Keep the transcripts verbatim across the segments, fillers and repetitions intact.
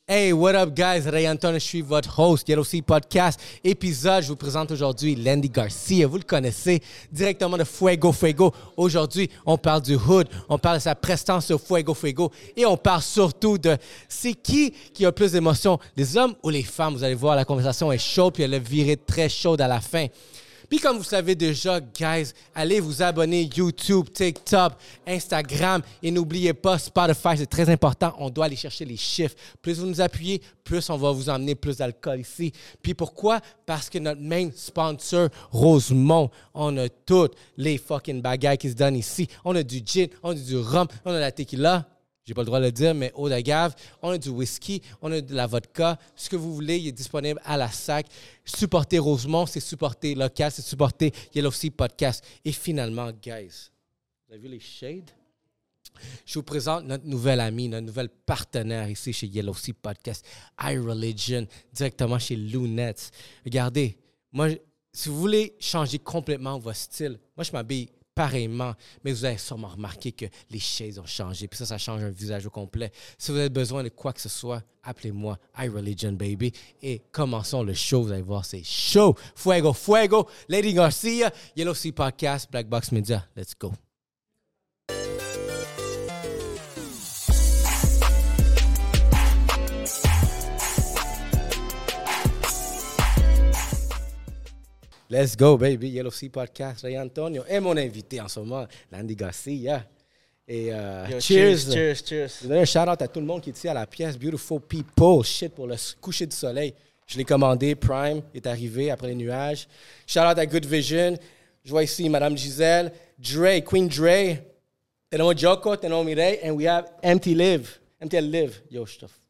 Hey, what up, guys? Ray Anton, je suis votre host, Yellow Sea Podcast. Épisode, je vous présente aujourd'hui Landy Garcia. Vous le connaissez directement de Fuego Fuego. Aujourd'hui, on parle du hood, on parle de sa prestance sur Fuego Fuego et on parle surtout de c'est qui qui a plus d'émotions, les hommes ou les femmes. Vous allez voir, la conversation est chaude puis elle a viré très chaude à la fin. Puis comme vous savez déjà, guys, allez vous abonner YouTube, TikTok, Instagram et n'oubliez pas Spotify, c'est très important. On doit aller chercher les chiffres. Plus vous nous appuyez, plus on va vous emmener plus d'alcool ici. Puis pourquoi? Parce que notre main sponsor, Rosemont, on a toutes les fucking bagailles qui se donnent ici. On a du gin, on a du rhum, on a la tequila. J'ai pas le droit de le dire, mais eau d'agave, on a du whisky, on a de la vodka. Ce que vous voulez, il est disponible à la sac. Supporter Rosemont, c'est supporter local, c'est supporter Yellow Sea Podcast. Et finalement, guys, vous avez vu les shades? Je vous présente notre nouvel ami, notre nouvel partenaire ici chez Yellow Sea Podcast, iReligion, directement chez Lunettes. Regardez, moi, si vous voulez changer complètement votre style, moi, je m'habille pareillement, mais vous avez sûrement remarqué que les shades ont changé, puis ça, ça change un visage au complet. Si vous avez besoin de quoi que ce soit, appelez-moi iReligion, baby. Et commençons le show, vous allez voir, c'est chaud. Fuego, fuego, Landy Garcia, Yellow Sea Podcast, Black Box Media. Let's go. Let's go, baby. Yellow Sea Podcast, Ray Antonio. Et mon invité en ce moment, Landy Garcia. Et euh, Yo, cheers. Cheers, cheers, cheers. Je donne un shout-out à tout le monde qui est ici à la pièce. Beautiful people. Shit pour le coucher du soleil. Je l'ai commandé. Prime est arrivé après les nuages. Shout-out à Good Vision. Je vois ici Madame Gisèle. Dre, Queen Dre. Tenemos Joko, tenemos Mireille. And we have Empty Live. Empty Live. Yo, stuff.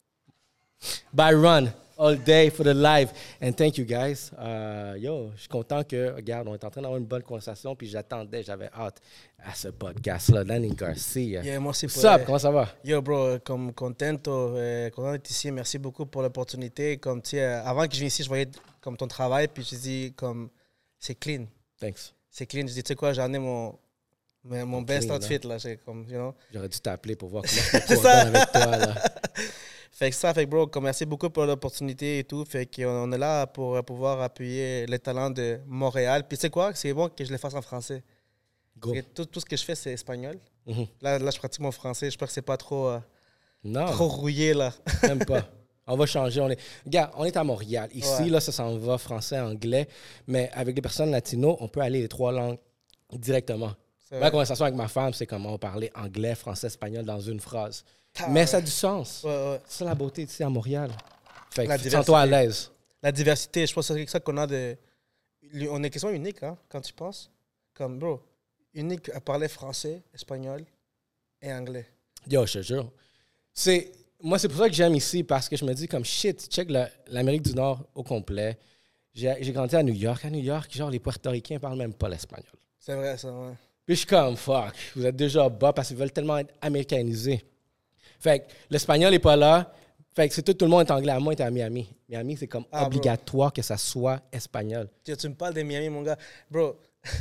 Byron. All day for the live. And thank you, guys. Uh, yo, je suis content que, regarde, on est en train d'avoir une bonne conversation, puis j'attendais, j'avais hâte à ce podcast-là. Landy Garcia. Yeah, moi aussi. What's up? Comment ça va? Yo, bro, comme contento, euh, content d'être ici. Merci beaucoup pour l'opportunité. Comme, tu sais, euh, avant que je vienne ici, je voyais comme ton travail, puis je dis, comme, c'est clean. Thanks. C'est clean. Je dis, tu sais quoi, j'en ai mon, mon, mon best clean, outfit, là. là comme, you know? J'aurais dû t'appeler pour voir comment je peux avec toi, là. Fait que ça, fait que bro, comme merci beaucoup pour l'opportunité et tout. Fait qu'on est là pour pouvoir appuyer les talents de Montréal. Puis tu sais quoi, c'est bon que je le fasse en français. Go. Tout, tout ce que je fais, c'est espagnol. Mm-hmm. Là, là, je pratique mon français. J'espère que c'est pas trop, euh, non, trop rouillé, là. même pas. On va changer. On est... Regarde, on est à Montréal. Ici, ouais. là, ça s'en va français, anglais. Mais avec les personnes latino, on peut aller les trois langues directement. La conversation avec ma femme, c'est comment on parlait anglais, français, espagnol dans une phrase. Ah, mais ouais. Ça a du sens. Ouais, ouais. C'est la beauté ici à Montréal. Fait la que sens-toi à l'aise. La diversité, je pense que c'est ça qu'on a de... On est quasiment unique, hein, quand tu penses. Comme, bro, unique à parler français, espagnol et anglais. Yo, je te jure. C'est... Moi, c'est pour ça que j'aime ici, parce que je me dis comme, shit, check la, l'Amérique du Nord au complet. J'ai, j'ai grandi à New York. À New York, genre, les Portoricains parlent même pas l'espagnol. C'est vrai, ça, ouais. Puis je suis comme, fuck, vous êtes déjà bas parce qu'ils veulent tellement être américanisés. Fait que l'espagnol n'est pas là. Fait que c'est tout, tout le monde est anglais. À moi, t'es à Miami. Miami, c'est comme ah, obligatoire bro. Que ça soit espagnol. Tu, tu me parles de Miami, mon gars. Bro.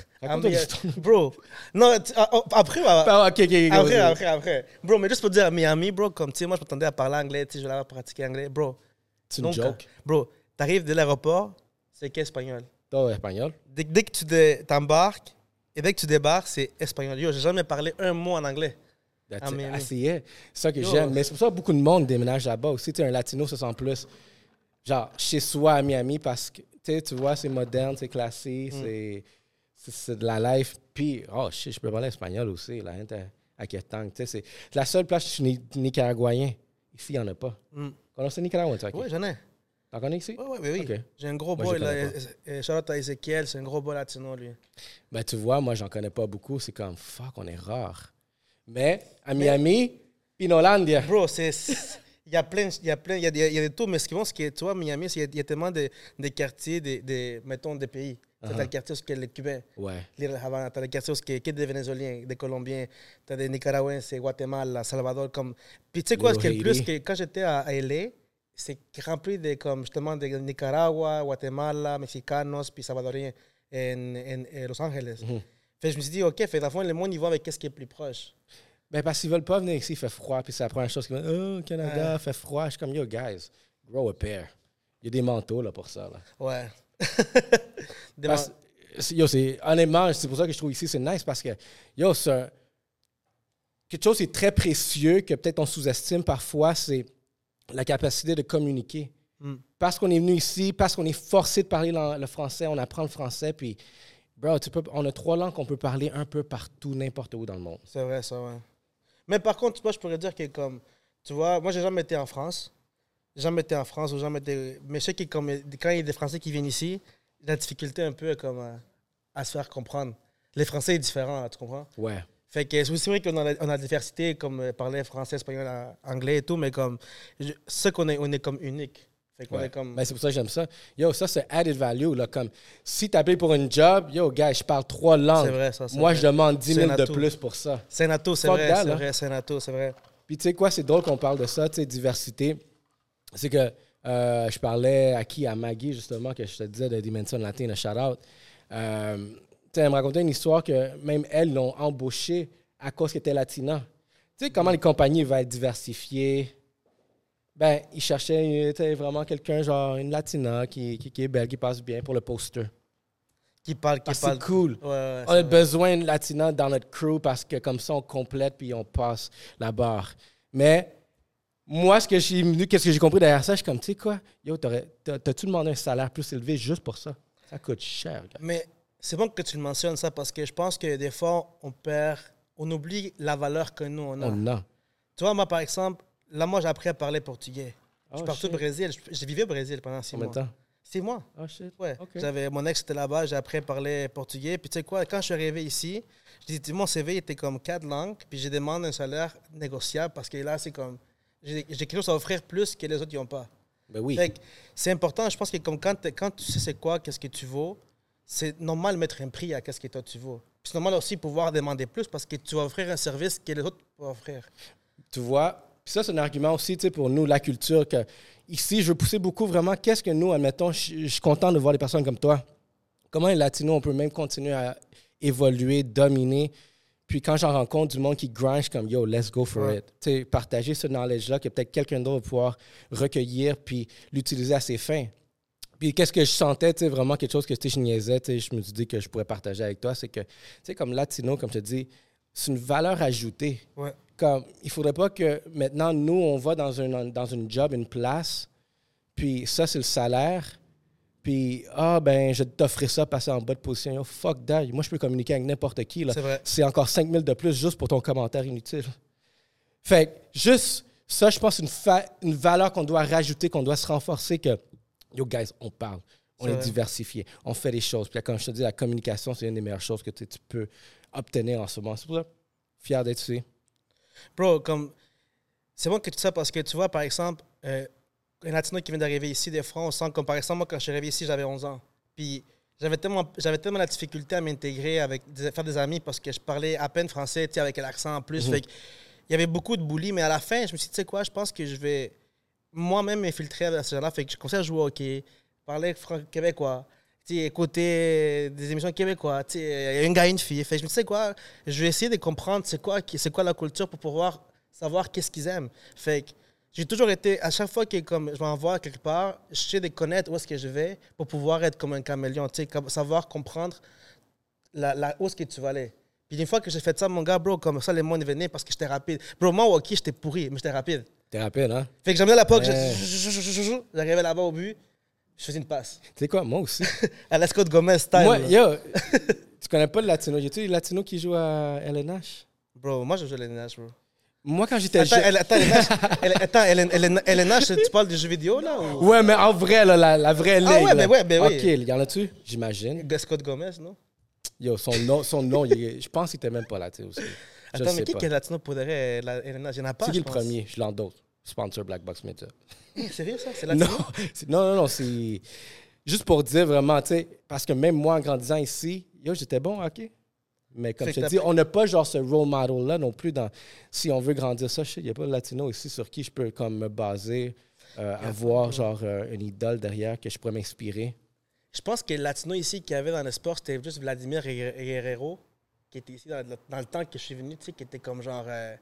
Bro. Non, tu, après, ah, okay, okay, après, après, après, après. Bro, mais juste pour dire Miami, bro, comme tu sais, moi, je m'attendais à parler anglais. Tu sais, je vais pratiquer anglais. Bro. C'est une Donc, joke. Bro, t'arrives de l'aéroport, c'est qu'espagnol. Oh, espagnol. Dès, dès que tu dé, t'embarques, et dès que tu débarques, c'est espagnol. Yo, j'ai jamais parlé un mot en anglais. Ah, c'est ça que Yo. J'aime. Mais c'est pour ça que beaucoup de monde déménage là-bas aussi. Tu sais, un latino se sent plus genre chez soi à Miami parce que tu vois, c'est moderne, c'est classé, mm. c'est, c'est, c'est de la life. Puis, oh shit, je peux parler espagnol aussi. La gente à Ketang. Tu sais, c'est la seule place où je suis nicaraguayen. Ici, il n'y en a pas. Mm. Connais-tu Nicaragua, toi? Oui, j'en ai. T'en connais ici? Oui, oui, oui. Okay. J'ai un gros boy, moi, là. Charlotte à Ezekiel, c'est un gros boy latino, lui. Ben, tu vois, moi, j'en connais pas beaucoup. C'est comme, fuck, on est rare. Mais à Miami, mais, Pinolandia. Bro, c'est... Il y a plein, il y a plein, il y a, il y a de tout, mais ce qui vont, c'est que, tu vois, Miami, il y a, il y a tellement de, de quartiers, de, de, mettons, des pays. Uh-huh. Tu as le quartier où il y a les Cubains, ouais. les Havana, tu as le quartier où il y a des Vénézuéliens, des Colombiens, tu as des Nicaraguayens, Guatemala, Salvador. Comme... Puis tu sais quoi, ce qui est le plus, que quand j'étais à L A, c'est rempli de, comme, justement, de Nicaragua, Guatemala, Mexicanos, puis Salvadoriens en, en, en Los Angeles. Mm-hmm. Fait, je me suis dit, OK, fait, dans le fond, le monde, il va avec qu'est-ce qui est plus proche. Ben, parce qu'ils veulent pas venir ici, il fait froid, puis c'est la première chose qu'ils vont, oh, Canada, ouais. fait froid. Je suis comme, yo, guys, grow a pair. Il y a des manteaux, là, pour ça, là. Ouais. des parce, man- yo, c'est, honnêtement, c'est pour ça que je trouve ici, c'est nice, parce que, yo, c'est un, quelque chose qui est très précieux, que peut-être on sous-estime parfois, c'est la capacité de communiquer. Mm. Parce qu'on est venu ici, parce qu'on est forcé de parler le français, on apprend le français, puis, bro, tu peux, on a trois langues qu'on peut parler un peu partout, n'importe où dans le monde. C'est vrai, ça, ouais. Mais par contre, moi, je pourrais dire que, comme, tu vois, moi, j'ai jamais été en France. J'ai jamais été en France, ou jamais été... Mais je sais que comme, quand il y a des Français qui viennent ici, la difficulté un peu comme, à, à se faire comprendre. Les Français sont différents, là, tu comprends? Ouais. Fait que c'est vrai qu'on a, on a la diversité, comme euh, parler français, espagnol, anglais et tout, mais comme, je, ce qu'on est, on est comme unique. Fait qu'on ouais. est comme... Ben, c'est pour ça que j'aime ça. Yo, ça, c'est added value, là, comme, si t'appelles pour une job, yo, gars, je parle trois langues. C'est vrai, ça, c'est Moi, vrai. je demande dix mille de plus pour ça. C'est un atout, c'est Fuck vrai, that, c'est là. vrai, c'est un atout, c'est vrai. Puis, tu sais quoi, c'est drôle qu'on parle de ça, tu sais, diversité. C'est que euh, je parlais à qui? À Maggie, justement, que je te disais de Dimension Latina, shout-out. Euh, tu sais, elle me racontait une histoire que même elle l'ont embauchée à cause qu'elle était latina. Tu sais, comment les compagnies vont être diversifiées? Ben, ils cherchaient vraiment quelqu'un, genre une latina qui, qui, qui est belle, qui passe bien pour le poster. Qui parle, qui parce parle. C'est cool. Ouais, ouais, on a vrai. besoin de latina dans notre crew parce que comme ça, on complète puis on passe la barre. Mais moi, ce que j'ai qu'est-ce que j'ai compris derrière ça, je suis comme, tu sais quoi, yo, t'as-tu demandé un salaire plus élevé juste pour ça? Ça coûte cher, gars. Mais c'est bon que tu le mentionnes, ça, parce que je pense que des fois, on perd, on oublie la valeur que nous, on a. On a. Tu vois, moi, par exemple, là, moi, j'ai appris à parler portugais. Oh, je suis parti au Brésil. J'ai vécu au Brésil pendant six Combien mois. de temps? Six mois. Oh, shit. Ouais. Okay. J'avais, mon ex était là-bas, j'ai appris à parler portugais. Puis tu sais quoi, quand je suis arrivé ici, j'ai dit, mon C V était comme quatre langues, puis j'ai demandé un salaire négociable parce que là, c'est comme, j'ai quelque chose à offrir plus que les autres qui n'ont pas. Ben oui. C'est important, je pense que comme quand, quand tu sais c'est quoi, qu'est-ce que tu vaux, c'est normal de mettre un prix à qu'est-ce que toi tu vaux. Puis c'est normal aussi pouvoir demander plus parce que tu vas offrir un service que les autres peuvent offrir. Tu vois, puis ça, c'est un argument aussi, tu sais, pour nous, la culture, que ici, je veux pousser beaucoup vraiment, qu'est-ce que nous, admettons, je, je suis content de voir des personnes comme toi. Comment les Latinos, on peut même continuer à évoluer, dominer. Puis quand j'en rencontre du monde qui grind, je suis comme, yo, let's go for ouais. it. Tu sais, partager ce knowledge-là que peut-être quelqu'un d'autre va pouvoir recueillir puis l'utiliser à ses fins. Puis qu'est-ce que je sentais, tu sais, vraiment quelque chose que je niaisais, tu sais, je me suis dit que je pourrais partager avec toi, c'est que, tu sais, comme Latino, comme je te dis, c'est une valeur ajoutée. Ouais. Comme, il ne faudrait pas que maintenant, nous, on va dans un dans une job, une place, puis ça, c'est le salaire, puis, ah, ben, je vais t'offrir ça, passer en bas de position. Yo, fuck that. Moi, je peux communiquer avec n'importe qui. Là. C'est vrai. C'est encore cinq mille de plus juste pour ton commentaire inutile. Fait que, juste ça, je pense, c'est une, fa- une valeur qu'on doit rajouter, qu'on doit se renforcer, que, yo, guys, on parle. On c'est est vrai. diversifié. On fait des choses. Puis, comme je te dis, la communication, c'est une des meilleures choses que tu peux obtenir en ce moment. C'est pour ça, fier d'être ici. Bro, comme, c'est bon que tu sais parce que tu vois, par exemple, euh, un Latino qui vient d'arriver ici, des fois, on sent comme, par exemple, moi, quand je suis arrivé ici, j'avais onze ans. Puis, j'avais tellement, j'avais tellement la difficulté à m'intégrer, avec faire des amis parce que je parlais à peine français, tu sais, avec l'accent en plus. Mm-hmm. Fait que, il y avait beaucoup de bully, mais à la fin, je me suis dit, tu sais quoi, je pense que je vais moi-même m'infiltrer à ce genre-là. Fait que je commençais à jouer au hockey, parler québécois, écouter des émissions québécois, un gars et une fille. Fait que je me dis, tu sais quoi, je vais essayer de comprendre c'est quoi, c'est quoi la culture pour pouvoir savoir qu'est-ce qu'ils aiment. Fait que j'ai toujours été, à chaque fois que comme, je m'envoie quelque part, je sais de connaître où est-ce que je vais pour pouvoir être comme un caméléon, savoir comprendre la, la, où est-ce que tu vas aller. Puis une fois que j'ai fait ça, mon gars, bro, comme ça, les monde venaient parce que j'étais rapide. Bro, moi, au hockey, j'étais pourri, mais j'étais rapide. T'es rapide, hein? Fait que j'amenais la puck, hey. J'arrivais là-bas au but, je faisais une passe. Tu sais quoi, moi aussi. À la Scott Gomez style. Moi, yo, tu connais pas le latino. Y a-tu des latinos qui jouent à L N H? Bro, moi, je joue à L N H, bro. Moi, quand j'étais jeune... Attends, attends, L N H, tu parles de jeux vidéo, là? Ou... Ouais, mais en vrai, là, la, la vraie ligue. Ah ouais, mais ouais, ben oui. OK, y en a-tu? J'imagine. Scott Gomez, non? Yo, son nom, son nom est, je pense qu'il était même pas latino aussi. Je attends, mais qui est latino pour L N H? Il y en a pas, c'est qui le pense. premier? Je l'endosse. Sponsor Black Box Media. Hey, sérieux, ça? C'est latino? Non, c'est, non, non, non, c'est... Juste pour dire vraiment, tu sais, parce que même moi, en grandissant ici, yo, j'étais bon, OK. Mais comme fait je te dis, on n'a pas genre ce role model-là non plus. Dans, si on veut grandir ça, il n'y a pas de latino ici sur qui je peux comme me baser, euh, avoir genre euh, une idole derrière que je pourrais m'inspirer. Je pense que le latino ici qu'il y avait dans le sport, c'était juste Vladimir Guerrero. qui étaient ici dans, dans le temps que je suis venu, tu sais, qui étaient comme genre euh,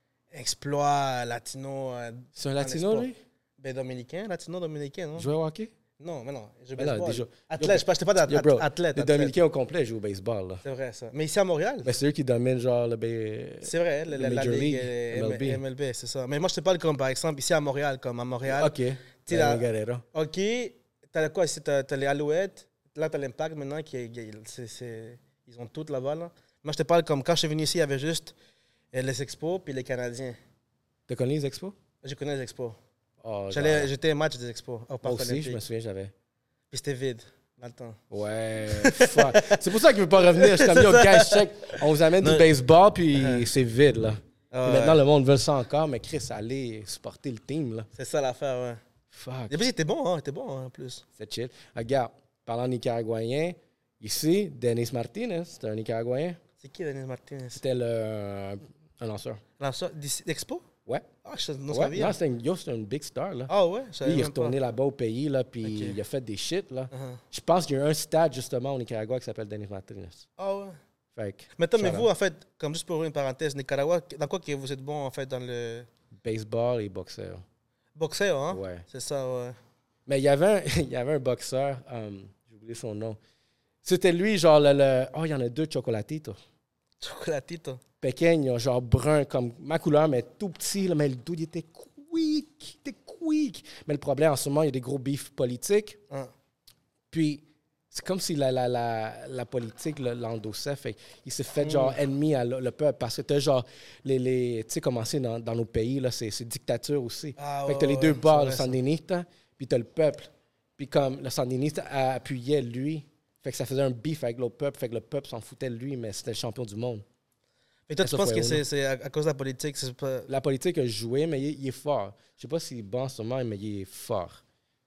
exploit latino. Euh, c'est un latino, lui? Ben, dominicain, latino dominicain, non? Joueur au hockey? Non, mais non, je joue Ben baseball. déjà, athlète, yo, je ne pas d'athlète. athlète. Les Dominicains au complet jouent au baseball. Là. C'est vrai, ça. Mais ici à Montréal? Ben, c'est eux qui dominent genre le... B... C'est vrai, le, le, la Ligue M L B. M L B, c'est ça. Mais moi, je te parle comme, par exemple, ici à Montréal, comme à Montréal. OK. Tu sais, OK, t'as quoi ici? T'as, t'as les Alouettes. Là, t'as l'Impact maintenant. Qui, c'est, c'est, ils ont tout là-bas. Là. Moi, je te parle comme, quand je suis venu ici, il y avait juste les Expos puis les Canadiens. Tu connais les Expos? Je connais les Expos. Oh, J'allais, j'étais un match des Expos. Au Moi aussi, je me souviens, j'avais. Puis c'était vide, dans le temps. Ouais, fuck. C'est pour ça qu'il ne veut pas revenir. Je suis comme, yo, guys, check. On vous amène non. du baseball, puis uh-huh. c'est vide, là. Uh, maintenant, ouais. le monde veut ça encore, mais Chris, allez supporter le team, là. C'est ça l'affaire, ouais. Fuck. Et puis, c'était bon, hein, c'était bon, hein, en plus. C'est chill. Regarde, parlant nicaraguayen, ici, Denis Martinez, c'était un Nicaraguayen. C'est qui, Denis Martinez? C'était le, un lanceur. Lanceur d'Expo? Ouais. Ah, je ne ouais. savais pas. Non, c'était une, yo, c'était une big star, là. Ah ouais? Lui, il est retourné là-bas au pays, là, puis okay. il a fait des shit, là. Uh-huh. Je pense qu'il y a un stade, justement, au Nicaragua qui s'appelle Denis Martinez. Ah ouais? Fait que, Maintenant, mais vous, en fait, comme juste pour une parenthèse, Nicaragua, dans quoi que vous êtes bon, en fait, dans le... Baseball et boxeur. Boxeur, hein? Ouais. C'est ça, ouais. Mais il y avait un, il y avait un boxeur, um, j'ai oublié son nom. C'était lui, genre, le... le oh, il y en a deux, Chocolatito. Chocolatito. Pequeño, genre brun, comme ma couleur, mais tout petit, là, mais le dude, il était quick, il était quick. Mais le problème, en ce moment, il y a des gros bifs politiques. Ah. Puis, c'est comme si la, la, la, la politique l'endossait. Fait, il s'est fait, mm. genre, ennemi à le, le peuple. Parce que t'as, genre, les, les tu sais, comment c'est dans, dans nos pays, là, c'est, c'est dictature aussi. Ah, fait que t'as ouais, les deux ouais, bords, le sandiniste, puis t'as le peuple. Puis comme le sandiniste appuyait lui, fait que ça faisait un bif avec l'autre peuple. Fait que le peuple s'en foutait de lui, mais c'était le champion du monde. Et toi, tu penses que c'est, c'est à cause de la politique? C'est pas... La politique a joué, mais il, il est fort. Je sais pas s'il est bon en ce moment, mais il est fort.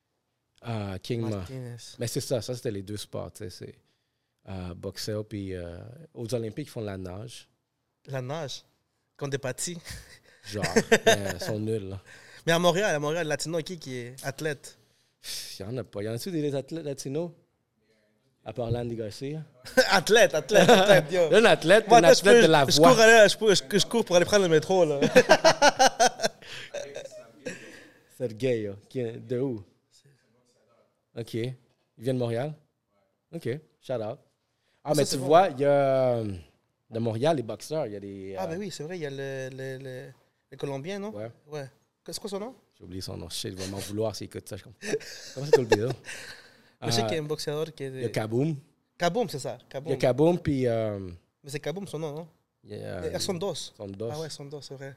Uh, King Ma. Mais c'est ça, ça c'était les deux sports. C'est uh, boxeur, puis uh, aux Olympiques, ils font de la nage. La nage? Comme des pâtis? Genre, ils sont nuls. Là. Mais à Montréal, à Montréal, latino, qui, qui est athlète? Il y en a pas. Y en a-tu des athlètes latinos? À part Landy Garcia. athlète, athlète, athlète. Yo. Un athlète, Moi, un athlète peux, de la je voix. Cours aller, je, cours, je, je cours pour aller prendre le métro, là. Sergei, yo. De où? OK. Il vient de Montréal? OK. Shout out. Ah, mais ça, tu vois, il y a... De Montréal, les boxeurs, il y a des... Ah, euh... ben oui, c'est vrai, il y a le, le, le, le Colombien, non? Ouais. Ouais. C'est quoi son nom? J'ai oublié son nom. Shit, il va m'en vouloir s'il écoute ça. Je comprends. Comment c'est oublié, là? Je sais qu'il y a un boxeur qui est... Il y a Kaboom. Kaboom, c'est ça. Kaboom. Il y a Kaboom, puis... Euh... Mais c'est Kaboom, son nom, non? Il y a... Il y a son dos. Son dos. Ah ouais, son dos, c'est vrai.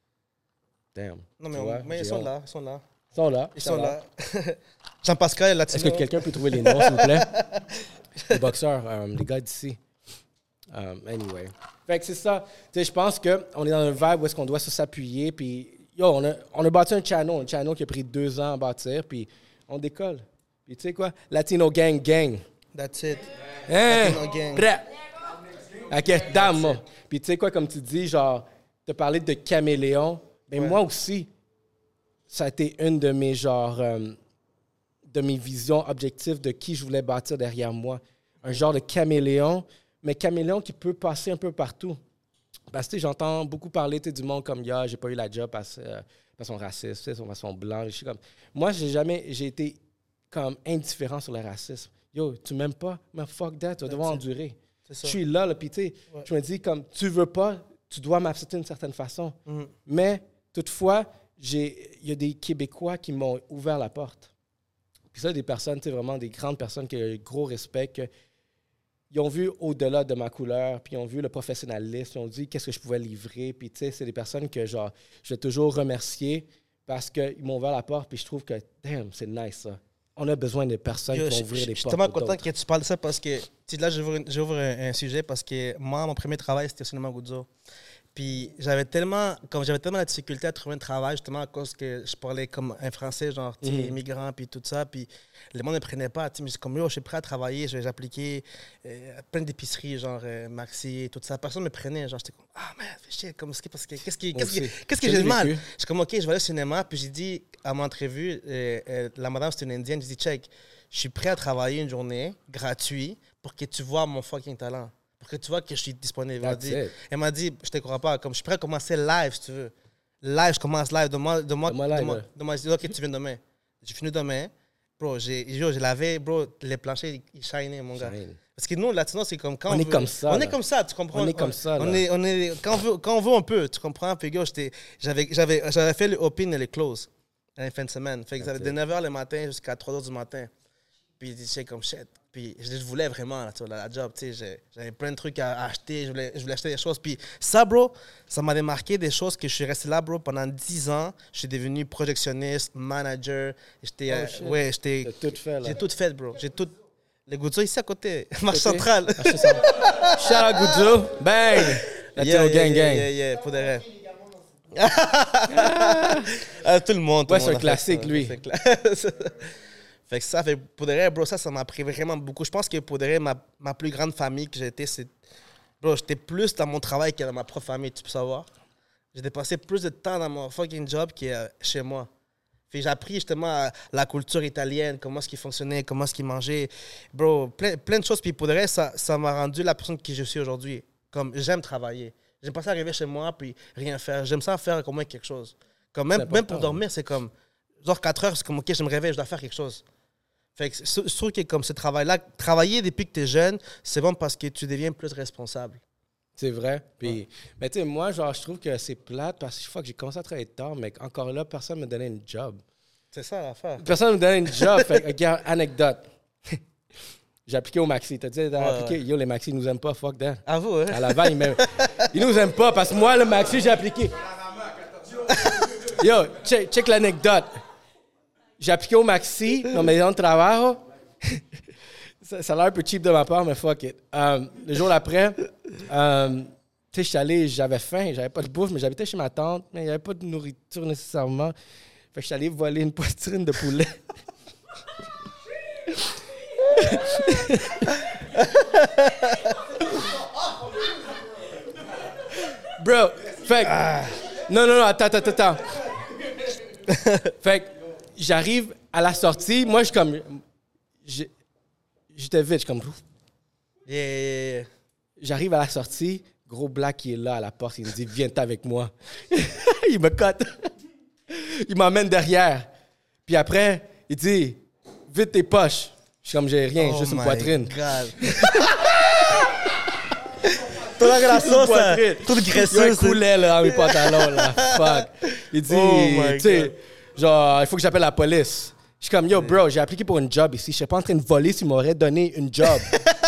Damn. Non, mais, on... mais ils sont là, ils sont là. Ils sont là. Ils sont là. Jean-Pascal, là Est-ce que quelqu'un peut trouver les noms, s'il vous plaît? Les boxeurs, um, les gars d'ici. Um, anyway. Fait que c'est ça. Tu sais, je pense qu'on est dans un vibe où est-ce qu'on doit s'appuyer, puis... Yo, on a, on a bâti un channel, un channel qui a pris deux ans à bâtir, puis on décolle. Puis tu sais quoi? Latino gang gang. That's it. Hein? Latino gang. Prêt. OK, dame. Puis tu sais quoi, comme tu dis, genre, te parler de caméléon. Ben ouais. Moi aussi, ça a été une de mes, genre, euh, de mes visions objectives de qui je voulais bâtir derrière moi. Un genre de caméléon, mais caméléon qui peut passer un peu partout. Parce que j'entends beaucoup parler du monde comme « Ya, j'ai pas eu la job parce euh, parce qu'on raciste, parce qu'on sont blancs. » comme... Moi, j'ai jamais... J'ai été comme indifférent sur le racisme. Yo, tu m'aimes pas? Mais fuck that, tu vas devoir endurer. Je suis là, là puis tu sais, ouais. Je me dis comme, tu veux pas, tu dois m'accepter d'une certaine façon. Mm-hmm. Mais, toutefois, il y a des Québécois qui m'ont ouvert la porte. Puis ça, des personnes, tu sais, vraiment des grandes personnes qui ont un gros respect, que, ils ont vu au-delà de ma couleur, puis ils ont vu le professionnalisme, ils ont dit qu'est-ce que je pouvais livrer. Puis, tu sais, c'est des personnes que, genre, je vais toujours remercier parce qu'ils m'ont ouvert la porte, puis je trouve que, damn, c'est nice, ça. On a besoin de personnes Yo, qui vont ouvrir les portes. Je suis tellement content que tu parles de ça parce que, là, j'ouvre, j'ouvre un, un sujet parce que moi, mon premier travail, c'était au cinéma Guzzo. Puis j'avais tellement, comme j'avais tellement de difficulté à trouver un travail, justement à cause que je parlais comme un français, genre, tu sais, mm-hmm. immigrant, puis tout ça. Puis le monde ne me prenait pas. Tu sais, mais c'est comme, yo, je suis prêt à travailler, je vais appliquer euh, plein d'épiceries, genre euh, Maxi et tout ça. Personne ne me prenait. Genre, j'étais comme, ah, man, fais chier, comme, parce que, qu'est-ce qui, qu'est-ce qui, qu'est-ce que j'ai de mal? Je suis comme, OK, je vais aller au cinéma. Puis j'ai dit à mon entrevue, euh, euh, la madame, c'était une Indienne, j'ai dit, check, je suis prêt à travailler une journée gratuite pour que tu vois mon fucking talent. pour que tu vois que je suis disponible. Elle m'a dit, elle m'a dit, je te crois pas, comme je suis prêt à commencer live, si tu veux. Live, je commence live. Demande, demande, demande, demande, demande, demande, ok, tu viens demain. J'ai fini demain. Bro, j'ai, j'ai lavé, bro, les planchers, ils shinaient, mon gars. Shine. Parce que nous, Latinos, c'est comme quand on, on est veut, comme ça. On là. est comme ça, tu comprends? On est comme ça. On, là. on est, on est, quand, on veut, quand on veut, on peut, tu comprends? Puis, gars, j'avais, j'avais, j'avais fait le open et les close dans les fins de semaine. Fait que j'avais de neuf heures le matin jusqu'à trois heures du matin. Puis, j'étais comme shit. Puis, je voulais vraiment, là, tu vois, la job, tu sais. J'avais plein de trucs à acheter. Je voulais, je voulais acheter des choses. Puis, ça, bro, ça m'avait marqué des choses que je suis resté là, bro, pendant dix ans. Je suis devenu projectionniste, manager. J'étais, oh, euh, ouais, j'étais. J'ai tout fait, là. J'ai tout fait, bro. J'ai tout. Le Goudzo ici à côté, marche centrale. Shout out Goudzo. Bang! La yeah, yeah, gang, gang. Yeah, yeah, pour des rêves. ah, tout le monde. Tout ouais, le c'est monde un classique, lui. Fait que ça, fait, pour des rêves, bro, ça, ça m'a pris vraiment beaucoup. Je pense que pour des rêves, ma, ma plus grande famille que j'ai été, c'est. Bro, j'étais plus dans mon travail que dans ma propre famille, tu peux savoir. J'ai dépassé plus de temps dans mon fucking job que euh, chez moi. Fait j'ai appris justement la culture italienne, comment est-ce qu'il fonctionnait, comment est-ce qu'il mangeait. Bro, plein, plein de choses. Puis pour de vrai, ça, ça m'a rendu la personne qui je suis aujourd'hui. Comme j'aime travailler. J'aime pas ça arriver chez moi puis rien faire. J'aime ça faire comme quelque chose. Comme même, même pour dormir, c'est comme... Genre quatre heures, c'est comme, OK, je me réveille, je dois faire quelque chose. Fait que je trouve que comme ce travail-là, travailler depuis que tu es jeune, c'est bon parce que tu deviens plus responsable. C'est vrai. Puis, ouais. Mais tu sais, moi, genre, je trouve que c'est plate parce que chaque fois que j'ai commencé à travailler tard, mais encore là, personne ne me donnait une job. C'est ça l'affaire. Personne ne me donnait une job. Fait que, regarde, anecdote. J'ai appliqué au Maxi. T'as dit, t'as ouais, appliqué. Ouais. Yo, les Maxi, ils nous aiment pas. Fuck that. À vous, hein? À Laval, ils, ils nous aiment pas parce que moi, le Maxi, j'ai appliqué. Yo, check, check l'anecdote. J'ai appliqué au Maxi, dans mes maison de travail. Ça, ça a l'air un peu cheap de ma part, mais fuck it. Um, le jour d'après, um, tu sais, je suis allé, j'avais faim, j'avais pas de bouffe, mais j'habitais chez ma tante, mais il n'y avait pas de nourriture nécessairement. Fait que je suis allé voler une poitrine de poulet. Bro, fait que... Ah. Non, non, non, attends, attends, attends. Fait que j'arrive à la sortie, moi, je suis comme... J'ai, J'étais vite, je suis comme... Yeah, yeah, yeah. J'arrive à la sortie, gros black qui est là à la porte, il me dit « Viens-t'en avec moi. » Il me cote. Il m'emmène derrière. Puis après, il dit « Vite tes poches. » Je suis comme « J'ai rien, oh juste une poitrine. » Toute la grasseuse, ça. Toute graisseuse. Il y a un coulet là, dans mes pantalons, là. Fuck. Il dit, oh tu sais, genre, il faut que j'appelle la police. Je suis comme, yo, bro, j'ai appliqué pour une job ici. Je suis pas en train de voler s'il m'aurait donné une job.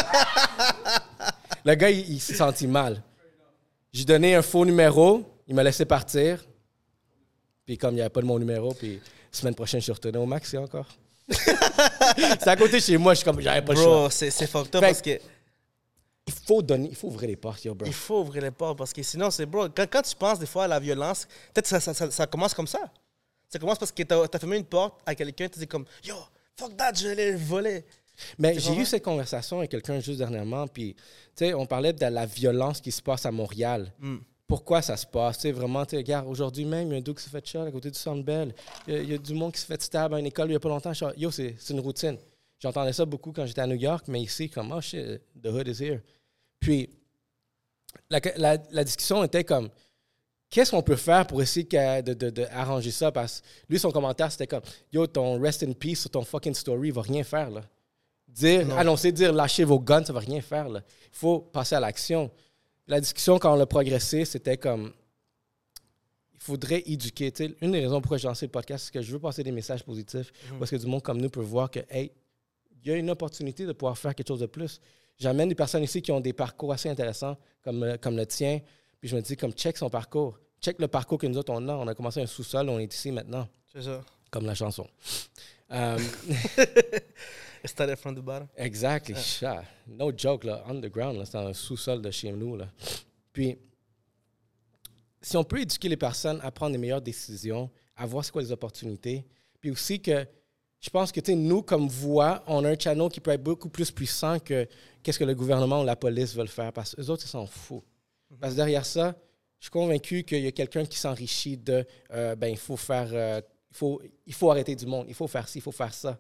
Le gars, il, il s'est senti mal. J'ai donné un faux numéro. Il m'a laissé partir. Puis comme il n'y avait pas de mon numéro, puis semaine prochaine, je suis retourné au Maxi encore. C'est à côté de chez moi. Je suis comme, j'avais pas bro, le choix. Bro, c'est, c'est fucked up parce que... Il faut donner, il faut ouvrir les portes, yo, bro. Il faut ouvrir les portes parce que sinon, c'est, bro, quand, quand tu penses des fois à la violence, peut-être que ça, ça, ça, ça commence comme ça. Ça commence parce que t'as, t'as fermé une porte à quelqu'un, tu dis comme, yo, fuck that, je vais le voler. Mais j'ai eu cette conversation avec quelqu'un juste dernièrement, puis, tu sais, on parlait de la violence qui se passe à Montréal. Mm. Pourquoi ça se passe? Tu sais, vraiment, tu sais, regarde, aujourd'hui même, il y a un dos qui s'est fait shot à côté du Centre Bell. Il y, a, il y a du monde qui s'est fait stab à une école il n'y a pas longtemps. Yo, c'est, c'est une routine. J'entendais ça beaucoup quand j'étais à New York, mais ici, comme, oh shit, the hood is here. Puis, la, la, la discussion était comme, qu'est-ce qu'on peut faire pour essayer de, de, de arranger ça? Parce que lui, son commentaire, c'était comme, yo, ton rest in peace sur ton fucking story, il va rien faire, là. Dire, non. annoncer, dire, lâchez vos guns, ça va rien faire, là. Il faut passer à l'action. La discussion, quand on l'a progressé, c'était comme, il faudrait éduquer. T'sais, une des raisons pourquoi j'ai lancé le podcast, c'est que je veux passer des messages positifs, mm-hmm. parce que du monde comme nous peut voir que, hey, il y a une opportunité de pouvoir faire quelque chose de plus. J'amène des personnes ici qui ont des parcours assez intéressants, comme, comme le tien. Puis je me dis, comme, check son parcours. Check le parcours que nous autres, on a. On a commencé un sous-sol, on est ici maintenant. C'est ça. Comme la chanson. um, It started from the bottom. Exactly. Yeah. No joke, là. Underground, là. C'est un sous-sol de chez nous, là. Puis, si on peut éduquer les personnes à prendre les meilleures décisions, à voir c'est quoi les opportunités, puis aussi que je pense que, tu sais, nous, comme voix, on a un channel qui peut être beaucoup plus puissant que qu'est-ce que le gouvernement ou la police veulent faire. Parce qu'eux autres, ils s'en foutent. Mm-hmm. Parce que derrière ça, je suis convaincu qu'il y a quelqu'un qui s'enrichit de, euh, ben, il faut faire, euh, il faut, il faut arrêter du monde, il faut faire ci, il faut faire ça.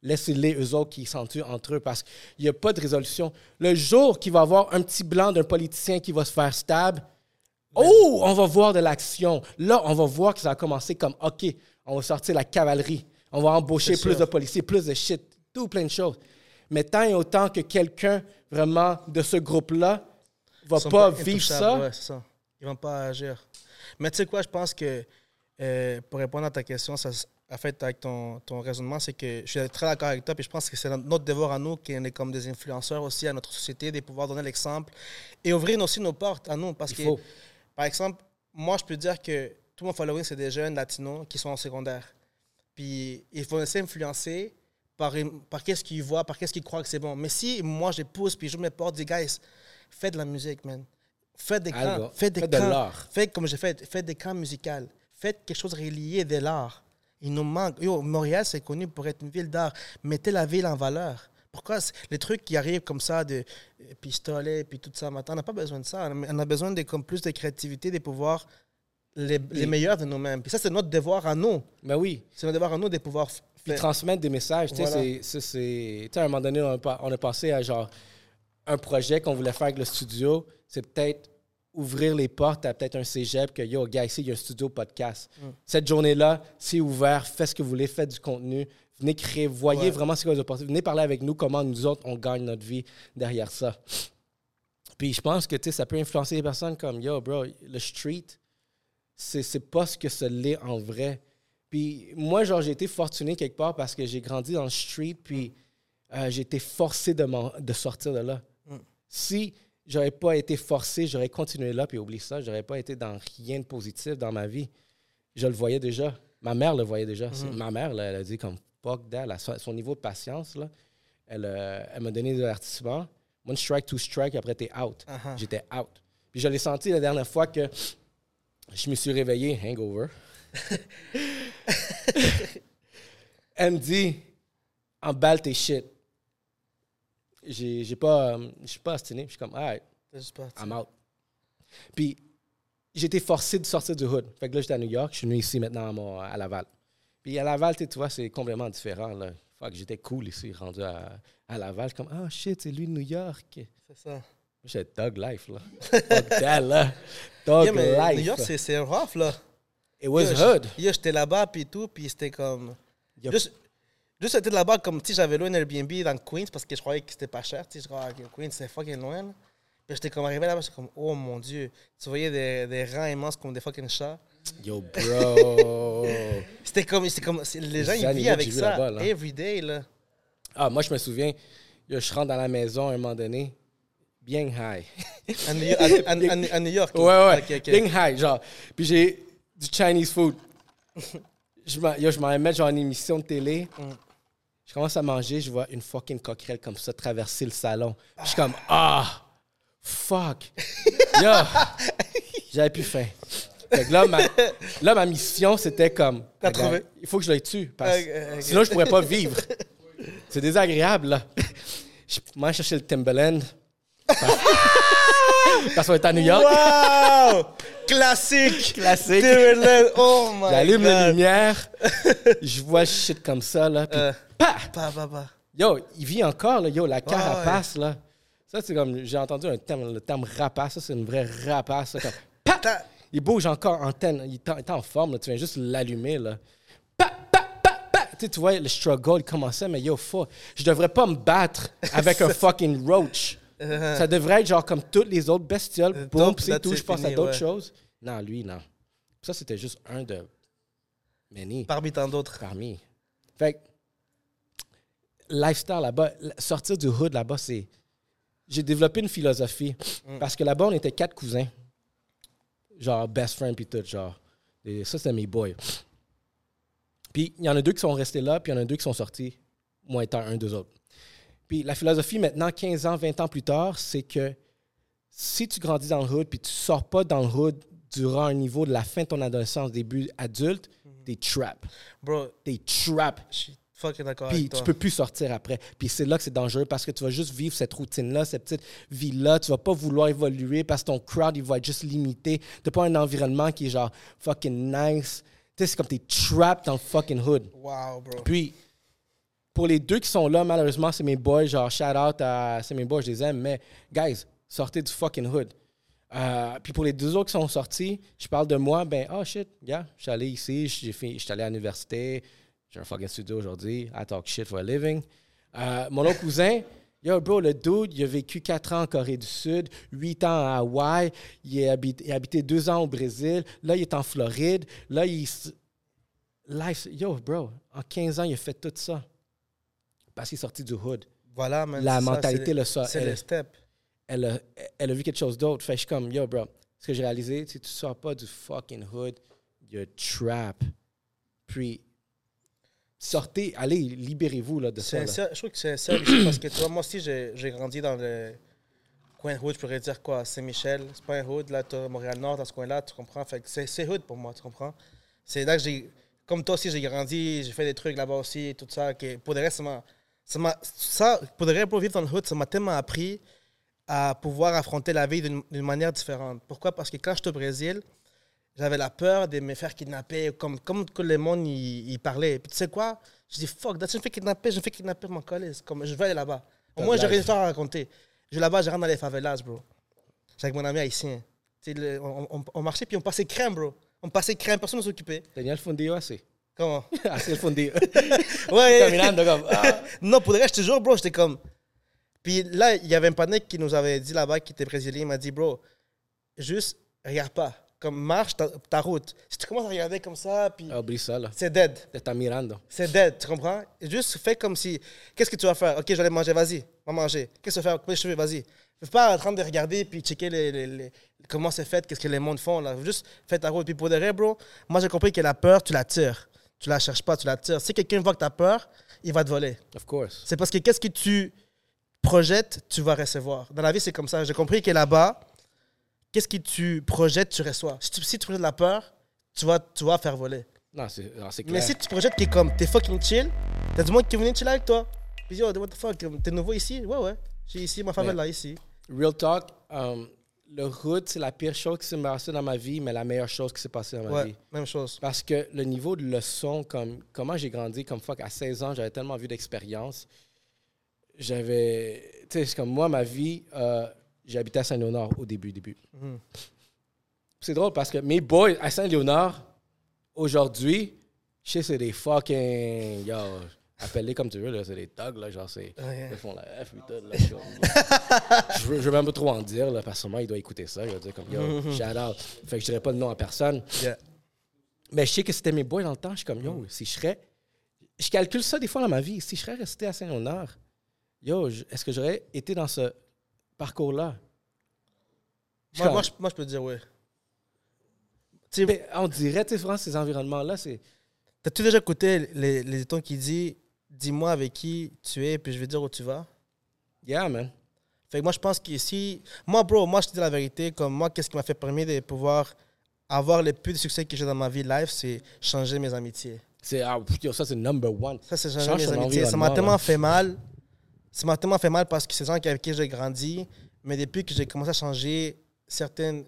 Laissez-les, eux autres, qui s'entuent entre eux parce qu'il n'y a pas de résolution. Le jour qu'il va y avoir un petit blanc d'un politicien qui va se faire stab, oh, on va voir de l'action. Là, on va voir que ça va commencer comme, OK, on va sortir la cavalerie. On va embaucher plus de policiers, plus de shit, tout plein de choses. Mais tant et autant que quelqu'un vraiment de ce groupe-là va pas, pas vivre ça. Ouais, c'est ça. Ils vont pas agir. Mais tu sais quoi, je pense que euh, pour répondre à ta question, ça, en fait, avec ton, ton raisonnement, c'est que je suis très d'accord avec toi, puis je pense que c'est notre devoir à nous, qui est comme des influenceurs aussi à notre société, de pouvoir donner l'exemple et ouvrir aussi nos portes à nous. Parce Il que, faut. par exemple, moi, je peux dire que tout mon following, c'est des jeunes latinos qui sont en secondaire. Puis ils vont essayer d'influencer par, par qu'est-ce qu'ils voient, par qu'est-ce qu'ils croient que c'est bon. Mais si moi, je pousse, puis je me porte, dis, guys, faites de la musique, man. Faites des camps. Faites des faites camps. de l'art. Faites comme j'ai fait. Faites des camps musicaux. Faites quelque chose relié de l'art. Il nous manque. Yo, Montréal, c'est connu pour être une ville d'art. Mettez la ville en valeur. Pourquoi les trucs qui arrivent comme ça, de pistolets, puis tout ça, maintenant, on n'a pas besoin de ça. On a besoin de comme, plus de créativité, de pouvoir les, les meilleurs de nous-mêmes. Puis ça, c'est notre devoir à nous. Ben oui. C'est notre devoir à nous de pouvoir Puis transmettre des messages. Voilà. Tu sais, à un moment donné, on a, on a passé à genre un projet qu'on voulait faire avec le studio. C'est peut-être ouvrir les portes à peut-être un cégep que, yo, gars, ici, il y a un studio podcast. Mm. Cette journée-là, c'est ouvert, faites ce que vous voulez, faites du contenu, venez créer, voyez ouais. vraiment ce que vous opportunités. Venez parler avec nous, comment nous autres, on gagne notre vie derrière ça. Puis je pense que, tu sais, ça peut influencer les personnes comme, yo, bro, le street, c'est, c'est pas ce que ça l'est en vrai. Puis moi, genre, j'ai été fortuné quelque part parce que j'ai grandi dans le street, puis euh, j'ai été forcé de, de sortir de là. Mm. Si j'aurais pas été forcé, j'aurais continué là, puis oublie ça, j'aurais pas été dans rien de positif dans ma vie. Je le voyais déjà. Ma mère le voyait déjà. Mm-hmm. Ma mère, là, elle a dit comme fuck that. À son niveau de patience, là, elle, euh, elle m'a donné de l'avertissement. One strike, two strike, après t'es out. Uh-huh. J'étais out. Puis je l'ai senti la dernière fois que je me suis réveillé, hangover. Elle me dit, emballe tes shit. J'ai, j'ai pas, euh, je suis pas obstiné. Je suis comme, all right, I'm out. Puis, j'ai été forcé de sortir du hood. Fait que là, j'étais à New York. Je suis venu ici maintenant à, mon, à Laval. Puis, à Laval, tu vois, c'est complètement différent. Là. Fuck, j'étais cool ici, rendu à, à Laval. Je suis comme, ah, oh, shit, c'est lui de New York. C'est ça. J'étais Thug Life, là. Fuck that, là. Thug yeah, Life. New York, c'est, c'est rough, là. It was yo, hood. Yo, j'étais là-bas, puis tout, puis c'était comme... Juste, juste j'étais là-bas, comme, tu sais, j'avais loué un Airbnb dans Queens, parce que je croyais que c'était pas cher, tu sais, je croyais que Queens, c'était fucking loin, là. Puis j'étais comme arrivé là-bas, j'étais comme, oh mon Dieu, tu voyais des, des rangs immenses comme des fucking chats. Yo, bro. C'était comme, c'était comme, les gens, ils vivent avec ça, là-bas, là. Every day, là. Ah, moi, je me souviens, yo, je rentre dans la maison à un moment donné, bien high. À New, à, à, à, à New York? Ouais, ouais, okay, okay. Bien high, genre. Puis j'ai du Chinese food. je m'en, yo, je m'en vais mettre genre une émission de télé. Mm. Je commence à manger, je vois une fucking coquerelle comme ça traverser le salon. Je suis comme, ah, fuck. Yo, j'avais plus faim. Fait que là, ma, là, ma mission, c'était comme, t'as trouvé? Il faut que je le tue, parce okay, okay. sinon je pourrais pas vivre. C'est désagréable, là. Je m'en chercher le Timberland. Parce qu'on est à New York. Wow! Classique! Classique. Timberland, oh my J'allume God. la lumière, je vois le shit comme ça, là, puis euh, pa! Pa, pa, pa. Yo, il vit encore, là, yo, la carapace, oh, ouais. là. Ça, c'est comme, j'ai entendu un terme, le terme rapace, ça, c'est une vraie rapace, là, comme, pa! Il bouge encore en tête, il est en forme, là, tu viens juste l'allumer, là. Pa, pa, pa, pa! Tu sais, tu vois, le struggle, il commençait, mais yo, faut, je devrais pas me battre avec un fucking roach. Uh-huh. Ça devrait être genre comme toutes les autres bestioles. Uh, Boum, c'est tout, je pense fini, à d'autres ouais. choses. Non, lui, non. Ça, c'était juste un de many. Parmi tant d'autres. Parmi. Fait que, lifestyle là-bas, sortir du hood là-bas, c'est... J'ai développé une philosophie. Mm. Parce que là-bas, on était quatre cousins. Genre, best friend puis tout, genre. Et ça, c'était mes boys. Puis, il y en a deux qui sont restés là, puis il y en a deux qui sont sortis, moi étant un des autres. Puis la philosophie, maintenant, quinze ans, vingt ans plus tard, c'est que si tu grandis dans le hood puis tu ne sors pas dans le hood durant un niveau de la fin de ton adolescence, début adulte, mm-hmm. t'es trap. Bro. T'es trap. Je suis fucking d'accord puis avec toi. Puis tu peux plus sortir après. Puis c'est là que c'est dangereux parce que tu vas juste vivre cette routine-là, cette petite vie-là. Tu vas pas vouloir évoluer parce que ton crowd, il va être juste limité. T'as pas un environnement qui est genre fucking nice. Tu sais, c'est comme t'es trap dans le fucking hood. Wow, bro. Puis... pour les deux qui sont là, malheureusement, c'est mes boys. Genre, shout-out à... C'est mes boys, je les aime. Mais, guys, sortez du fucking hood. Euh, puis pour les deux autres qui sont sortis, je parle de moi. Ben, oh shit, yeah, je suis allé ici. Je suis allé à l'université. J'ai un fucking studio aujourd'hui. I talk shit for a living. Euh, mon autre cousin... Yo, bro, le dude, il a vécu quatre ans en Corée du Sud, huit ans à Hawaï, il a, habité, il a habité deux ans au Brésil, là, il est en Floride, là, il... Life, yo, bro, en quinze ans, il a fait tout ça parce qu'il est sorti du hood. Voilà, man. La ça, mentalité, c'est, le ça. C'est elle, le step. Elle a, elle a vu quelque chose d'autre. Fait que je suis comme, yo, bro, ce que j'ai réalisé, si tu sors pas du fucking hood, you're trap. Puis... Sortez, allez, libérez-vous là, de c'est ça. Là. Un, je trouve que c'est un seul ici parce que tu vois, moi aussi, j'ai, j'ai grandi dans le coin hood, je pourrais dire quoi, Saint-Michel. C'est pas un hood, là, tu as Montréal-Nord, dans ce coin-là, tu comprends? Fait que c'est, c'est hood pour moi, tu comprends? C'est là que j'ai, comme toi aussi, j'ai grandi, j'ai fait des trucs là-bas aussi, et tout ça. Que pour de vrai, ça m'a, ça m'a, ça, pour de vrai, pour vivre dans le hood, ça m'a tellement appris à pouvoir affronter la vie d'une, d'une manière différente. Pourquoi? Parce que quand j'étais au Brésil, j'avais la peur de me faire kidnapper, comme, comme que le monde y, y parlait. Puis tu sais quoi? Je dis, fuck, si je me fais kidnapper, je me fais kidnapper, mon collègue. Comme, je vais aller là-bas. Au moins, j'ai rien à faire à raconter. Je vais là-bas, je rentre dans les favelas, bro. J'ai avec mon ami haïtien. Le, on, on, on marchait, puis on passait crème, bro. On passait crème, personne ne s'occupait. Daniel Fundio, assez. Comment? Assez le Fundio. Ouais. Caminando comme... Ah. Non, pour le reste, je te jure, bro, j'étais comme... Puis là, il y avait un panique qui nous avait dit là-bas, qui était brésilien, il m'a dit, bro, juste, regarde pas. Comme marche ta, ta route. Si tu commences à regarder comme ça, puis Ah, oublie ça, là. C'est dead. T'es mirando. C'est dead, tu comprends? Juste fais comme si... Qu'est-ce que tu vas faire? OK, je vais aller manger, vas-y. Va manger. Qu'est-ce que tu vas faire? Qu'est-ce que je fais? Vas-y. Ne fais pas en train de regarder puis checker les, les, les, comment c'est fait, qu'est-ce que les mondes font, là. Juste fais ta route. Puis pour de vrai, bro, moi, j'ai compris que la peur, tu la tires. Tu la cherches pas, tu la tires. Si quelqu'un voit que tu as peur, il va te voler. Of course. C'est parce que qu'est-ce que tu projettes, tu vas recevoir. Dans la vie, c'est comme ça. J'ai compris que là-bas, qu'est-ce que tu projettes, tu reçois. Si tu, si tu projettes de la peur, tu vas, tu vas faire voler. Non, c'est, non, c'est clair. Mais si tu projettes qui est comme, t'es fucking chill, t'as du monde qui est venu chill avec toi. Puis yo, what the fuck, t'es nouveau ici? Ouais, ouais. Je suis ici, ma famille là, ici. Real talk, um, le hood, c'est la pire chose qui s'est passée dans ma vie, mais la meilleure chose qui s'est passée dans ma ouais, vie. Même chose. Parce que le niveau de leçon, comme comment j'ai grandi, comme fuck, à seize ans, j'avais tellement vu d'expérience. J'avais, tu sais, c'est comme moi, ma vie, euh, j'ai habité à Saint-Léonard au début, début. Mm-hmm. C'est drôle parce que mes boys à Saint-Léonard, aujourd'hui, je sais, c'est des fucking, yo, appelle-les comme tu veux, là, c'est des thugs, là, genre, c'est, oh, yeah. Ils font la F, huit, là, je, veux, je veux même pas trop en dire, là, parce que moi, il doit écouter ça, il va dire comme, yo, mm-hmm. shout out. Fait que je dirais pas le nom à personne. Yeah. Mais je sais que c'était mes boys dans le temps, je suis comme, yo, mm. si je serais, je calcule ça des fois dans ma vie, si je serais resté à Saint-Léonard, yo, est-ce que j'aurais été dans ce parcours-là? Moi, moi, je, moi, je peux te dire oui. Mais on dirait, tu sais, France, ces environnements-là, c'est... T'as-tu déjà écouté les, les tons qui disent « Dis-moi avec qui tu es, puis je vais dire où tu vas » Yeah, man. Fait que moi, je pense qu'ici... Moi, bro, moi, je te dis la vérité, comme moi, qu'est-ce qui m'a fait permis de pouvoir avoir le plus de succès que j'ai dans ma vie live, c'est changer mes amitiés. C'est, ah, ça, c'est number one. Ça, c'est changer mes amitiés. Ça m'a tellement là. fait mal. Ça m'a tellement fait mal parce que c'est des gens avec qui j'ai grandi, mais depuis que j'ai commencé à changer certaines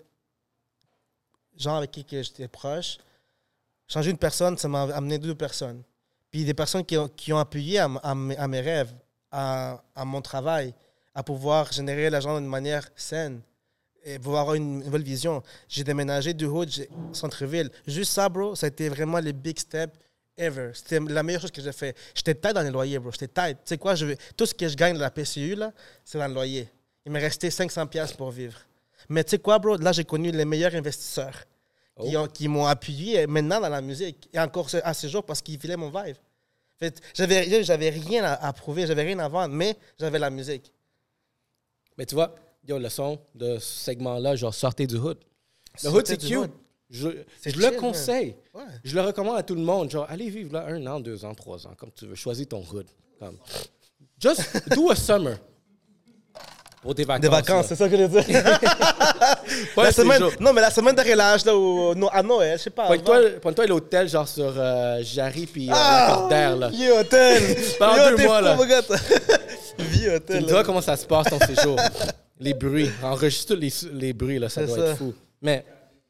gens avec qui j'étais proche, changer une personne, ça m'a amené deux personnes. Puis des personnes qui ont, qui ont appuyé à, à, à mes rêves, à, à mon travail, à pouvoir générer l'argent d'une manière saine et pouvoir avoir une nouvelle vision. J'ai déménagé du hood, centre-ville. Juste ça, bro, ça a été vraiment le big step ever. C'était la meilleure chose que j'ai fait. J'étais tight dans les loyers, bro. J'étais tight. Tu sais quoi, je, tout ce que je gagne de la P C U, là, c'est dans le loyer. Il me restait cinq cents dollars pour vivre. Mais tu sais quoi, bro, là, j'ai connu les meilleurs investisseurs oh. qui, ont, qui m'ont appuyé maintenant dans la musique. Et encore à ce jour parce qu'ils filaient mon vibe. En fait, j'avais, j'avais rien à, à prouver, j'avais rien à vendre, mais j'avais la musique. Mais tu vois, yo, le son de ce segment-là, genre, sortez du hood. Le hood, c'est cute. Je, je chill, le conseille. Ouais. Je le recommande à tout le monde. Genre, allez vivre là un an, deux ans, trois ans, comme tu veux. Choisis ton hood. Comme. Just do a summer. Pour des vacances. Des vacances, là. C'est ça que je veux dire. Ouais, la semaine, non, mais la semaine de relâche, là, au, à Noël, je sais pas. Prends-toi à l'hôtel, genre sur euh, Jarry puis euh, ah, la Côte-d'Air, là. Vieux hôtel. Pendant deux mois, là. Vieux hôtel. Tu vois comment ça se passe ton séjour. Les bruits. Enregistre tous les, les bruits, là, ça c'est doit ça. Être fou. Mais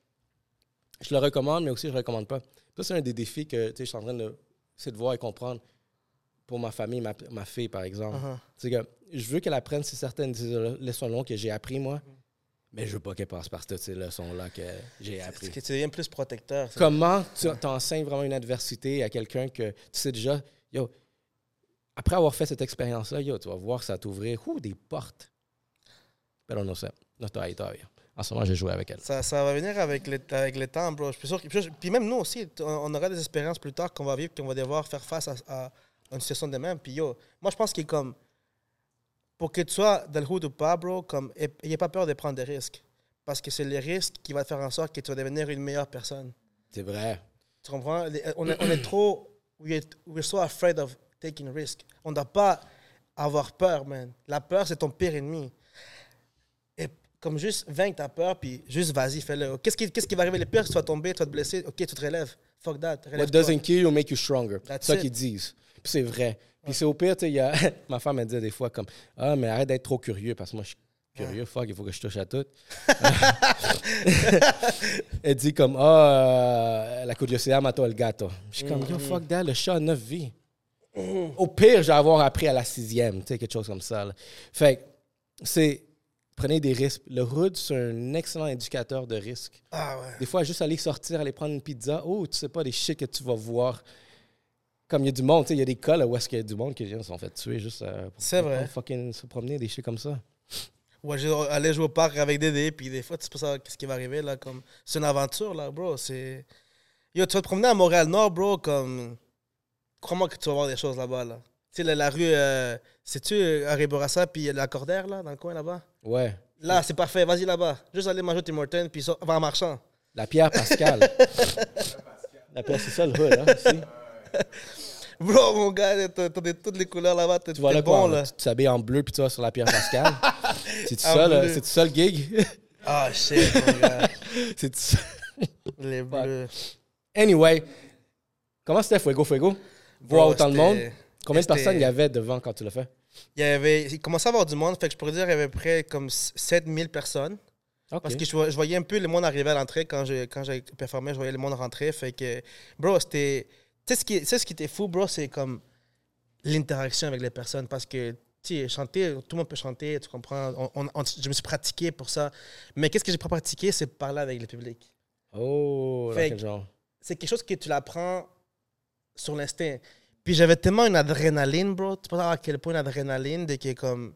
je le recommande, mais aussi je le recommande pas. Ça, c'est un des défis que je suis en train de, c'est de voir et comprendre. pour ma famille, ma, ma fille, par exemple. Uh-huh. C'est que je veux qu'elle apprenne ces certaines leçons que j'ai appris, moi, mais je veux pas qu'elle passe par toutes ces leçons-là que j'ai appris. Que tu deviens plus protecteur. Ça. Comment tu enseignes vraiment une adversité à quelqu'un que tu sais déjà, yo, après avoir fait cette expérience-là, yo, tu vas voir ça t'ouvrir ouh, des portes. Pero no sé, no estoy ahí todavía. En ce moment, j'ai joué avec elle. Ça, ça va venir avec le, avec le temps, bro. Je suis sûr que, puis même nous aussi, on aura des expériences plus tard qu'on va vivre, qu'on va devoir faire face à, à une situation de même. Puis yo, moi, je pense qu'il est comme, pour que tu sois dans le hood ou pas, bro, comme, n'ayez pas peur de prendre des risques. Parce que c'est les risques qui vont faire en sorte que tu vas devenir une meilleure personne. C'est vrai. Tu comprends? On est, on est trop, we're, we're so afraid of taking risk. On ne doit pas avoir peur, man. La peur, c'est ton pire ennemi. Et comme juste vaincre ta peur, puis juste vas-y, fais-le. Qu'est-ce qui, qu'est-ce qui va arriver? Le pire, tu vas tomber, tu vas te blesser. OK, tu te relèves. Fuck that. What doesn't kill you make you stronger. C'est ça qu'ils disent. Puis c'est vrai. Puis ouais. c'est au pire, tu sais, il y a... ma femme, elle dit des fois comme « Ah, mais arrête d'être trop curieux, parce que moi, je suis curieux. Ouais. Fuck, il faut que je touche à tout. » Elle dit comme « Ah, la curiosidad mató el gato. » Je suis comme « Yo, fuck that, le chat a neuf vies. » Au pire, je vais avoir appris à la sixième, tu sais, quelque chose comme ça. Là. Fait que c'est... Prenez des risques. Le hood, c'est un excellent indicateur de risque. Ah ouais. Des fois, juste aller sortir, aller prendre une pizza, oh, tu sais pas des shit que tu vas voir. Comme il y a du monde, tu sais, il y a des cas là, où est-ce qu'il y a du monde qui se sont fait tuer juste euh, pour, c'est vrai. pour fucking se promener, des shit comme ça. Ouais, aller jouer au parc avec Dédé, puis des fois, tu sais pas savoir qu'est-ce qui va arriver, là, comme... C'est une aventure, là, bro, c'est... Yo, tu vas te promener à Montréal-Nord, bro, comme... Crois-moi que tu vas voir des choses là-bas, là. Tu sais, la, la rue, euh... sais-tu, Harry Bourassa, puis la Cordaire, là, dans le coin, là-bas? Ouais. Là, c'est parfait, vas-y là-bas. Juste aller manger Tim Hortons, puis ça, va en marchant. La Pierre Pascal. La Pierre, c'est ça le hood, hein, aussi. Bro, mon gars, t'as, t'as toutes les couleurs là-bas, t'es, tu vois t'es là, bon, quoi, là. Tu t'habilles en bleu, puis tu vas sur la Pierre Pascal. C'est-tu ça, là? C'est-tu ça, le gig? Ah, oh, shit, mon gars. C'est-tu ça? Les bleus. Anyway, comment c'était Fuego Fuego? Voir autant de monde? Combien de c'était... personnes il y avait devant quand tu l'as fait? Il y avait... Il commençait à avoir du monde, fait que je pourrais dire qu'il y avait près comme sept mille personnes. Okay. Parce que je, je voyais un peu le monde arriver à l'entrée quand j'ai quand j'ai performé, je voyais le monde rentrer. Fait que, bro, c'était... Tu sais ce qui, tu sais ce qui était fou, bro, c'est comme l'interaction avec les personnes. Parce que, tu sais, chanter, tout le monde peut chanter, tu comprends? On, on, on, je me suis pratiqué pour ça. Mais qu'est-ce que j'ai pas pratiqué, c'est parler avec le public. Oh, là, quel genre? C'est quelque chose que tu l'apprends sur l'instinct. Puis j'avais tellement une adrénaline, bro. Tu peux savoir à quel point une adrénaline, de qui est comme...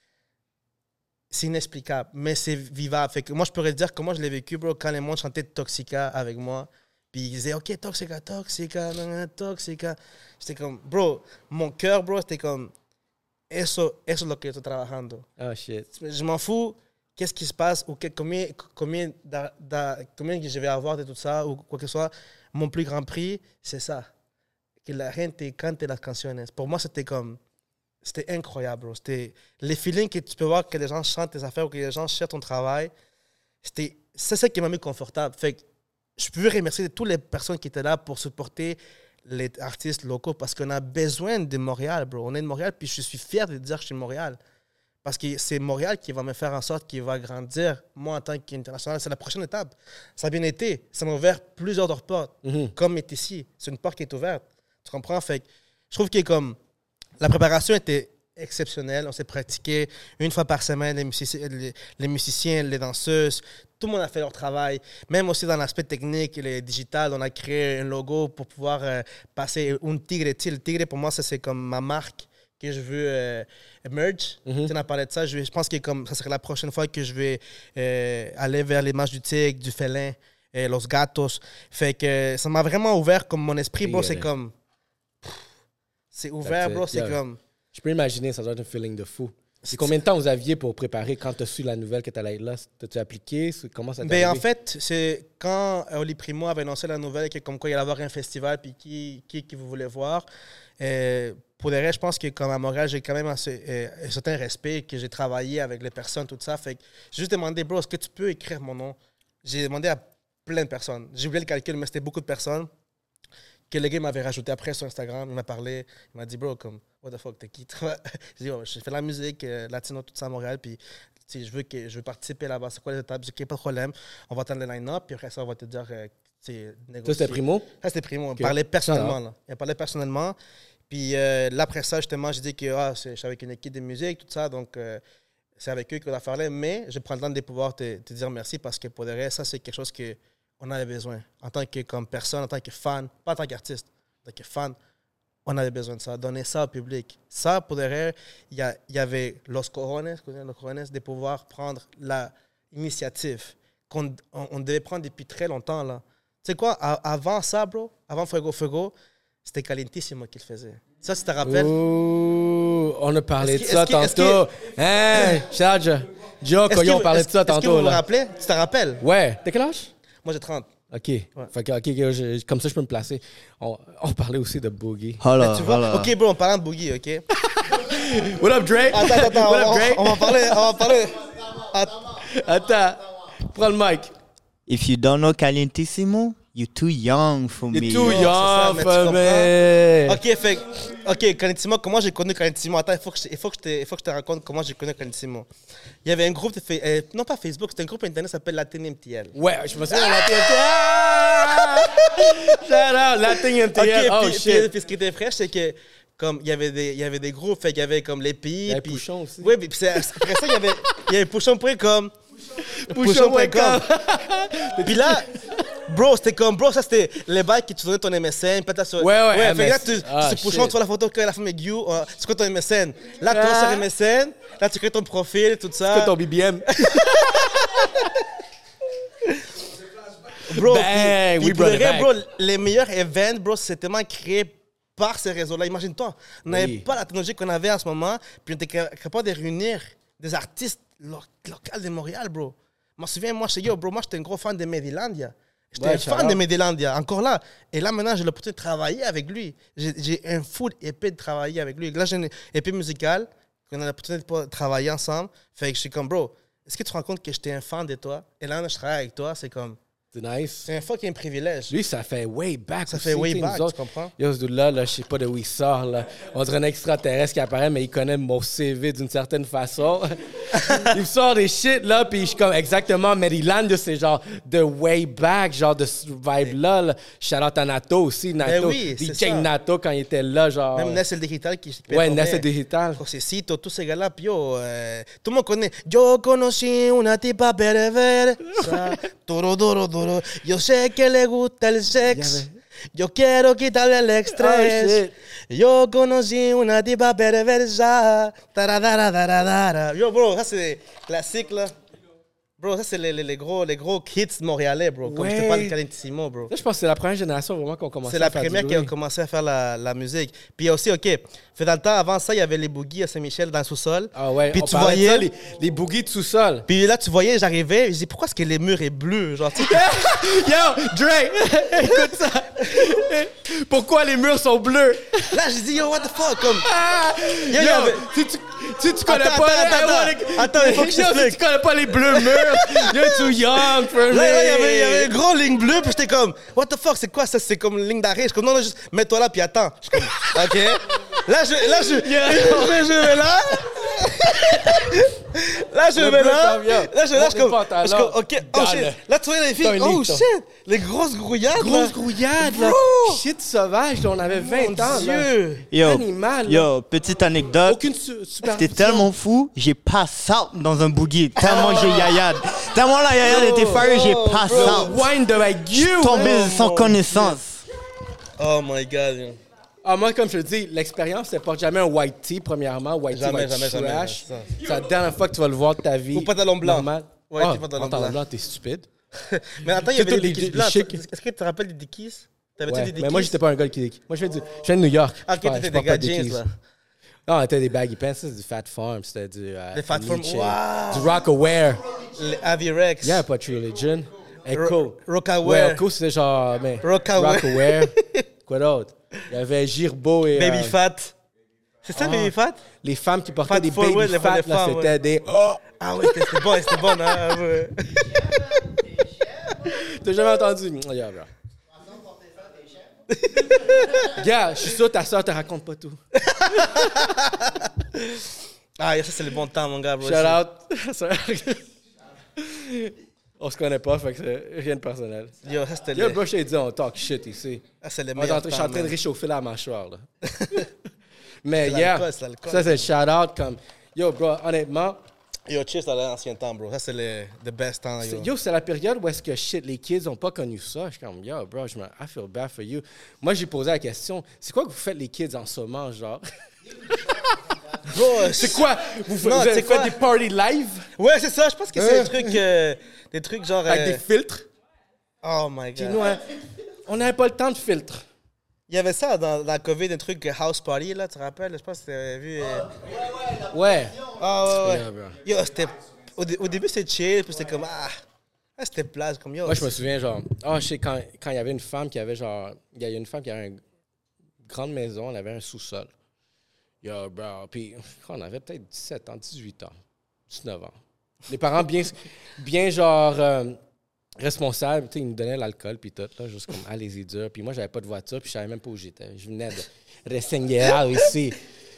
C'est inexplicable, mais c'est vivable. Fait que moi, je pourrais te dire comment je l'ai vécu, bro, quand les gens chantaient Toxica avec moi. Puis ils disaient, OK, Toxica, Toxica, Toxica. J'étais comme, bro, mon cœur, bro, c'était comme, eso, eso es lo que estoy trabajando. Oh, shit. Je m'en fous, qu'est-ce qui se passe, ou que, combien, combien, da, da, combien je vais avoir de tout ça, ou quoi que ce soit. Mon plus grand prix, c'est ça. Que la gente cante las canciones. Pour moi, c'était comme... C'était incroyable, bro. C'était les feelings que tu peux voir que les gens chantent tes affaires ou que les gens cherchent ton travail. C'était... C'est ça qui m'a mis confortable. Fait que je peux remercier toutes les personnes qui étaient là pour supporter les artistes locaux parce qu'on a besoin de Montréal, bro. On est de Montréal, puis je suis fier de dire que je suis de Montréal. Parce que c'est Montréal qui va me faire en sorte qu'il va grandir, moi, en tant qu'international. C'est la prochaine étape. Ça a bien été. Ça m'a ouvert plusieurs autres portes, mm-hmm. comme est ici. C'est une porte qui est ouverte. Tu comprends? Fait que je trouve que comme la préparation était exceptionnelle. On s'est pratiqué une fois par semaine, les musiciens, les, les musiciens, les danseuses. Tout le monde a fait leur travail. Même aussi dans l'aspect technique, le digital, on a créé un logo pour pouvoir euh, passer un tigre. Tu sais, le tigre, pour moi, ça, c'est comme ma marque que je veux euh, merge. Mm-hmm. Tu en as parlé de ça. Je, je pense que comme, ça serait la prochaine fois que je vais euh, aller vers l'image du tigre, du félin, euh, los gatos. Fait que ça m'a vraiment ouvert comme mon esprit. Bon, c'est comme... C'est ouvert, bro, c'est yeah. comme... Je peux imaginer, ça doit être un feeling de fou. C'est combien de temps vous aviez pour préparer quand tu as su la nouvelle que tu allais être là? T'as-tu appliqué? Comment ça t'est ben, arrivé? En fait, c'est quand Oli Primo avait annoncé la nouvelle, que comme quoi il allait y avoir un festival, puis qui, qui, qui vous voulez voir. Et pour des reste, je pense que comme à Montréal, j'ai quand même un, un certain respect, que j'ai travaillé avec les personnes, tout ça. Fait que j'ai juste demandé, bro, est-ce que tu peux écrire mon nom? J'ai demandé à plein de personnes. J'ai oublié le calcul, mais c'était beaucoup de personnes. Que le gars m'avait rajouté après sur Instagram, il m'a parlé, il m'a dit, bro, comme, what the fuck, t'es qui? J'ai dit, oh, je fais de la musique, euh, latino, tout ça à Montréal, puis je veux, que, je veux participer là-bas. C'est quoi les étapes? J'ai dit, OK, pas de problème, on va attendre le line-up, puis après ça, on va te dire, euh, négocier. Ça, c'était Primo? Ça, c'était Primo. Okay. Il parlait personnellement, là. Il parlait personnellement, Puis euh, là, après ça, justement, j'ai dit que ah, je suis avec une équipe de musique, tout ça, donc euh, c'est avec eux qu'on va faire là. Mais je prends le temps de pouvoir te, te dire merci parce que pour de vrai, ça, c'est quelque chose qu'on avait besoin. En tant que comme personne, en tant que fan, pas en tant qu'artiste, en tant que fan, on avait besoin de ça, donner ça au public. Ça, pour de vrai, il y, y avait Los Corones, Los Corones, de pouvoir prendre l'initiative qu'on on, on devait prendre depuis très longtemps, là. Tu sais quoi, à, avant ça, bro, avant Fuego Fuego, c'était Calientissimo qu'il faisait. Ça, si tu te rappelles. Ouh, on a parlé de que, ça que, tantôt. Hein, Charge. Joe, on parlait de ça tantôt. Est-ce que vous vous là. rappelez? Tu te rappelles? Ouais. T'as quel âge? Moi, j'ai trente. OK. Ouais. Fait que, okay, je, comme ça, je peux me placer. On, on parlait aussi de Boogie. Holla, tu vois? holla. OK, bro, on parle de Boogie, OK? What up, Drake? Attends, attends, attends. What on, up, Drake? On, on va parler. On va parler. Attends. Prends le mic. If you don't know Calientissimo, you're too young for me. You're too Oh, young ça, for me. me. OK, fait. OK, Calientissimo, comment j'ai connu Calientissimo? Attends, il faut que je, il faut que je, te, il faut que je te raconte comment j'ai connu Calientissimo. Il y avait un groupe de. Euh, non, pas Facebook, c'était un groupe internet qui s'appelle Latin M T L. Ouais, je me souviens de Latin M T L. Shout out, Latin M T L. OK, oh, puis, shit. Puis, puis ce qui était fraîche, c'est que. Comme il y avait des il y avait des groupes, fait qu'il y avait comme les pays. Il y avait puis, Pouchon aussi. Oui, puis c'est, après ça, il y avait, il y avait Pouchon point com. Pouchon point com. Puis là, bro, c'était comme, bro, ça c'était les bails qui tu donnais ton M S N. Peut-être sur, Ouais, ouais, ouais fait que là, M S tu, ah, tu Pouchon, shit. tu vois la photo quand la femme est guillou, euh, c'est quoi ton M S N? Là, tu vas Ah. sur M S N, là, tu crées ton profil, tout ça. C'est ton B B M. Bro, Bang, puis- we puis pour brought de it vrai, back. bro, les meilleurs events, bro, c'est tellement créé par ces réseaux-là. Imagine-toi, on n'avait Oui. pas la technologie qu'on avait en ce moment, puis on était ca- capable de réunir des artistes lo- locaux de Montréal, bro. Je me souviens, moi, chez yo, bro, moi, j'étais un gros fan de Medilandia. J'étais Ouais, un fan shout de out. Medilandia, encore là. Et là, maintenant, j'ai l'opportunité de travailler avec lui. J'ai, j'ai un full épée de travailler avec lui. Là, j'ai une épée musicale, qu'on a l'opportunité de pouvoir travailler ensemble. Fait que je suis comme, bro, est-ce que tu te rends compte que j'étais un fan de toi? Et là, je travaille avec toi, c'est comme... C'est nice. C'est un fucking privilège. Lui, ça fait way back. Ça aussi, fait way tu sais, back, nous autres. tu comprends? Yo, ce dude-là, là, je sais pas de où il sort. Là. On dirait un extraterrestre qui apparaît, mais il connaît mon C V d'une certaine façon. Il me sort des shit, là, puis je suis comme exactement Maryland, c'est genre de way back, genre de ce vibe-là. Là. Shout out à Nato aussi. Nato, oui, c'est D J ça. Nato quand il était là, genre. Même Nessel Digital qui qui Ouais, performait. Nessel Digital. Josecito, tous ces gars-là, puis yo, euh, tout le monde connaît. Yo conocí una tipa perversa, duro, duro, duro. Yo sé que le gusta el sex. Yo quiero quitarle el estrés. Oh, Yo conocí una tipa perversa. Taradara. Yo, bro, ça c'est classique, là. Bro, ça c'est les, les, les gros, les gros hits montréalais, bro. Comme je te Ouais. parle de Calientissimo, bro. Là, je pense que c'est la première génération vraiment qu'on commence C'est à la faire première du qui a bruit. commencé à faire la, la musique. Puis il y a aussi, OK, fait dans le temps, avant ça, il y avait les boogies à Saint-Michel dans le sous-sol. Ah ouais, Puis on tu parlait de voyais... ça, les, les boogies de sous-sol. Puis là, tu voyais, j'arrivais, je dis, pourquoi est-ce que les murs est bleu? Genre, tu sais, Yo, Drake, écoute ça. Pourquoi les murs sont bleus? là, j'ai dit, yo, what the fuck? Comme, Ah! Yo, Yo, y avait- si tu, si tu connais Attends, pas... attends, hey, attends, ouais, les- attends, il faut que je Yo, si t'explique. tu connais pas les bleus murs, you're too young for me. là, là, il y avait, il y avait une grosse ligne bleue, puis j'étais comme, what the fuck, c'est quoi ça? C'est comme une ligne d'arrêt. Je suis comme, non, non, juste mets-toi là, puis attends. Je suis comme, OK. Là, je, là, je, je, je vais là. Là, je Le vais bleu là. s'en vient. Là, je, là, je suis comme, Monte les je suis comme, pantalons. OK, oh Dans shit. le- Là, tu vois les dans filles, le oh lit, toi. shit. Les grosses grouillades. là. Grosse grouillade, là. Bro! Shit sauvage, là, on avait vingt Mon ans, là. Dieu. Yo, Animal, là. yo, petite anecdote. Aucune su- supervision. C'était tellement fou, j'ai pass out dans un boogie. Tellement j'ai yayade. Tellement la yayade était fire, j'ai pass Bro, out. wine de la gueule. Tombé Oh, sans mon connaissance. Oh my God. yo. Ah, moi, comme je te dis, l'expérience, c'est pas jamais un white tea, premièrement. White tea Jamais, va être jamais, jamais, trash. ça. C'est la dernière fois que tu vas le voir de ta vie. Ou pantalon blanc. Normal. Ouais, Ah, tes pantalons pantalon blancs. blanc, t'es stupide. Mais attends, il y C'est avait tous des les- dickies les blancs. chics. Est-ce que tu te rappelles des dickies? T'avais-tu Ouais, des dickies? mais moi, j'étais pas un gars qui Moi, je viens, du... je viens de New York. Ah, ok, Je porte- t'étais je des porte gars pas de jeans, Dickies. là. Non, c'était des baggy pants, c'était du Fat Farm, c'était du. euh, Des Fat Farm, Nietzsche, wow. Du Rockaware. Les Avirex. Yeah, pas True Religion. Echo. Ro- Rockaware. Ouais, Echo, c'était genre. Mais, Rockaware. Rockaware. Quoi d'autre? Il y avait Girbo et. Baby euh, Fat. C'est ça, ah. Baby Fat? Les femmes qui portaient Fat des Forward, baby les fat, femmes, là, ouais. c'était des. Oh! Ah oui, c'était bon, c'était bon. Hein, ouais. T'as jamais entendu? Oh, yeah, bro. Gars, je suis sûr que ta soeur te raconte pas tout. Ah, ça, c'est le bon temps, mon gars. Bro. Shout out. Sœur. On se connaît pas, fait que c'est rien de personnel. Yo, ça c'était Yo, le... bro, je t'ai dit, on talk shit ici. Ah, c'est le On est meilleur en train- Je suis en temps, train de man. réchauffer la mâchoire, là. Mais C'est yeah, l'alcool, c'est l'alcool. ça c'est le shout-out comme... Yo, bro, honnêtement, Yo, cheers à l'ancien temps, bro. Ça, c'est le the best temps, c'est- yo. yo, c'est la période où est-ce que shit, les kids ont pas connu ça. Je suis comme, yo, bro, je me, I feel bad for you. Moi, j'ai posé la question, c'est quoi que vous faites les kids en ce moment, genre? Bro, C'est quoi? Vous, fa- Non, vous avez c'est fait quoi? des parties live Ouais, c'est ça. Je pense que c'est Hein? des trucs... euh, des trucs genre... avec euh, des filtres? Oh my Puis God. nous, hein, on n'avait pas le temps de filtre. Il y avait ça dans, dans la COVID, un truc euh, house party, là, tu te rappelles? Je pense que tu avais vu... euh, Ouais. Ah ouais, ouais. Yeah, bro. Yo, c'était... Au, dé- au début, c'était chill, puis c'était comme... Ah, ah c'était plage, comme yo. Moi, je me souviens, genre, ah, je sais, quand, quand il y avait une femme qui avait, genre, il y a une femme qui avait une grande maison, elle avait un sous-sol. Yo, bro, puis on avait peut-être dix-sept ans, dix-huit ans, dix-neuf ans. Les parents bien, bien genre, euh, responsables, tu sais, ils nous donnaient l'alcool, puis tout, là, juste comme, allez-y dur. Puis moi, j'avais pas de voiture, puis je savais même pas où j'étais. Je venais de Ressenguera ici.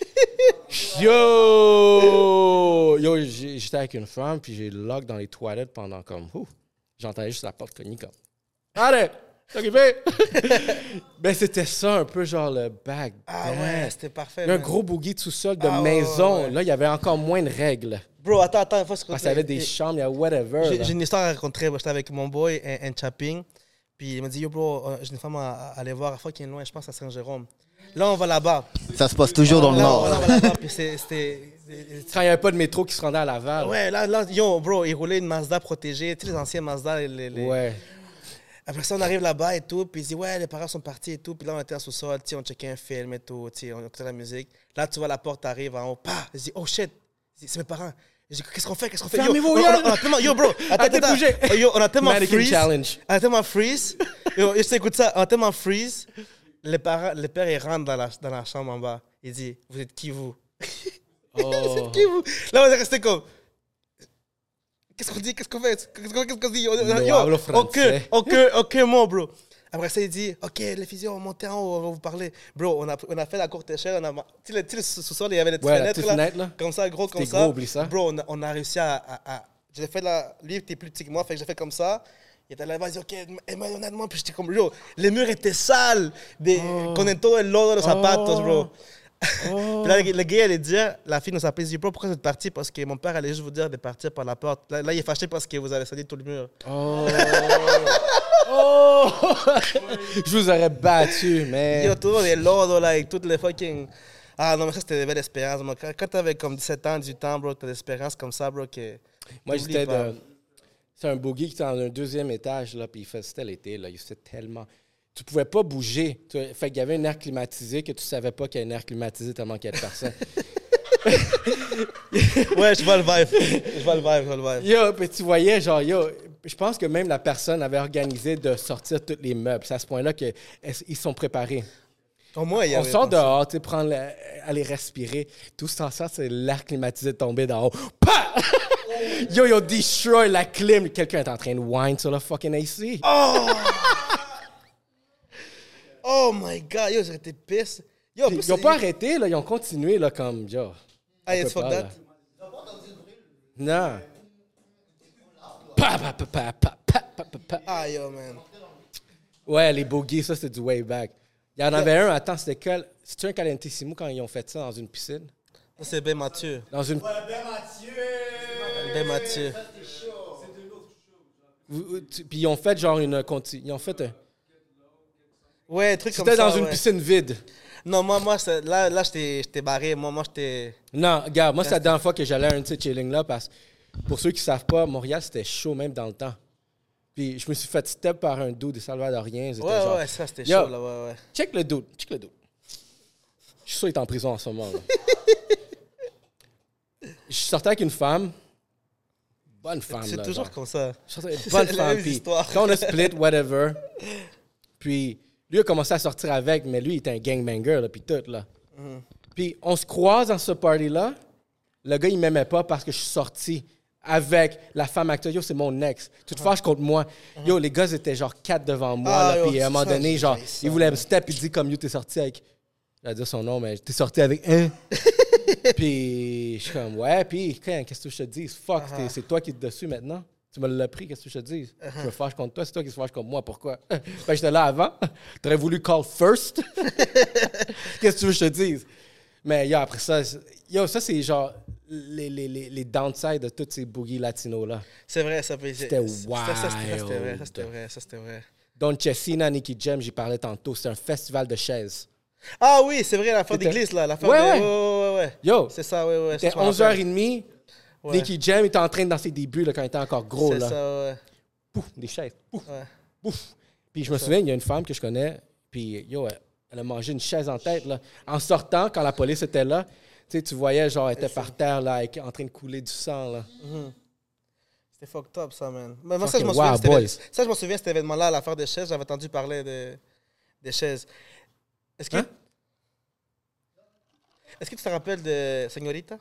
Yo! Yo, j'ai- j'étais avec une femme, puis j'ai lock dans les toilettes pendant comme, ouh, j'entendais juste la porte cogner comme, allez, t'es occupé? Ben, c'était ça, un peu genre le back. Ah ouais, c'était parfait. Il y a un man. gros boogie de sous-sol de Ah ouais, maison. ouais, ouais. Là, il y avait encore moins de règles. Bro, attends, attends, il faut se Parce qu'il y avait des chambres, il y a whatever. J'ai là. j'ai une histoire à raconter. J'étais avec mon boy, un, un chapping. Puis il m'a dit, yo, bro, euh, j'ai une femme à, à aller voir. Fucking loin, je pense à Saint-Jérôme. Là, on va là-bas. Ça se passe toujours dans le Là, on, nord. là, on va là-bas. Puis c'est- c'était. Quand il n'y avait pas de métro qui se rendait à Laval. Ouais, là, là, yo, bro, il roulait une Mazda protégée. Tu sais, les anciennes Mazda. Les, les- Ouais. Après ça, on arrive là-bas et tout. Puis il dit, ouais, les parents sont partis et tout. Puis là, on était en sous-sol. Tu sais, on checkait un film et tout. Tu sais, on écoutait la musique. Là, tu vois, la porte arrive en haut. Pah! Je dis, oh shit, Je dis, c'est mes parents. Je dis, qu'est-ce qu'on fait? Qu'est-ce qu'on fait? Yo, Fermez vos on, on, gueules! on a tellement, yo, bro, attends, Arrêtez de attends, bouger. attends. Yo, on a tellement Mannequin freeze. challenge. On a tellement freeze. Yo, je t'écoute ça. On a tellement freeze. Les parents, le père, il rentre dans la, dans la chambre en bas. Il dit, vous êtes qui, vous? Oh. Vous êtes qui, vous? Là, on est resté comme... Qu'est-ce qu'on dit? Qu'est-ce qu'on fait? Qu'est-ce qu'on qu'est-ce qu'on dit? On- No Yo, hablo aucun, français. aucun, aucun mot, bro. Après ça, il dit, OK, les physios, montez en haut, on va vous parler. Bro, on a, on a fait la courte échelle. On a, tu sais, le, tu sais, le sous-sol, il y avait des petites Ouais, la fenêtres, petite là, fenêtre, là. comme ça, gros, comme C'était ça. gros, oublie ça. Bro, on a, on a réussi à... à, à j'ai fait la... Lui, il était plus petit que moi, fait que j'ai fait comme ça. Il était là-bas, il dit, OK, aide-moi honnêtement. Puis j'étais comme, yo, les murs étaient sales. Des, Oh. Con todo el lodo de los zapatos, bro. Oh. Puis là, le gars allait dire, la fille nous appelait, il dit, bro, pourquoi vous êtes parti? Parce que mon père allait juste vous dire de partir par la porte. Là, là il est fâché parce que vous avez salé tout le mur. Oh. Oh. Je vous aurais battu, mais... Yo, todo de lodo, là, avec toutes les fucking... Ah non, mais ça, c'était des belles expériences. Moi, quand quand t'avais comme dix-sept ans, dix-huit ans, bro, t'as des expériences comme ça, bro, que... Moi, t'oublies j'étais pas. de... C'est un boogie qui était dans un deuxième étage, là, puis il faisait, c'était l'été, là, il faisait tellement... Tu pouvais pas bouger. Tu- Fait qu'il y avait un air climatisé que tu savais pas qu'il y avait un air climatisé tellement qu'il y avait personne. Ouais, je vois le vibe. Je vois le vibe, je vois le vibe. Yo, puis tu voyais, genre, yo, je pense que même la personne avait organisé de sortir tous les meubles. C'est à ce point-là qu'ils sont préparés. Au moins, il y On avait sort pensé. dehors, tu sais, prendre le- aller respirer. Tout ce temps-là, c'est l'air climatisé tombé d'en haut. Pah! Yo, yo, destroy la clim. Quelqu'un est en train de whine sur le fucking A C. Oh! Oh my God, yo, j'aurais été pisse. Yo, en Puis, plus, ils n'ont c'est- pas arrêté, là, ils ont continué, là, comme, yo. Ah, on it's peut fuck pas, that. là. Non. Pa, pa, pa, pa, pa, pa, pa, pa, pa. Ah, yo, man. Ouais, les bogies, ça, c'est du way back. Il y en avait un, attends, c'était quel? C'était un Calentissimo quand ils ont fait ça dans une piscine? Ça, c'est Ben Mathieu. Dans une... Ben Mathieu. Vous- vous- tu- Puis ils ont fait genre une... conti- Ils ont fait un... Ouais, truc comme ça. C'était dans une ouais. piscine vide. Non, moi, moi c'est- là, là j'étais j'étais barré. Moi, moi j'étais. Non, regarde, moi, c'est la dernière fois que j'allais à un de ces chillings-là parce que, pour ceux qui ne savent pas, Montréal, c'était chaud même dans le temps. Puis je me suis fait step par un dude des Salvadoriens. Ils étaient Ouais, genre, ouais, ça, c'était Yo. chaud, là, ouais, ouais. check le dude, check le dude. Je suis sûr qu'il est en prison en ce moment. là. Je sortais avec une femme. Bonne femme, C'est là. toujours genre. comme ça. Je sortais avec C'est une bonne la femme. même Puis histoire. quand on a split, whatever. Puis lui a commencé à sortir avec, mais lui, il était un gangbanger, là, puis tout, là. Mm. Puis on se croise dans ce party-là. Le gars, il m'aimait pas parce que je suis sorti avec la femme actuelle. Yo, c'est mon ex. Tu te fâches contre moi. Yo, les gars étaient genre quatre devant moi. Ah, là, yo, puis à un moment ça, donné, j'ai genre, haï ça, il voulait me step. Il dit comme, yo, t'es sorti avec... Je vais dire son nom, mais t'es sorti avec un. Puis je suis comme, ouais. Puis qu'est-ce que je te dis? Fuck, t'es- c'est toi qui es dessus maintenant. Tu me l'as pris, qu'est-ce que je te dis? Uh-huh. Je me fâche contre toi, c'est toi qui se fâche contre moi. Pourquoi? Ben, j'étais là avant. T'aurais voulu call first. Qu'est-ce que tu veux que je te dise? Mais yo, après ça, yo, ça, c'est genre les, les, les, les downsides de tous ces boogies latinos-là. C'est vrai, ça peut C'était wild. Ça, c'était vrai, ça, c'était vrai, ça, c'était vrai. Don Chessina, Nicky Jam, j'y parlais tantôt. C'est un festival de chaises. Ah oui, c'est vrai, l'affaire d'église, là. L'affaire ouais, de... ouais. ouais, ouais, ouais. Yo. C'est ça, ouais, ouais. C'était onze heures trente. Ouais. Nicky Jam était en train dans ses débuts, là, quand il était encore gros. C'est là. ça, ouais. Pouf, des chaises. Pouf, ouais. pouf. Puis je me souviens, il y a une femme que je connais, puis yo, elle, elle a mangé une chaise en tête, là. En sortant, quand la police était là, tu sais, tu voyais, genre, elle était par terre, là, avec, en train de couler du sang, là. Mm-hmm. C'était fucked up, ça, man. Mais moi, ça, je m'en souviens, wow, ça, je m'en souviens, cet événement-là, l'affaire des chaises, j'avais entendu parler de, des chaises. Est-ce que... Hein? Est-ce que tu te rappelles de Señorita?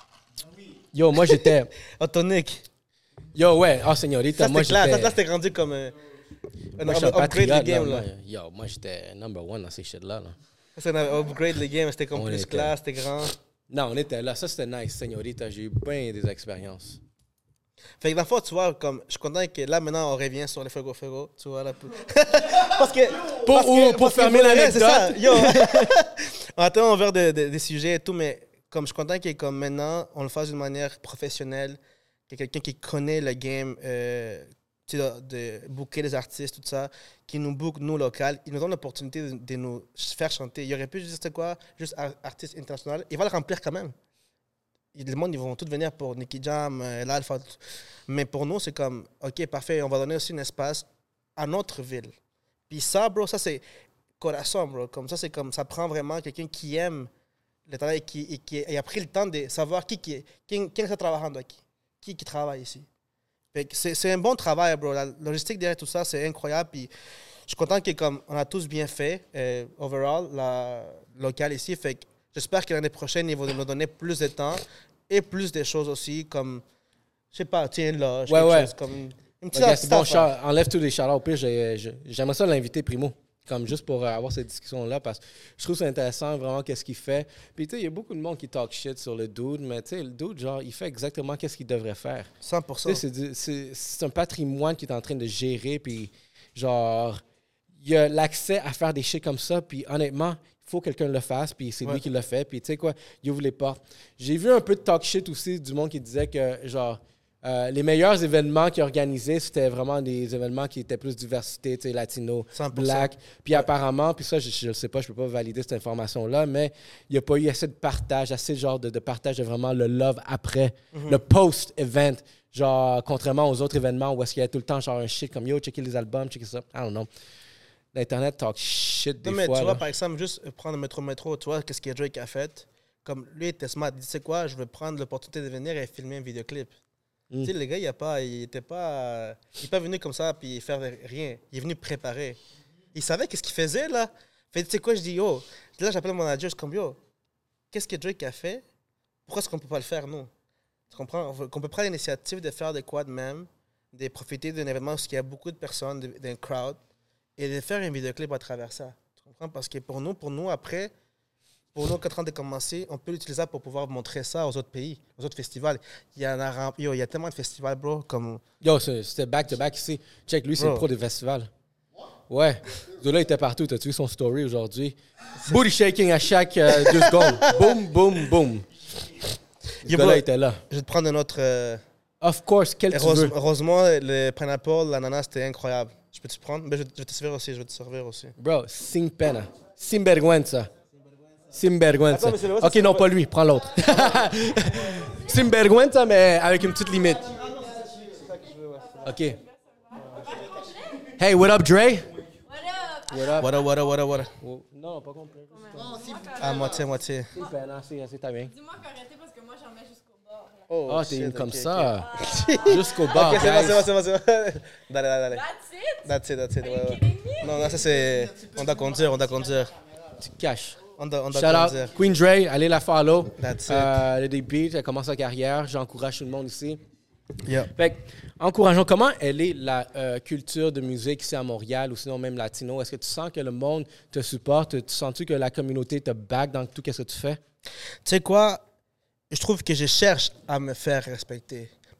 Yo, moi, j'étais... Otonic. Yo, ouais. Ah, oh, Señorita, ça, moi, j'étais... Ça, là, c'était rendu comme un, un moi, upgrade le game, là. là. Yo, moi, j'étais number one dans ces shit-là, là. C'est un upgrade le game, c'était comme on plus était... classe, c'était grand. Non, on était là. Ça, c'était nice, Señorita. J'ai eu bien des expériences. Fait que dans le fond, tu vois, comme, je suis content que là, maintenant, on revient sur les Fuego Fuego, tu vois, là. parce que... Pour, parce ou, que, pour parce fermer l'anecdote. C'est ça, yo. On attend envers de, de, des sujets et tout, mais comme je suis content que comme maintenant, on le fasse d'une manière professionnelle, que quelqu'un qui connaît le game, euh, tu sais, de, de booker les artistes, tout ça, qui nous book, nous, local, il nous donne l'opportunité de, de nous faire chanter. Il aurait pu juste, c'est quoi, juste artiste international, il va le remplir quand même. Le monde, ils vont tous venir pour Nicky Jam, euh, l'Alpha. Mais pour nous, c'est comme, OK, parfait, on va donner aussi un espace à notre ville. Puis ça, bro, ça, c'est corazon, bro. Comme ça, c'est comme, ça prend vraiment quelqu'un qui aime le travail et qui, et qui et a pris le temps de savoir qui, qui, qui, qui est travaillando ici, qui, qui travaille ici. C'est, c'est un bon travail, bro. La logistique derrière tout ça, c'est incroyable. Puis je suis content que, comme, on a tous bien fait, euh, overall, la locale ici. Fait que j'espère que l'année prochaine, ils vont nous donner plus de temps et plus de choses aussi, comme, je sais pas, tiens, là, ouais, ouais. chose, comme une petite okay, c'est bon, char, enlève tous les shout-outs. Au pire, j'aimerais ça l'inviter, Primo, comme juste pour avoir cette discussion-là, parce que je trouve ça intéressant, vraiment, qu'est-ce qu'il fait. Puis, tu sais, il y a beaucoup de monde qui talk shit sur le dude, mais tu sais, le dude, genre, il fait exactement qu'est-ce qu'il devrait faire. cent pour cent. C'est, c'est, c'est un patrimoine qu'il est en train de gérer, puis, genre, il a l'accès à faire des shit comme ça, puis honnêtement, il faut que quelqu'un le fasse, puis c'est ouais. lui qui le fait, puis tu sais quoi, il ouvre les portes. J'ai vu un peu de talk shit aussi du monde qui disait que, genre, euh, les meilleurs événements qu'il a organisés, c'était vraiment des événements qui étaient plus diversité, tu sais, latino, cent pour cent. Black. Puis ouais. apparemment, puis ça, je ne sais pas, je ne peux pas valider cette information-là, mais il n'y a pas eu assez de partage, assez de genre de, de partage de vraiment le love après, mm-hmm. le post-event. Genre, contrairement aux autres événements où est-ce qu'il y a tout le temps genre un shit comme yo, checker les albums, checker ça, I don't know. L'Internet talk shit des non, mais fois. Tu vois, là. par exemple, juste prendre le métro métro, tu vois, qu'est-ce que Drake a fait. Comme lui, il était smart. Il dit, tu sais quoi, je vais prendre l'opportunité de venir et filmer un vidéoclip. Mm. Tu sais, le gars, il a pas, il était pas, il n'est pas venu comme ça puis faire rien. Il est venu préparer. Il savait qu'est-ce qu'il faisait, là. Fait, tu sais quoi, je dis, yo, là, j'appelle mon manager, je suis comme, yo, qu'est-ce que Drake a fait? Pourquoi est-ce qu'on ne peut pas le faire, nous? Tu comprends? Qu'on peut prendre l'initiative de faire de quoi de même, de profiter d'un événement où il y a beaucoup de personnes, d'un crowd, et de faire un vidéoclip à travers ça. Tu comprends? Parce que pour nous, pour nous après, pour nous, qui est en train de commencer, on peut l'utiliser pour pouvoir montrer ça aux autres pays, aux autres festivals. Il y en a, yo, il y a tellement de festivals, bro, comme... Yo, c'était back-to-back ici. Check, lui, c'est le pro des festivals. Ouais. Zola était partout. T'as-tu vu son story aujourd'hui? Booty shaking à chaque euh, deux secondes. Boum, boum, boum. Zola était là. Je vais te prendre un autre... Euh... Of course, quel tu Rose, veux. Heureusement, le pineapple, l'ananas, c'était incroyable. Je peux te prendre? Ben, je, je vais te servir aussi, je vais te servir aussi. Bro, sin pena. Sinvergüenza. Sinvergüenza. Ok, non, pas lui, prends l'autre. Sinvergüenza, mais avec une petite limite. Ok. Hey, what up, Dre? What up? What up, what up, what up, what up? Oh, non, pas complet. À moitié, moitié. Sin pena, c'est assez bien. Dis-moi qu'arrêtez parce que moi, j'en mets jusqu'au bord. Oh, oh t'es une comme okay, ça. Okay. Jusqu'au bord, okay, guys. c'est bon, c'est bon, c'est bon. Dale, dale, dale. That's it? That's it, that's it. Ouais, ouais. Non, non, ça c'est... On doit conduire, on doit conduire. Tu caches. On doit, on doit Shout conduire. out Queen Dre, allez la follow. That's it. Euh, le début, elle commence sa carrière. J'encourage tout le monde ici. Yeah. Fait que, encourageons. Comment elle est la euh, culture de musique ici à Montréal ou sinon même latino? Est-ce que tu sens que le monde te supporte? Tu sens-tu que la communauté te back dans tout ce que tu fais? Tu sais quoi? Je trouve que je cherche à me faire respecter.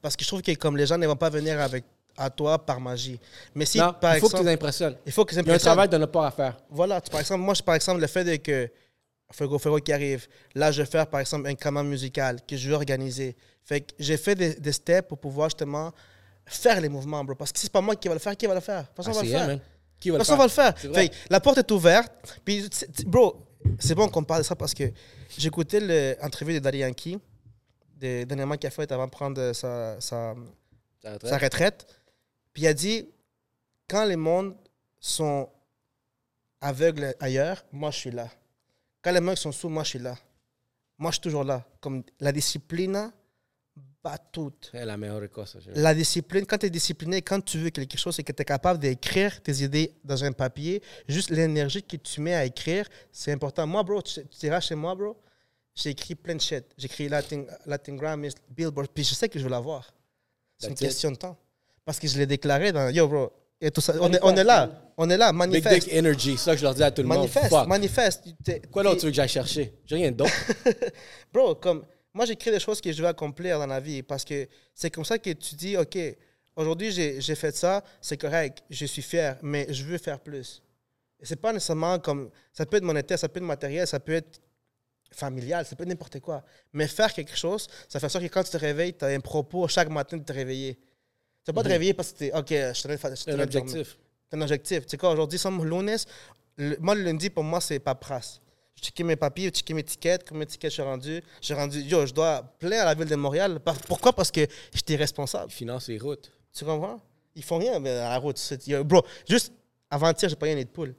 Parce que je trouve que comme les gens ne vont pas venir avec à toi par magie. Mais si, non, par il faut exemple, que tu les impressionnes. Il faut que tu Il y a un travail de ne pas à faire. Voilà, tu, par exemple, moi, je, par exemple, le fait de que Fuego Fuego qui arrive, là, je vais faire, par exemple, un canon musical que je veux organiser. Fait que j'ai fait des, des steps pour pouvoir justement faire les mouvements, bro. Parce que si c'est pas moi qui va le faire, qui va le faire? De toute façon, Ah, on va le c'est faire. elle, man. Qui va De le toute façon, faire? on va le faire. Fait que la porte est ouverte. Puis, t- t- bro, c'est bon qu'on parle de ça parce que j'écoutais l'entrevue de Daddy Yankee, de, dernièrement qu'il a fait avant de prendre sa, sa, Sa retraite. sa retraite. Puis il a dit, quand les mondes sont aveugles ailleurs, moi je suis là. Quand les mecs sont sous, moi je suis là. Moi je suis toujours là. Comme la discipline bat tout. C'est la meilleure cosa. je- La discipline, quand tu es discipliné, quand tu veux quelque chose, c'est que tu es capable d'écrire tes idées dans un papier. Juste l'énergie que tu mets à écrire, c'est important. Moi, bro, tu, tu iras chez moi, bro, j'ai écrit plein de shit. J'ai écrit Latin, Latin Grammy, Billboard, puis je sais que je vais l'avoir. C'est une That's it. question de temps. Parce que je l'ai déclaré dans Yo, bro, et tout ça. On est, on est là. On est là. Big Manifeste. Dick Energy, c'est ça que je leur dis à tout le Manifeste. monde. Fuck. Manifeste. T'es- Quoi d'autre t'es- tu veux que j'aille chercher? J'ai rien d'autre. Bro, comme moi, j'écris des choses que je veux accomplir dans la vie parce que c'est comme ça que tu dis, OK, aujourd'hui, j'ai j'ai fait ça, c'est correct, je suis fier, mais je veux faire plus. Et c'est pas nécessairement comme. Ça peut être monétaire, ça peut être matériel, ça peut être familial, ça peut être n'importe quoi. Mais faire quelque chose, ça fait ça que quand tu te réveilles, tu as un propos chaque matin de te réveiller. Tu vas pas te réveiller parce que tu es, OK, je suis en train de faire- je suis C'est en un train de dormir. objectif. C'est un objectif. Tu sais quoi, aujourd'hui, sommes lunes. Le, moi, le lundi, pour moi, c'est paperasse. Je checké mes papiers, je checké mes tickets, combien de tickets je suis rendu. J'ai rendu, yo, je dois plein à la ville de Montréal. Par- Pourquoi? Parce que j'étais responsable. Ils financent les routes. Tu comprends? Ils font rien mais à la route. C'est- yo, bro, juste avant-hier, j'ai payé un nid de poule.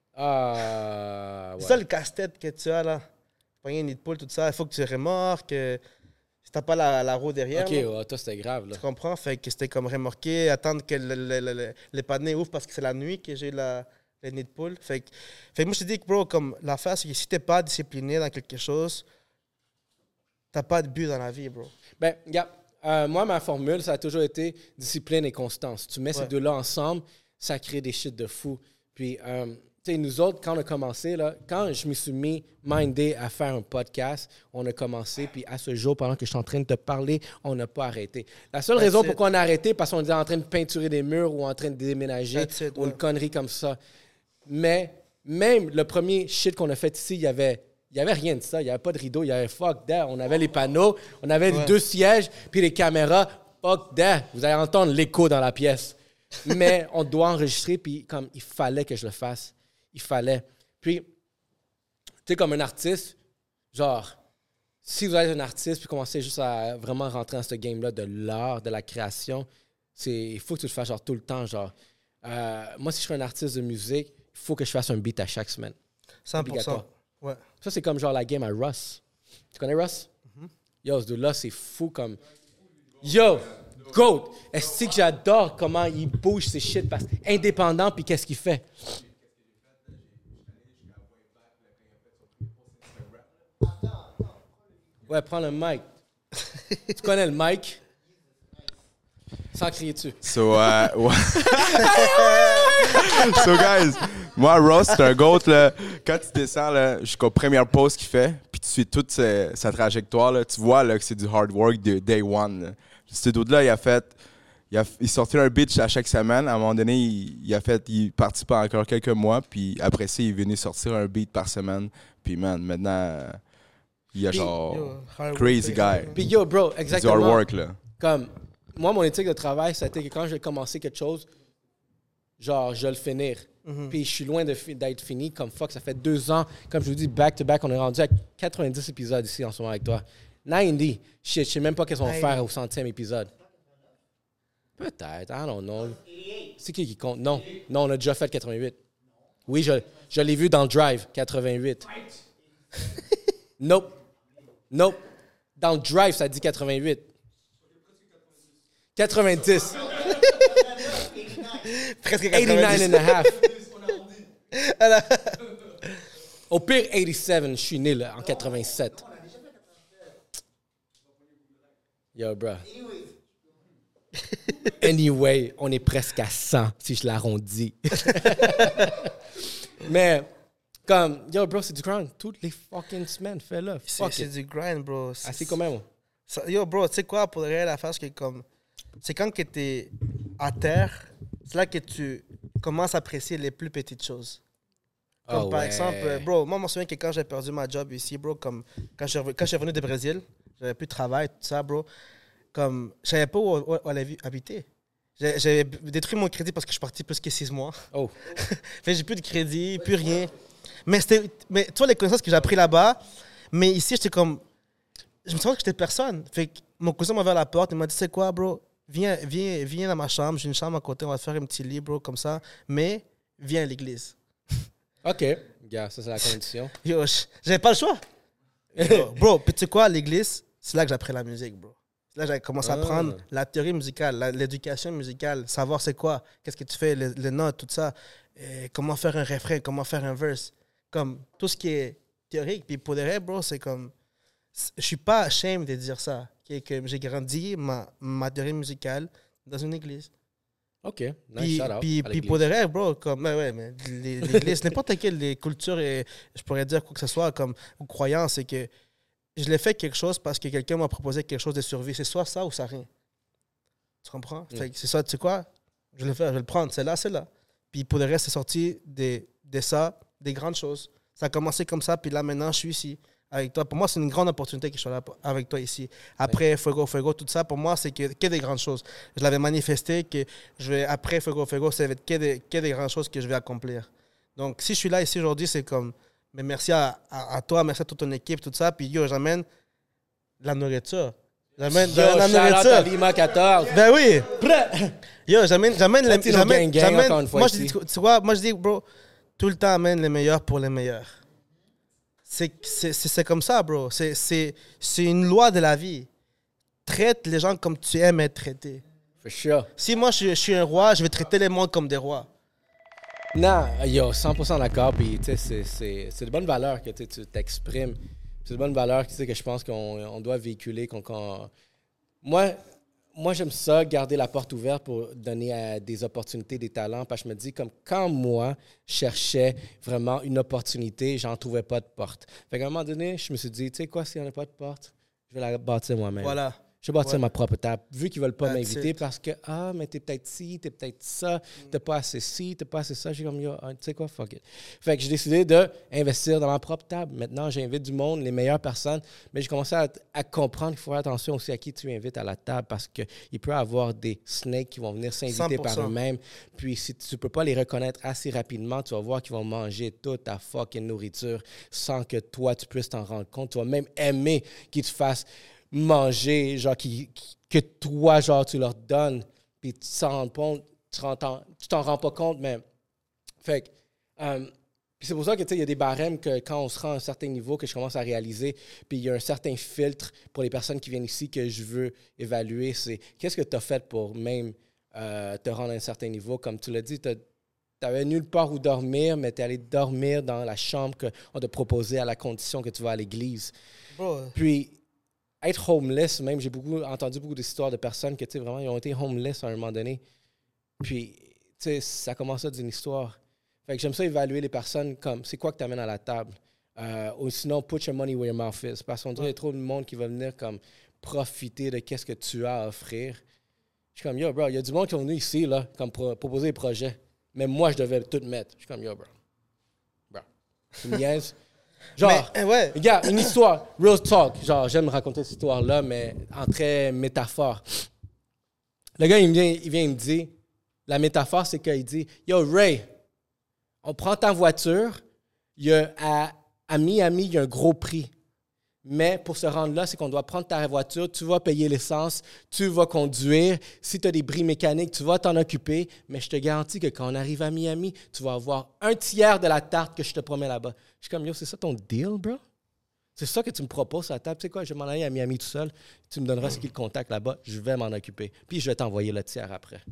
Ah, C'est ouais. ça le casse-tête que tu as là. J'ai payé un nid de poule, tout ça. Il faut que tu remorques. euh, Si t'as pas la, la roue derrière. Ok, là. ouais, toi, c'était grave, là. Tu comprends? Fait que c'était comme remorquer, attendre que le, le, le, le- les panneaux ouvrent parce que c'est la nuit que j'ai la, le nid de poule. Fait que, fait que moi, je te dis que, bro, comme l'affaire, c'est que si t'es pas discipliné dans quelque chose, t'as pas de but dans la vie, bro. Ben, regarde, euh, moi, ma formule, ça a toujours été discipline et constance. Tu mets ces Ouais. deux-là ensemble, ça crée des shit de fou. Puis, euh, tu sais, nous autres, quand on a commencé, là, quand je me suis mis mindé à faire un podcast, on a commencé, puis à ce jour, pendant que je suis en train de te parler, on n'a pas arrêté. La seule That's raison it. pourquoi on a arrêté, parce qu'on était en train de peinturer des murs ou en train de déménager That's it, ou ouais. une connerie comme ça. Mais même le premier shit qu'on a fait ici, il y avait... Il n'y avait rien de ça. Il n'y avait pas de rideau. Il y avait fuck that. On avait les panneaux. On avait les Ouais. deux sièges. Puis les caméras. Fuck that. Vous allez entendre l'écho dans la pièce. Mais on doit enregistrer. Puis comme il fallait que je le fasse. Il fallait. Puis, tu sais, comme un artiste, genre, si vous êtes un artiste puis commencez juste à vraiment rentrer dans ce game-là de l'art, de la création, c'est, il faut que tu le fasses genre tout le temps. Genre, Euh, moi, si je suis un artiste de musique, il faut que je fasse un beat à chaque semaine. cent pour Obligatoire. cent. Ouais. Ça, c'est comme genre la game à Russ. Tu connais Russ? Yo, ce dude-là, c'est fou comme... Yo, GOAT! Est-ce que j'adore comment il bouge ses shit parce indépendant, puis qu'est-ce qu'il fait? Ouais, prends le mic. Tu connais le mic? Sans crier dessus. So, uh, ouais. So, guys, moi, Ross, c'est un goat, là. Quand tu descends là, jusqu'au premier pause qu'il fait, puis tu suis toute sa, sa trajectoire, là, tu vois là, que c'est du hard work de day one. Là. Ce dude-là, il a fait... Il, a, il sortait un beat à chaque semaine. À un moment donné, il, il a fait... Il est parti pendant encore quelques mois, puis après ça, il est venu sortir un beat par semaine. Puis, man, maintenant, il a Puis, genre... Yo, hard crazy work, guy. Puis yo, bro, C'est du exactement. hard work, là. Comme, moi, mon éthique de travail, ça a été que quand je vais commencer quelque chose, genre, je vais le finir. Puis je suis loin de fi- d'être fini. Comme fuck, ça fait deux ans. Comme je vous dis, back-to-back, on est rendu à quatre-vingt-dix épisodes ici en ce moment avec toi. quatre-vingt-dix. Shit, je sais même pas qu'est-ce qu'on va faire au centième épisode. Peut-être, I don't know. C'est qui qui compte? Non, non, on a déjà fait quatre-vingt-huit. Oui, je, je l'ai vu dans le Drive, quatre-vingt-huit. Nope. Nope. Dans le Drive, ça dit quatre-vingt-huit. quatre-vingt-dix. Presque eighty-nine and a half. Alors, Au pire, eighty-seven, je suis né là, en quatre-vingt-sept. Yo, bro. Anyway, on est presque à cent si je l'arrondis. Mais, comme, yo, bro, c'est du grind. Toutes les fucking semaines, fais-le. c'est Fuck c'est it. du grind, bro. C'est- Assez quand même. Ça- Yo, bro, tu sais quoi, pour le réel, la face, que comme. c'est quand tu es à terre, c'est là que tu commences à apprécier les plus petites choses. Comme Oh, par ouais. exemple, bro, moi, je me souviens que quand j'ai perdu ma job ici, bro, comme quand je suis revenu, quand je suis revenu du Brésil, j'avais plus de travail, tout ça, bro, comme je savais pas où, où, où aller habiter. J'ai, j'ai détruit mon crédit parce que je suis parti plus que six mois. Oh. Fait, j'ai plus de crédit, plus rien. Mais, c'était, mais tu vois, les connaissances que j'ai appris là-bas, mais ici, j'étais comme. Je me suis rendu que j'étais personne. Fait que mon cousin m'a ouvert la porte, il m'a dit, c'est quoi, bro? Viens, viens, viens dans ma chambre, j'ai une chambre à côté, on va te faire un petit lit, bro, comme ça. Mais viens à l'église. OK. Gars, ça, c'est la condition. Yo, je- j'avais pas le choix. Yo, bro, puis tu sais quoi, à l'église, c'est là que j'ai appris la musique, bro. C'est là que j'ai commencé à Ah. apprendre la théorie musicale, la- l'éducation musicale, savoir c'est quoi, qu'est-ce que tu fais, les, les notes, tout ça, et comment faire un refrain, comment faire un verse. Comme tout ce qui est théorique. Puis pour de vrai, bro, c'est comme. c'est- Je suis pas ashamed de dire ça. Que, que j'ai grandi ma, ma théorie musicale dans une église. OK. Nice, Puis, shout out puis, à puis l'église. pour de vrai, bro, comme, ouais, ouais, mais les- l'église, n'importe quelle les cultures, et, je pourrais dire quoi que ce soit, comme, ou croyance, c'est que je l'ai fait quelque chose parce que quelqu'un m'a proposé quelque chose de survie. C'est soit ça ou ça rien. Tu comprends? Mm. Fait que c'est ça, tu sais quoi? Je vais le faire, je vais le prendre. C'est là, c'est là. Puis pour le reste, c'est sorti de, de ça, des grandes choses. Ça a commencé comme ça, puis là, maintenant, je suis ici avec toi. Pour moi, c'est une grande opportunité que je sois là avec toi ici. Après Fuego Fuego, tout ça, pour moi, c'est que, que des grandes choses. Je l'avais manifesté que je vais, après Fuego Fuego, ça va être que des, que des grandes choses que je vais accomplir. Donc, si je suis là ici aujourd'hui, c'est comme, mais merci à, à, à toi, merci à toute ton équipe, tout ça. Puis yo, j'amène la nourriture. J'amène Yo, de la shout out à nourriture. Lima quatorze. Ben oui. Yo, j'amène, j'amène les Latino j'amène, gang gang, j'amène- encore une fois moi, je ici. dis, tu tu vois, moi, je dis, bro, tout le temps, amène les meilleurs pour les meilleurs. C'est, c'est, c'est, c'est comme ça, bro. C'est, c'est, c'est une loi de la vie. Traite les gens comme tu aimes être traité. For sure. Si moi, je, je suis un roi, je vais traiter les mondes comme des rois. Non, yo, cent pour cent d'accord. Puis, tu sais, c'est, c'est, c'est de bonnes valeurs que tu sais, tu t'exprimes. C'est de bonnes valeurs tu sais, que je pense qu'on on doit véhiculer. Qu'on, qu'on... Moi, moi, j'aime ça, garder la porte ouverte pour donner euh, des opportunités, des talents. Parce que je me dis, comme quand moi, je cherchais vraiment une opportunité, j'en trouvais pas de porte. Fait qu'à un moment donné, je me suis dit, tu sais quoi, s'il n'y en a pas de porte, je vais la bâtir moi-même. Voilà. Je vais bâtir Ouais. ma propre table. Vu qu'ils veulent pas That's m'inviter it. parce que, ah, mais t'es peut-être ci, t'es peut-être ça, t'es pas assez ci, t'es pas assez ça. J'ai comme, yo, ah, tu sais quoi, fuck it. Fait que j'ai décidé d'investir dans ma propre table. Maintenant, j'invite du monde, les meilleures personnes, mais j'ai commencé à, à comprendre qu'il faut faire attention aussi à qui tu invites à la table parce qu'il peut y avoir des snakes qui vont venir s'inviter cent pour par cent. eux-mêmes. Puis si tu peux pas les reconnaître assez rapidement, tu vas voir qu'ils vont manger toute ta fucking nourriture sans que toi, tu puisses t'en rendre compte. Tu vas même aimer qu'ils te fassent manger, genre, qui, qui- que toi, genre, tu leur donnes, puis tu t'en rends compte, tu t'en, tu t'en rends pas compte, mais... Fait que, euh, puis c'est pour ça que, tu sais, il y a des barèmes que quand on se rend à un certain niveau, que je commence à réaliser, puis il y a un certain filtre pour les personnes qui viennent ici que je veux évaluer, c'est qu'est-ce que tu as fait pour même euh, te rendre à un certain niveau. Comme tu l'as dit, tu n'avais nulle part où dormir, mais tu es allé dormir dans la chambre qu'on t'a proposée à la condition que tu vas à l'église. Bro, Puis, être homeless, même, j'ai beaucoup entendu beaucoup d'histoires de personnes que, tu sais, vraiment, ils ont été homeless à un moment donné. Puis, tu sais, ça commence d'une histoire. Fait que j'aime ça évaluer les personnes comme, c'est quoi que tu amènes à la table? Euh, ou sinon, put your money where your mouth is. Parce qu'on dirait qu'il y a trop de monde qui va venir comme profiter de qu'est-ce que tu as à offrir. Je suis comme, yo, bro, il y a du monde qui sont venus ici, là, comme pro- proposer des projets. Mais moi, je devais tout mettre. Je suis comme, yo, bro. Bro. Tu me niaises? Genre, mais, euh, ouais. regarde, une histoire, real talk. Genre, j'aime raconter cette histoire-là, mais en très métaphore. Le gars, il vient, il vient, il me dit, la métaphore, c'est qu'il dit, yo, Ray, on prend ta voiture, il y a, à, à Miami, il y a un gros prix. Mais pour se rendre là, c'est qu'on doit prendre ta voiture, tu vas payer l'essence, tu vas conduire. Si tu as des bris mécaniques, tu vas t'en occuper. Mais je te garantis que quand on arrive à Miami, tu vas avoir un tiers de la tarte que je te promets là-bas. Je suis comme, yo, c'est ça ton deal, bro? C'est ça que tu me proposes à la table. Tu sais quoi, je vais m'en aller à Miami tout seul. Tu me donneras ce qui le contact là-bas. Je vais m'en occuper. Puis je vais t'envoyer le tiers après.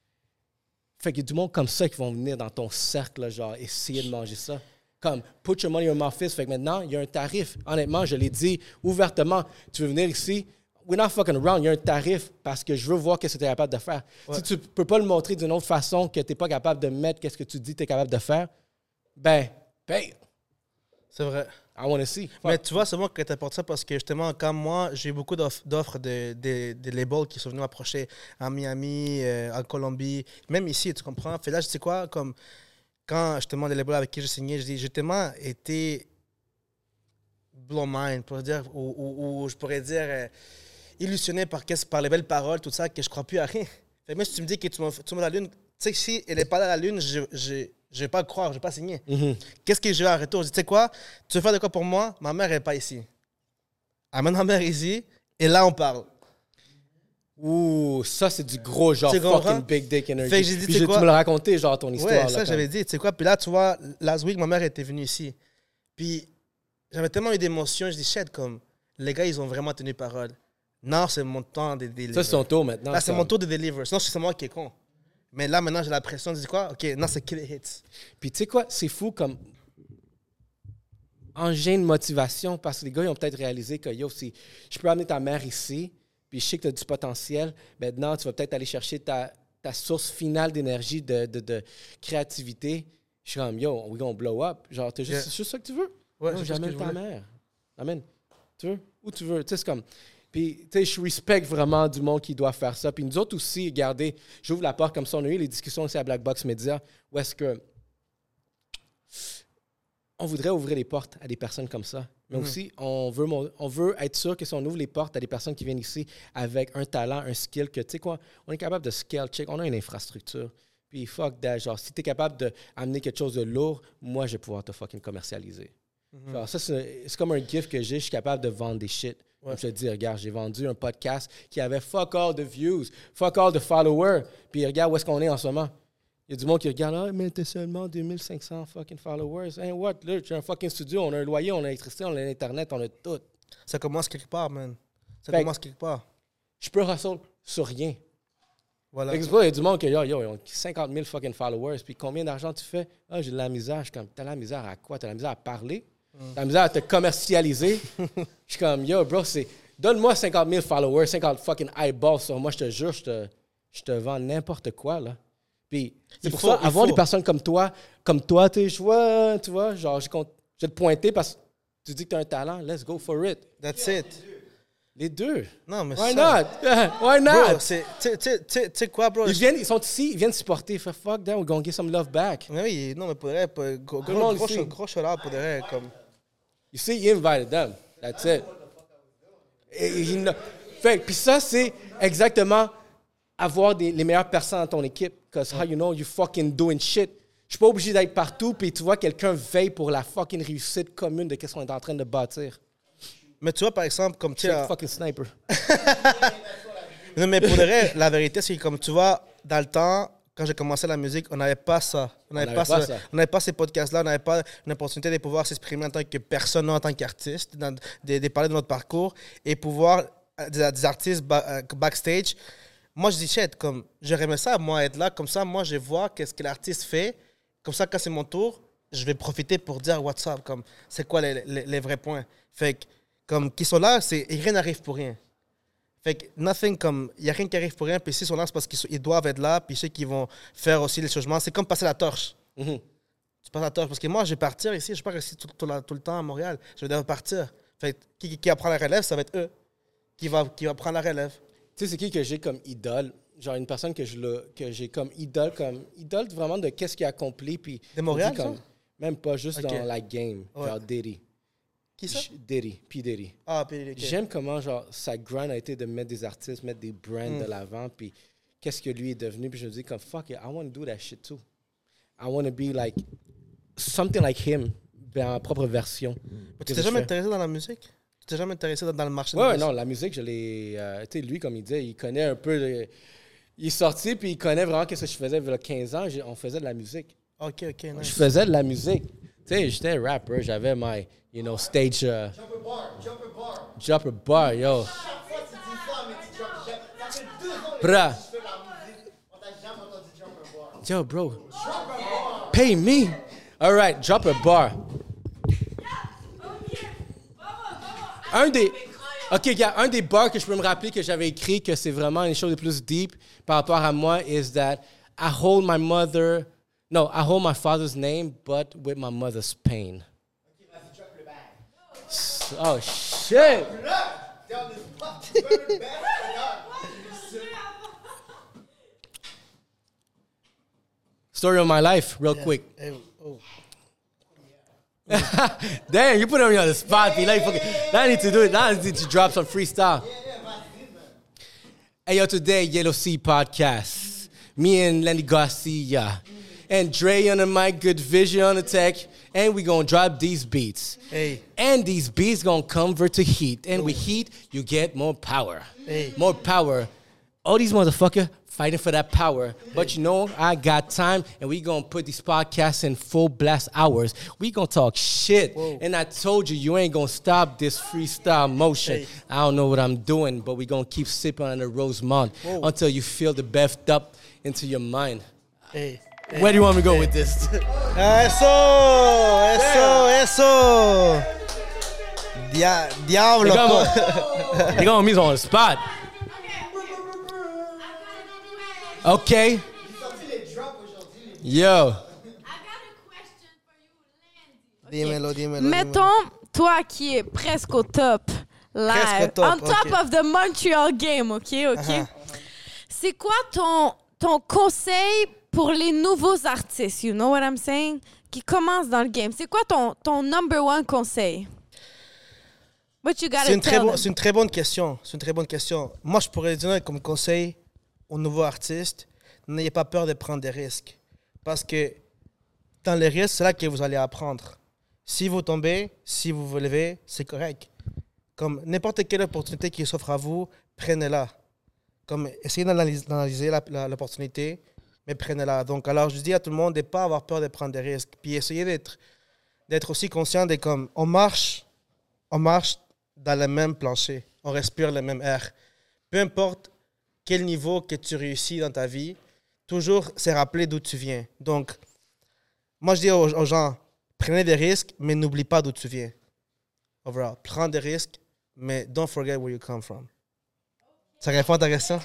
Fait qu'il y a du monde comme ça qui vont venir dans ton cercle, là, genre, essayer de manger ça. Comme, put your money in my fist. Fait que maintenant, il y a un tarif. Honnêtement, je l'ai dit ouvertement. Tu veux venir ici, we're not fucking around. Il y a un tarif parce que je veux voir qu'est-ce que tu es capable de faire. Ouais. Si tu peux pas le montrer d'une autre façon que tu n'es pas capable de mettre qu'est-ce que tu dis que tu es capable de faire, ben, paye. C'est vrai. I want to see. Fuck. Mais tu vois, c'est moi qui t'apporte ça parce que justement, comme moi, j'ai eu beaucoup d'off- d'offres de, de, de labels qui sont venus m'approcher à Miami, euh, en Colombie, même ici, tu comprends? Fait là, je sais quoi, comme quand justement les labels avec qui j'ai signé, je dis, j'ai tellement été blow mind, pour dire, ou, ou, ou je pourrais dire euh, illusionné par, qu'est-ce- par les belles paroles, tout ça, que je crois plus à rien. Fait, même si tu me dis que tu m'as tu m'as la lune, tu sais que si elle n'est pas dans la lune, je je je vais pas le croire, je vais pas signer. Mhm. Qu'est-ce que j'ai en retour? Je dis, tu sais quoi? Tu veux faire de quoi pour moi? Ma mère n'est pas ici. Amène ma mère ici, et là, on parle. Ouh, ça, c'est du gros genre Tu comprends? fucking big dick energy. Fait que j'ai dit, Puis tu sais je- quoi? tu me l'as raconté, genre, ton histoire. Ouais, là, ça, comme- j'avais dit, tu sais quoi? Puis là, tu vois, last week, ma mère était venue ici. Puis j'avais tellement eu d'émotions, je dis, shit, comme, les gars, ils ont vraiment tenu parole. Non, c'est mon temps de deliver. Ça, c'est ton tour maintenant. Là, c'est comme. mon tour de deliver. Sinon, c'est moi qui est con. Mais là, maintenant, j'ai la pression de dire quoi? OK, non, c'est kill hits. Puis tu sais quoi, c'est fou comme engin de motivation parce que les gars, ils ont peut-être réalisé que yo, si je peux amener ta mère ici, puis je sais que tu as du potentiel, maintenant, tu vas peut-être aller chercher ta, ta source finale d'énergie, de, de, de créativité. Je suis comme, yo, we gonna blow up. Genre, t'as juste, Yeah. c'est juste ça que tu veux? Ouais, Yo, c'est ça que j'amène je ta voulais. mère. Amène. Tu veux? Où tu veux. Tu sais, c'est comme... Puis, tu sais, je respecte vraiment du monde qui doit faire ça. Puis nous autres aussi, regardez, j'ouvre la porte comme ça. On a eu les discussions aussi à Black Box Media où est-ce que on voudrait ouvrir les portes à des personnes comme ça. Mais Mhm. aussi, on veut, mon- on veut être sûr que si on ouvre les portes à des personnes qui viennent ici avec un talent, un skill, que tu sais quoi, on est capable de scale check, on a une infrastructure. Puis fuck that, genre, si tu es capable d'amener quelque chose de lourd, moi, je vais pouvoir te fucking commercialiser. Genre, ça, c'est c'est comme un gift que j'ai, je suis capable de vendre des shit. Comme je te dis, regarde, j'ai vendu un podcast qui avait fuck all de views, fuck all de followers. Puis regarde où est-ce qu'on est en ce moment. Il y a du monde qui regarde, ah, mais t'as seulement deux mille cinq cents fucking followers. Hein, what? Là, j'ai un fucking studio, on a un loyer, on a l'électricité, on a l'Internet, on a tout. Ça commence quelque part, man. Ça Fait que- commence quelque part. Je peux hustle sur rien. Voilà. Fait que c'est pas, il y a du monde qui, yo, yo, ils ont cinquante mille fucking followers. Puis combien d'argent tu fais? Ah, j'ai de la misère. Je suis comme, t'as la misère à quoi? T'as la misère à parler? T'as la misère à te commercialiser? Je suis comme, yo, bro, c'est. Donne-moi cinquante mille followers, cinquante fucking eyeballs sur moi, je te jure, je te, je te vends n'importe quoi, là. Puis, c'est Il pour faut- ça, il avoir faut. des personnes comme toi, comme toi, tu sais, je vois, tu vois, genre, je compte- je vais te pointer parce que tu dis que tu as un talent, let's go for it. That's it. Les deux. Non, mais Why ça- not? Why not? Bro, c'est... Tu sais- tu sais- tu sais- tu sais quoi, bro? Ils viennent, ils sont ici, ils viennent supporter. Fait fuck that, we're gonna get some love back. Mais oui, non, mais pour vrai, pour- gros, le monde gros, ici. gros, gros shout-out pour vrai, comme... You see, he invited them. That's it. Et- et il n'a- Fait, puis ça, c'est exactement avoir des, les meilleures personnes dans ton équipe. Because how you know you fucking doing shit. Je suis pas obligé d'être partout, puis tu vois quelqu'un veille pour la fucking réussite commune de qu'est-ce qu'on est en train de bâtir. Mais tu vois, par exemple, comme tu C'est sais... un fucking sniper. Non, mais pour de vrai, la vérité, c'est que comme tu vois, dans le temps, quand j'ai commencé la musique, on n'avait pas ça. On n'avait pas, pas ce- ça. on n'avait pas ces podcasts-là, on n'avait pas une opportunité de pouvoir s'exprimer en tant que personne, en tant qu'artiste, dans- de, de parler de notre parcours et pouvoir, euh, des, des artistes ba- euh, backstage. Moi, je dis, shit, comme, j'aurais aimé ça, moi, être là, comme ça, moi, je vois qu'est-ce que l'artiste fait. Comme ça, quand c'est mon tour, je vais profiter pour dire what's up, comme, c'est quoi les, les, les vrais points. Fait que, comme, qui sont là, c'est, et rien n'arrive pour rien. Fait que, nothing comme, il n'y a rien qui arrive pour rien, puis s'ils sont là, c'est parce qu'ils sont- ils doivent être là, puis je sais qu'ils vont faire aussi les changements. C'est comme passer la torche. Mhm. Tu passes la torche, parce que moi, je vais partir ici, je ne vais pas rester tout, tout la- tout le temps à Montréal. Je vais devoir partir. Fait que, qui, qui, qui va prendre la relève, ça va être eux qui va, qui va prendre la relève. Tu sais, c'est qui que j'ai comme idole? Genre une personne que je le- que j'ai comme idole, comme idole vraiment de qu'est-ce qu'il a accompli. Puis, De Montréal, on dit comme- ça? Même pas, juste Ok. dans la game. Ouais. Genre Diddy. Qui ça? J- Diddy, P. Diddy. Ah, puis ok. J'aime comment genre sa grind a été de mettre des artistes, mettre des brands Mm. de l'avant, puis qu'est-ce que lui est devenu. Puis je me dis comme fuck it, I want to do that shit too. I want to be like something like him, ben, en propre version. Mais tu t'es jamais intéressé dans la musique? Tu t'es jamais intéressé dans, dans le marché de Ouais, la ouais, musique? non, la musique, je l'ai. euh, tu sais, lui, comme il disait, il connaît un peu. le- il est sorti, puis il connaît vraiment ce que je faisais il y a quinze ans. J'ai- On faisait de la musique. Ok, ok, Je nice. faisais de la musique. Tu sais, j'étais rapper, j'avais my, you know, stage. uh, Jumper bar, jumper bar. jumper bar, yo. Chaque fois tu dis ça, mais tu jump, jump. Ça fait deux ans Bra. que tu fais la musique. On t'a jamais entendu jumper bar. Yo, bro. Jumper bar. Pay me. All right, drop a bar. Un des. OK, gars, un des bars que je peux me rappeler que j'avais écrit que c'est vraiment une chose les plus deep par rapport à moi is that I hold my mother. No, I hold my father's name, but with my mother's pain. Ok, vas-y, drop, Oh, shit! Story of my life, real quick. Hey, oh. Damn, you put me on the spot, P. Like, fucking, now I need to do it. Now I need to drop some freestyle. Hey, yo, today, Yellow Sea Podcast. Me and Lenny Garcia. And Dre on the mic, Good Vision on the tech. And we gonna drop these beats. Hey. And these beats gonna convert to heat. And with heat, you get more power. Hey. More power. All these motherfuckers fighting for that power. But you know, I got time, and we gonna put these podcasts in full blast hours. We gonna talk shit. Whoa. And I told you, you ain't gonna stop this freestyle motion. Hey. I don't know what I'm doing, but we gonna keep sipping on the Rosemont Whoa. until you feel the beft up into your mind. Hey. Hey. Where do you want me to go with this? Eso, eso, eso. Dia, diablo. They got they got me on the spot. Okay. Yo. I got a question for you, Landy. Dímelo, dímelo. Mettons, toi qui es presque au top, live, Presque au top, on top ok. of the Montreal game, OK, OK? Uh-huh. C'est quoi ton, ton conseil pour les nouveaux artistes, you know what I'm saying, qui commencent dans le game? C'est quoi ton, ton number one conseil? What you gotta C'est une, très tell bon- them? c'est une très bonne question. C'est une très bonne question. Moi, je pourrais dire comme conseil aux nouveaux artistes, n'ayez pas peur de prendre des risques. Parce que dans les risques, c'est là que vous allez apprendre. Si vous tombez, si vous vous levez, c'est correct. Comme n'importe quelle opportunité qui s'offre à vous, prenez-la. Comme essayez d'analyser, d'analyser la- la- l'opportunité, mais prenez-la. Donc, alors, je dis à tout le monde de ne pas avoir peur de prendre des risques. Puis essayez d'être, d'être aussi conscient de comme on marche, on marche dans le même plancher, on respire le même air. Peu importe quel niveau que tu réussis dans ta vie, toujours se rappeler d'où tu viens. Donc, moi, je dis aux, aux gens, prenez des risques, mais n'oublie pas d'où tu viens. Overall, prends des risques, mais don't forget where you come from. Ça répond à ta question?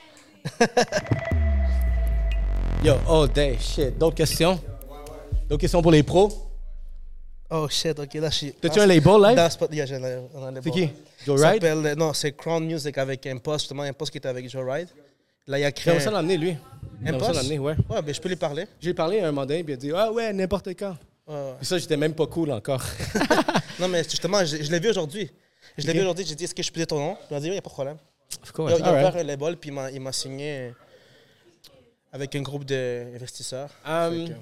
Yo, all day, shit. D'autres questions? D'autres questions pour les pros? Oh shit, ok, là je suis. T'as-tu un label live? That's what- yeah, j'ai un- on a un label. C'est qui? Joe Ça Ride? s'appelle, euh, non, c'est Crown Music avec un poste, justement, un poste qui était avec Joe Ride. Là, il a créé. J'aimerais ça l'amener, lui. J'aimerais ça poste? l'amener, ouais. Ouais, ben je peux lui parler. J'ai parlé à un moment donné, puis il a dit « Ah ouais, n'importe quand. Ouais, ouais. » Puis ça, j'étais même pas cool encore. Non, mais justement, je, je l'ai vu aujourd'hui. Je l'ai Ok. vu aujourd'hui, j'ai dit, est-ce que je peux dire ton nom? Il m'a dit, il n'y a pas de problème. Of Il course, a, il a all ouvert right. un label, puis il m'a, il m'a signé euh, avec un groupe d'investisseurs. Um, Fait que-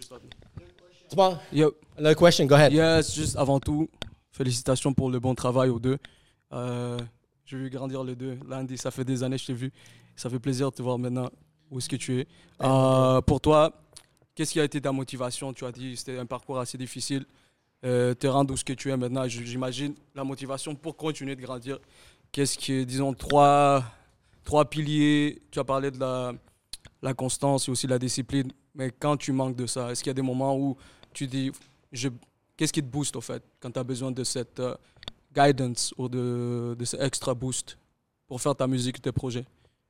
C'est bon. Yo, Another question, go ahead. yes, juste avant tout, félicitations pour le bon travail aux deux. Euh, J'ai vu grandir les deux. Landy, ça fait des années que je t'ai vu. Ça fait plaisir de te voir maintenant où est-ce que tu es. Euh, pour toi, qu'est-ce qui a été ta motivation? Tu as dit que c'était un parcours assez difficile. Euh, te rendre où ce que tu es maintenant, J- j'imagine la motivation pour continuer de grandir. Qu'est-ce qui est, disons, trois, trois piliers? Tu as parlé de la, la constance et aussi de la discipline. Mais quand tu manques de ça, est-ce qu'il y a des moments où tu dis, je, qu'est-ce qui te booste au fait quand tu as besoin de cette euh, guidance ou de, de ce extra boost pour faire ta musique, tes projets?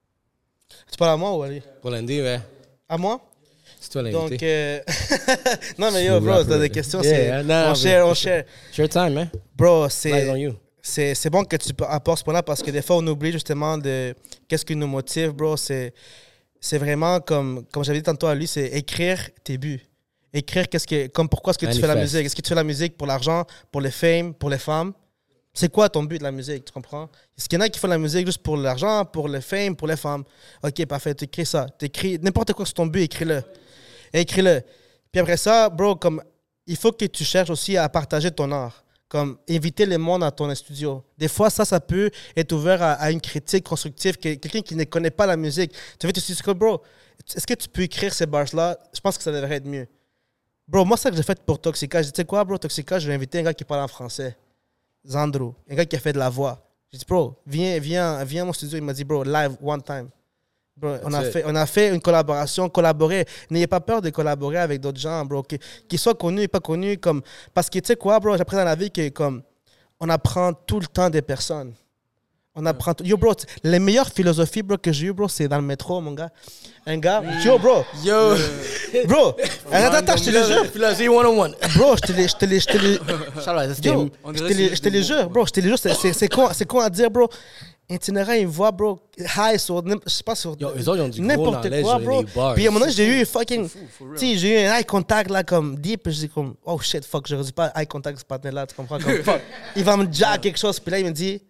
Tu parles à moi ou à lui? Pour Landy, ouais. À moi? C'est toi Donc, l'invité. euh... non, mais yo, Smooth bro, rapper, t'as des ouais. questions, Yeah, c'est... yeah, non, on non, share, mais- on share. Share time, man. Bro, Lies on c'est... you. C'est, c'est bon que tu apportes ce point-là parce que des fois, on oublie justement de qu'est-ce qui nous motive, bro. C'est, c'est vraiment comme, comme j'avais dit tantôt à lui, c'est écrire tes buts. Écrire qu'est-ce que, comme pourquoi est-ce que tu fais la Manifeste. musique. Est-ce que tu fais la musique pour l'argent, pour le fame, pour les femmes? C'est quoi ton but de la musique, tu comprends? Est-ce qu'il y en a qui font la musique juste pour l'argent, pour le fame, pour les femmes? Ok, parfait, tu écris ça. Tu écris n'importe quoi sur ton but, écris-le. Écris-le. Puis après ça, bro, comme, il faut que tu cherches aussi à partager ton art. Comme inviter le monde à ton studio. Des fois, ça, ça peut être ouvert à, à une critique constructive. Que, quelqu'un qui ne connaît pas la musique. Tu veux te dire, bro, est-ce que tu peux écrire ces bars-là? Je pense que ça devrait être mieux. Bro, moi, c'est ça que j'ai fait pour Toxica. J'ai dit, tu sais quoi, bro, Toxica, je vais inviter un gars qui parle en français. Zandro. Un gars qui a fait de la voix. J'ai dit, bro, viens, viens, viens à mon studio. Il m'a dit, bro, live, one time. Bro, on, a That's it. fait, on a fait une collaboration, collaborer. N'ayez pas peur de collaborer avec d'autres gens, bro. Qui, qui soient connus et pas connus. Comme, parce que tu sais quoi, bro, j'ai appris dans la vie que comme, on apprend tout le temps des personnes. On On apprend tout. Yo, bro, t- les meilleures philosophies, bro, que j'ai eues, bro, c'est dans le métro, mon gars. Un gars, yo, bro, Yo! bro, attends, attends, je te les jure. Philosophie one oh one. Bro, je te les, je te les, je te les, Charles, ça, c'était- yo, On je dirait te les, c'est je te les des jure, mots. bro, je te les jure, c'est, c'est, c'est con, c'est con à dire, bro. Itinérant, il voit, bro, high sur, n'im- je sais pas, sur Yo, eux autres, ils ont du gros n'importe knowledge quoi, sur bro. les bars. Puis à un moment donné, j'ai eu fucking, fou, for real. tu sais, j'ai eu un eye contact, là, comme deep, puis je dis comme, oh shit, fuck, j'aurais dû pas eye contact ce partenaire-là, tu comprends, comme, fuck. Il va me jack quelque chose, puis là, il me dit,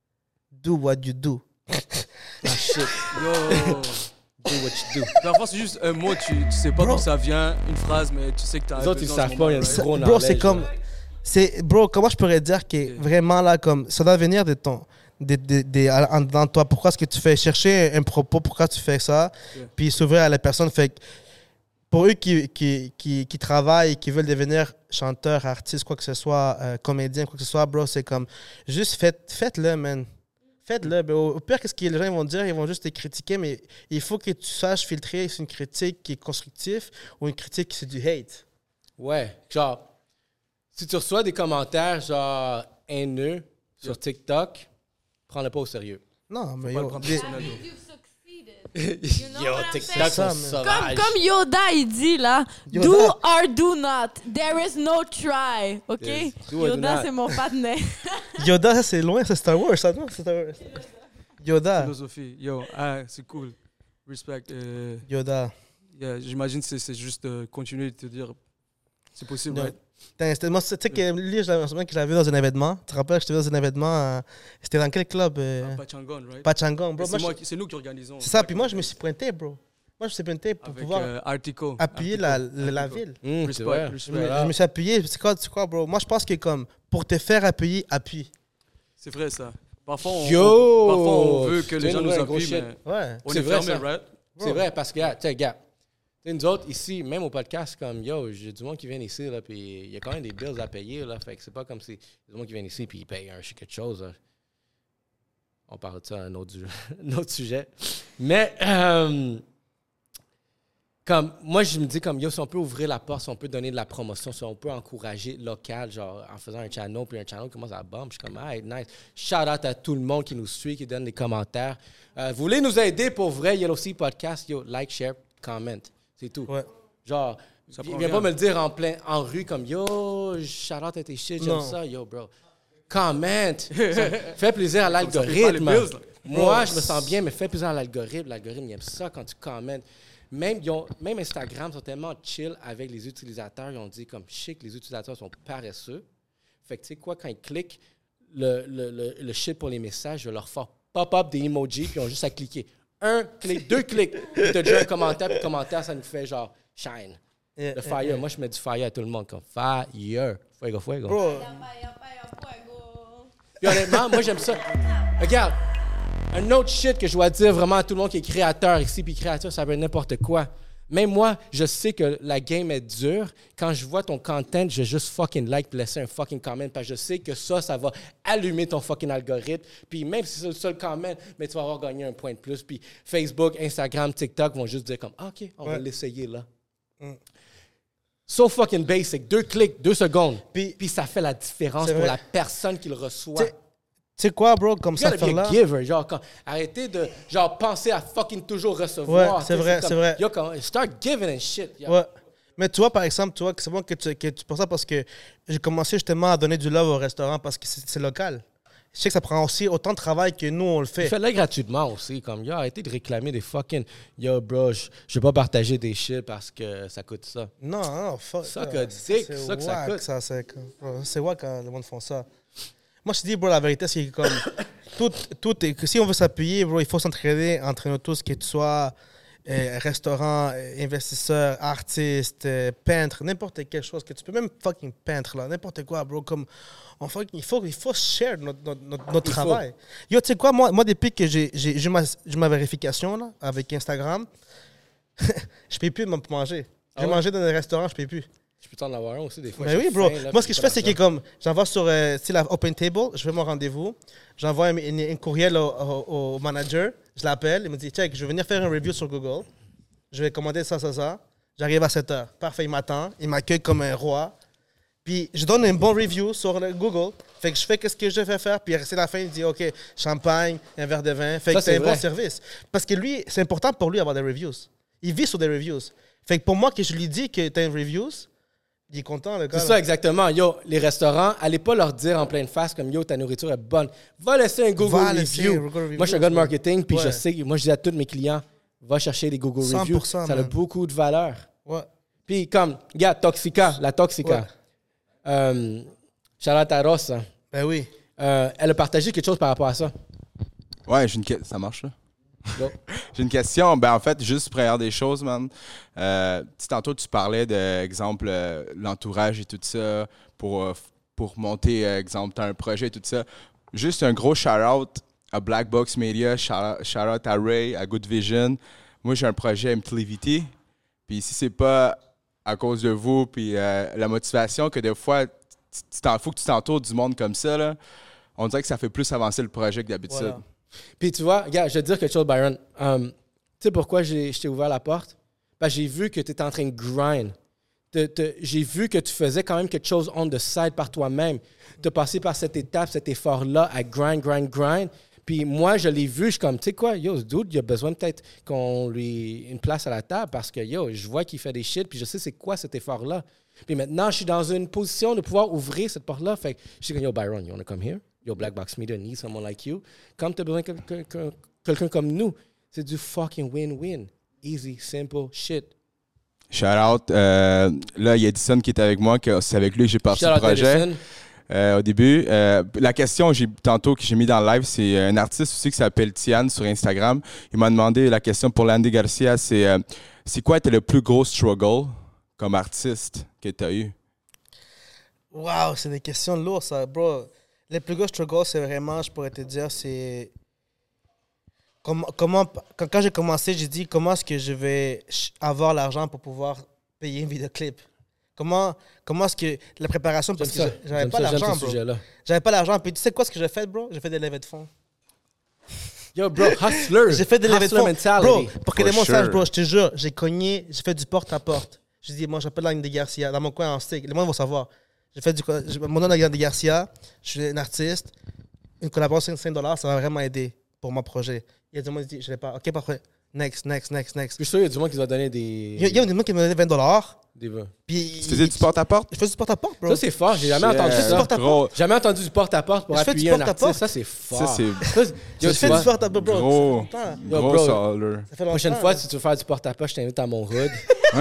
do what you do. Ah, shit. Yo. Do what you do. Parfois, c'est juste un mot, tu, tu sais pas Bro. d'où ça vient, une phrase, mais tu sais que t'as Les autres, ils besoin savent de ce pas, il y a moment, une right? gros Bro, c'est knowledge, comme, là. c'est, bro, comment je pourrais dire que vraiment, là, comme, ça doit venir de ton, de, de, de- en- dans toi. Pourquoi est-ce que tu fais chercher un propos, pourquoi tu fais ça, Yeah. puis s'ouvrir à la personne. Fait que pour eux qui, qui, qui, qui travaillent, qui veulent devenir chanteurs, artistes, quoi que ce soit, euh, comédiens, quoi que ce soit, bro, c'est comme, juste faites, faites-le, man. Faites-le. Ben, au au pire, qu'est-ce que les gens vont dire? Ils vont juste te critiquer, mais il faut que tu saches filtrer si c'est une critique qui est constructive ou une critique qui c'est du hate. Ouais, genre, si tu reçois des commentaires, genre, haineux sur TikTok, prends-le pas au sérieux. Non, mais Pas le yo, prendre des- personnel, bro. You've succeeded. You know Yo, what I'm TikTok, saying? Ça, sont man. sauvages. Comme, comme Yoda, il dit là, Yoda. do or do not. There is no try. OK? Yes. Do or do Yoda, not. c'est mon partenaire. Yoda, ça, c'est loin, c'est Star Wars, ça, non? C'est Star Wars. Yoda. Philosophie. Yo, ah, c'est cool. Respect. euh, Yoda. yeah, j'imagine que c'est- c'est juste euh, continuer de te dire, c'est possible, Ouais. right? Putain, c'était- moi, tu sais que lui, je l'avais je me souviens que je l'avais vu dans un événement. Tu te rappelles que j'étais dans un événement. euh, C'était dans quel club? euh, Ah, Pachangon, right? Pachangon, bro. C'est Moi, moi je- qui- c'est nous qui organisons. C'est ça, puis moi, je me suis pointé, bro. Moi, je me suis pointé pour Avec pouvoir euh, Artico. appuyer Artico. la, la, la Artico. ville. Hum, c'est Respect, vrai. Je respect. me, je me suis appuyé. C'est quoi, c'est quoi, bro? Moi, je pense que comme, pour te faire appuyer, appuie. C'est vrai, ça. Parfois, on, Yo! on- parfois, on veut que Tu les viens gens de nous voir un gros appuient, shit. mais Ouais. on C'est est vrai, fermé, ça. right? C'est vrai, parce que, gars, tu sais, gars, tu sais, nous autres, ici, même au podcast, comme, yo, j'ai du monde qui vient ici, là, puis il y a quand même des bills à payer, là, fait que c'est pas comme si, il y a du monde qui vient ici, puis ils payent un, quelque chose, là. On parle de ça à un autre, un autre sujet. Mais, euh, comme, moi, je me dis, comme, yo, si on peut ouvrir la porte, si on peut donner de la promotion, si on peut encourager local, genre, en faisant un channel, puis un channel commence à bomber, je suis comme, ah, nice. Shout out à tout le monde qui nous suit, qui donne des commentaires. Euh, vous voulez nous aider pour vrai, Yellow Sea Podcast, yo, like, share, comment. C'est tout. Ouais. Genre, Ça viens prend viens rien. pas me le dire en plein, en rue, comme, yo, shout out à tes shit, j'aime Non. ça, yo, bro. Comment. Ça fait plaisir à Comme ça, on fait l'algorithme. pas les bills, là. Moi, je me sens bien, mais fais plaisir à l'algorithme. L'algorithme, il aime ça quand tu commentes. Même, ils ont- même Instagram sont tellement chill avec les utilisateurs. Ils ont dit comme, je sais que les utilisateurs sont paresseux. Fait que tu sais quoi, quand ils cliquent le, le, le, le shit pour les messages, je vais leur faire pop-up des emojis, puis ils ont juste à cliquer. Un clic, deux clics. Puis t'as déjà un commentaire, puis le commentaire, ça nous fait genre shine. Yeah, Le yeah, fire. yeah. Moi, je mets du fire à tout le monde, comme fire. Fuego, fuego. Bro, Puis honnêtement, moi, j'aime ça. Regarde, un autre shit que je dois dire vraiment à tout le monde qui est créateur ici, puis créateur, ça veut dire n'importe quoi. Même moi, je sais que la game est dure. Quand je vois ton content, je vais juste fucking like puis laisser un fucking comment parce que je sais que ça, ça va allumer ton fucking algorithme. Puis même si c'est le seul comment, mais tu vas avoir gagné un point de plus. Puis Facebook, Instagram, TikTok vont juste dire comme, ah, OK, on va Ouais. l'essayer là. Mm. So fucking basic. Deux clics, deux secondes. Puis- Puis ça fait la différence C'est pour vrai. la personne qui le reçoit. tu sais- tu sais quoi, bro, comme You ça, gotta faire be a là. giver. Genre, quand, arrêtez de genre, penser à fucking toujours recevoir. Ouais, c'est Tu sais, vrai, comme, c'est vrai. Yo, comme, start giving and shit. yo. Ouais. Mais tu vois, par exemple, tu vois que c'est bon que tu, que tu penses ça parce que j'ai commencé justement à donner du love au restaurant parce que c'est c'est local. Je sais que ça prend aussi autant de travail que nous, on le fait. Faites-le gratuitement aussi. Comme, yo, arrêtez de réclamer des fucking. Yo, bro, je je vais pas partager des shit parce que ça coûte ça. Non, non, fuck. Ça ça. que dick, c'est ça que ça whack, coûte. ça, c'est bro, c'est wack quand le monde font ça. Moi, je te dis, bro, la vérité, c'est que comme tout, tout est, que si on veut s'appuyer, bro, il faut s'entraider entre nous tous, que tu sois euh, restaurant, euh, investisseur, artiste, euh, peintre, n'importe quelle chose que tu peux, même fucking peintre, là, n'importe quoi, bro, comme on fuck- il faut, il faut share notre, notre, notre, notre Il faut. travail. Yo, tu sais quoi, moi, moi, depuis que j'ai j'ai j'ai ma, j'ai ma vérification, là, avec Instagram, je paye plus de pour manger. Ah J'ai ouais? mangé dans un restaurant, je paye plus. Je peux t'en avoir un aussi des fois. Mais j'ai oui, bro. faim, là, Moi, ce puis que je pas fais, c'est que d'argent. comme j'envoie sur euh, tu sais, la Open Table, je fais mon rendez-vous, j'envoie un, un- un courriel au, au- au manager, je l'appelle, il me dit, check, je vais venir faire un review sur Google, je vais commander ça, ça, ça, j'arrive à sept heures. Parfait, il m'attend, il m'accueille comme un roi, puis je donne un bon review sur le Google, Fait que je fais ce que je fais faire, puis c'est la fin, il dit, OK, champagne, un verre de vin. Fait Ça, que c'est c'est un vrai. bon service. Parce que lui, c'est important pour lui d'avoir des reviews. Il vit sur des reviews. Fait que pour moi, que je lui dis que t'as un reviews, il est content, le gars. C'est là. ça, exactement. Yo, les restaurants, allez pas leur dire en pleine face comme yo, ta nourriture est bonne. Va laisser un Google Va laisser review. un Google review, Moi, je suis un gars de ouais. marketing, puis je Ouais. sais, moi, je dis à tous mes clients, va chercher des Google cent reviews. pour cent, Ça a man. beaucoup de valeur. Ouais. Puis, comme, regarde, Toxica, la Toxica. Ouais. Euh, Charlotte Rosa. Ben oui. Euh, elle a partagé quelque chose par rapport à ça. Ouais, j'ai une que- ça marche, là? Go. J'ai une question. Ben, en fait, juste pour regarder des choses, man. Euh, tu sais, tantôt, tu parlais de, exemple, euh, l'entourage et tout ça pour, euh, pour monter, euh, exemple, t'as un projet et tout ça. Juste un gros shout-out à Black Box Media, shout- shout-out à Ray, à Good Vision. Moi, j'ai un projet M T L V T. Puis si c'est pas à cause de vous, puis euh, la motivation que des fois, tu tu t'en fous que tu t'entoures du monde comme ça, là, on dirait que ça fait plus avancer le projet que d'habitude. Voilà. Puis tu vois, regarde, je vais te dire quelque chose, Byron. Um, tu sais pourquoi j'ai- je t'ai ouvert la porte? Parce que j'ai vu que tu étais en train de grind. Te- te- j'ai vu que tu faisais quand même quelque chose on the side par toi-même. Tu as passé par cette étape, cet effort-là à grind, grind, grind. Puis moi, je l'ai vu, je suis comme, tu sais quoi, yo, ce dude, il a besoin peut-être qu'on lui une place à la table parce que, yo, je vois qu'il fait des shit, puis je sais c'est quoi cet effort-là. Puis maintenant, je suis dans une position de pouvoir ouvrir cette porte-là. Fait que je suis comme, yo, Byron, you wanna come here? Yo, Black Box Media needs someone like you. Comme tu as besoin de quelqu'un quelqu'un- quelqu'un comme nous, c'est du fucking win-win. Easy, simple shit. Shout out. Euh, là, il y a Edison qui est avec moi, que c'est avec lui que j'ai parti Shout le out projet Edison. euh, au début. Euh, la question j'ai, tantôt que j'ai mis dans le live, c'est un artiste aussi qui s'appelle Tian sur Instagram. Il m'a demandé la question pour Landy Garcia, c'est euh, c'est quoi était le plus gros struggle comme artiste que tu as eu? Wow, c'est des questions lourdes, ça, bro. Les plus gros struggles, c'est vraiment, je pourrais te dire, c'est. Comment, comment, quand, quand j'ai commencé, j'ai dit comment est-ce que je vais ch- avoir l'argent pour pouvoir payer une vidéoclip. Comment, comment est-ce que la préparation, parce que J'aime ça. j'a- j'avais J'aime pas ça, j'aime l'argent, ce bro. sujet-là. J'avais pas l'argent. Puis tu sais quoi ce que j'ai fait, bro? J'ai fait des levées de fonds. Yo, bro, hustler. J'ai fait des levées de Hustler fonds. mentality. Bro, pour que For les gens sachent, sure. bro, je te jure, j'ai cogné, j'ai fait du porte-à-porte. J'ai dit, moi, j'appelle Landy Garcia, dans mon coin en stick. Les gens vont savoir. J'ai fait du. j'ai- Mon nom est Landy Garcia, je suis un artiste. Une collaboration de cinq dollars, ça va vraiment aider pour mon projet. Il y a des gens qui disent, je l'ai pas. Ok, parfait. Next, next, next, next. Je suis sûr qu'il y a du monde qui va donner des. Il y a, il y a des gens qui me donnaient vingt dollars. des vœux. Puis. Tu faisais du porte-à-porte? Je faisais du porte-à-porte, bro. Ça, c'est fort. J'ai jamais Shit. entendu Je fais du ça. porte-à-porte. Gros, Jamais entendu du porte-à-porte pour Je fais du appuyer un porte-à-porte. artiste. Ça, c'est fort. ça, c'est Ça, c'est- Je Yo, fais tu vois, du porte-à-porte, bro. gros, Ça fait longtemps. Yo, gros bro. seller. Ça fait prochaine longtemps, fois, là. si tu veux faire du porte-à-porte, je t'invite à mon hood.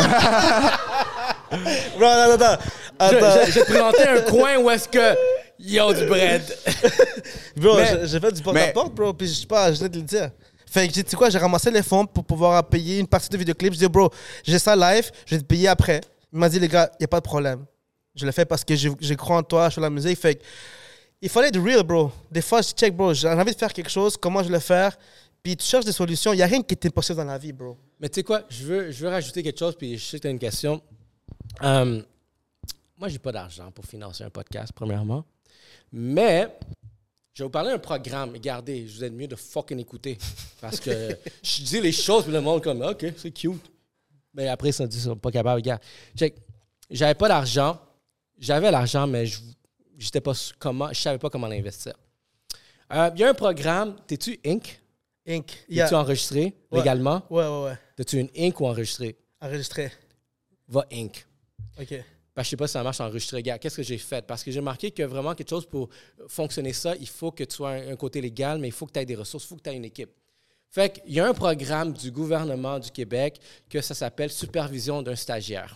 Bro, non, non, non. je, Attends. je- je vais te présenter un coin où est-ce que il y a du bread. Bro, Mais- j'ai- j'ai fait du porte-à-porte, bro, puis je sais pas, je viens de le dire. Fait que, tu sais quoi, j'ai ramassé les fonds pour pouvoir payer une partie de vidéoclip. Je dis, bro, j'ai ça live, je vais te payer après. Il m'a dit, les gars, il n'y a pas de problème. Je le fais parce que je, je crois en toi, je fais la musique. Fait que, il fallait être real, bro. Des fois, je check, bro, j'ai envie de faire quelque chose, comment je vais le faire. Puis tu cherches des solutions. Il n'y a rien qui est impossible dans la vie, bro. Mais tu sais quoi, je veux, je veux rajouter quelque chose, puis je sais que tu as une question. Euh, moi, j'ai pas d'argent pour financer un podcast, premièrement. Mais je vais vous parler d'un programme. Regardez, je vous aide mieux de fucking écouter. Parce que je dis les choses, puis le monde est comme, OK, c'est cute. Mais après, ça dit, ils sont pas capables. Regarde, check. J'avais pas d'argent. J'avais l'argent, mais je j'étais pas su- comment, je savais pas comment l'investir. Euh, Il y a un programme, t'es-tu Inc? Inc. Es-tu Yeah. enregistré Ouais. légalement? Ouais, ouais, ouais. T'as-tu une Inc ou enregistré? Enregistré. Va Inc. OK. Parce que je sais pas si ça marche enregistré. Regarde, qu'est-ce que j'ai fait? Parce que j'ai marqué que vraiment quelque chose pour fonctionner ça, il faut que tu sois un, un côté légal, mais il faut que tu aies des ressources, il faut que tu aies une équipe. Fait qu'il y a un programme du gouvernement du Québec que ça s'appelle Supervision d'un stagiaire.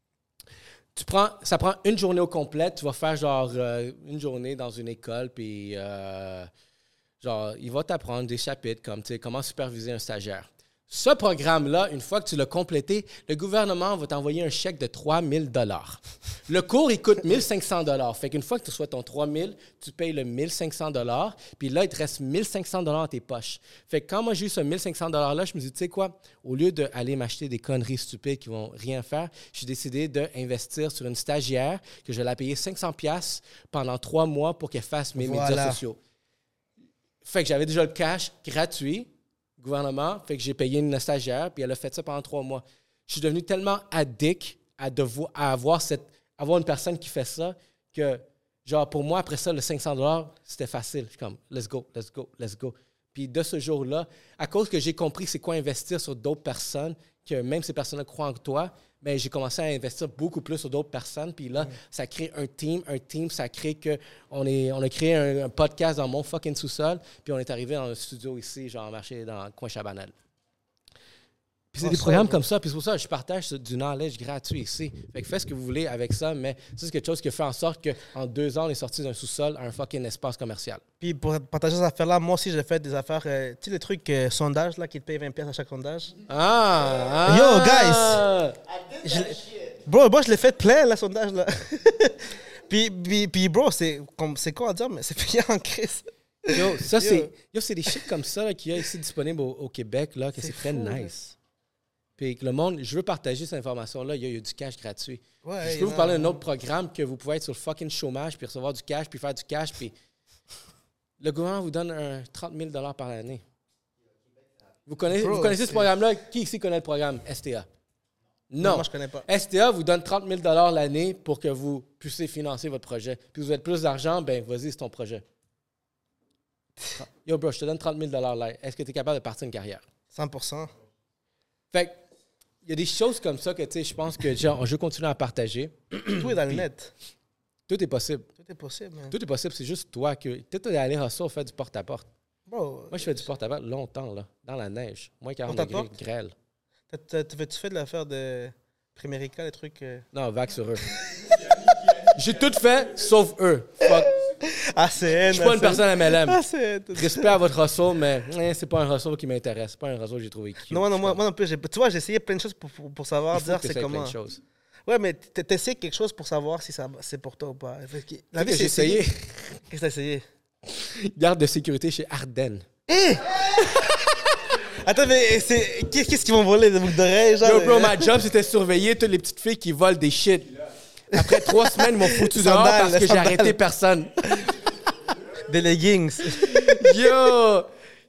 Tu prends, ça prend une journée au complet. Tu vas faire genre euh, une journée dans une école, puis euh, genre, il va t'apprendre des chapitres comme, tu sais, comment superviser un stagiaire. Ce programme-là, une fois que tu l'as complété, le gouvernement va t'envoyer un chèque de trois mille dollars. Le cours, il coûte mille cinq cents dollars. Fait qu'une fois que tu reçois ton trois mille, tu payes le mille cinq cents dollars, puis là, il te reste mille cinq cents dollars dans tes poches. Fait que quand moi, j'ai eu ce mille cinq cents dollars-là, je me suis dit, tu sais quoi, au lieu d'aller m'acheter des conneries stupides qui vont rien faire, j'ai décidé d'investir sur une stagiaire que je vais la payer cinq cents dollars pendant trois mois pour qu'elle fasse mes médias Voilà. sociaux. Fait que j'avais déjà le cash gratuit, gouvernement, fait que j'ai payé une stagiaire, puis elle a fait ça pendant trois mois. Je suis devenu tellement addict à, devoir, à avoir, cette, avoir une personne qui fait ça que Genre, pour moi, après ça, le cinq cents dollars, c'était facile. Je suis comme, let's go, let's go, let's go. Puis de ce jour-là, à cause que j'ai compris c'est quoi investir sur d'autres personnes, que même ces personnes-là croient en toi, ben, j'ai commencé à investir beaucoup plus sur d'autres personnes. Puis là, mm. ça crée un team. Un team, ça crée que on, est, on a créé un, un podcast dans mon fucking sous-sol. Puis on est arrivé dans un studio ici, genre marché dans le coin Chabanel. Puis c'est oh, des ça, programmes ouais. comme ça. Puis c'est pour ça que je partage du knowledge gratuit ici. Fait que faites ce que vous voulez avec ça, mais ça, c'est quelque chose qui fait en sorte qu'en deux ans, on est sorti d'un sous-sol à un fucking espace commercial. Puis pour partager ces affaires-là, moi aussi, j'ai fait des affaires, euh, tu sais, les trucs euh, sondages, là, qui te payent vingt piastres à chaque sondage. Ah! ah Yo, guys! Je, bro, moi, je l'ai fait plein, le sondage, là. puis, puis, puis, bro, c'est, comme, c'est quoi à dire, mais c'est payant en crise. Yo, ça, yo. c'est, yo, c'est des shit comme ça là, qu'il y a ici disponibles au, au Québec, là, que c'est, c'est très fou, nice. Puis le monde, je veux partager cette information-là. Il y a, il y a du cash gratuit. Ouais, je peux vous parler d'un autre programme que vous pouvez être sur le fucking chômage, puis recevoir du cash, puis faire du cash, puis le gouvernement vous donne un trente mille dollars par année. Vous connaissez, Bro, vous connaissez ce programme-là? Qui ici connaît le programme S T A? Non. non moi, je connais pas. S T A vous donne trente mille dollars l'année pour que vous puissiez financer votre projet. Puis vous avez plus d'argent, ben vas-y, c'est ton projet. Yo, bro, je te donne trente mille dollars là. Est-ce que tu es capable de partir une carrière? cent pour cent. Fait que, il y a des choses comme ça que, tu sais, je pense que, genre, je vais continuer à partager. Tout est dans le net. Tout est possible. Tout est possible, man. Tout est possible, c'est juste toi que... Peut-être d'aller à ça, faire du porte-à-porte. Bro, moi, je fais du porte-à-porte longtemps, là, dans la neige. Moins quarante degrés, grêle. Tu fais de l'affaire de Primérica, les trucs... Euh... Non, vague sur eux. J'ai tout fait, sauf eux. Fuck. A C N. Je suis pas une personne M L M. A C N. Respect à votre hustle, mais eh, c'est pas un hustle qui m'intéresse. C'est pas un hustle que j'ai trouvé cute. Non, non, moi, moi non plus. Tu vois, j'ai essayé plein de choses pour, pour, pour savoir, dire c'est comment. Plein de choses. Ouais, mais t'essayes quelque chose pour savoir si ça, c'est pour toi ou pas. La vie, j'ai essayé. Qu'est-ce que t'as essayé? Garde de sécurité chez Ardennes. Hé! Attends, mais c'est... qu'est-ce qu'ils vont voler, des boucles d'oreilles, genre? Yo, bro, ma job, c'était surveiller toutes les petites filles qui volent des shit. Après trois semaines, ils m'ont foutu dehors parce que j'ai arrêté personne. Des leggings. Yo!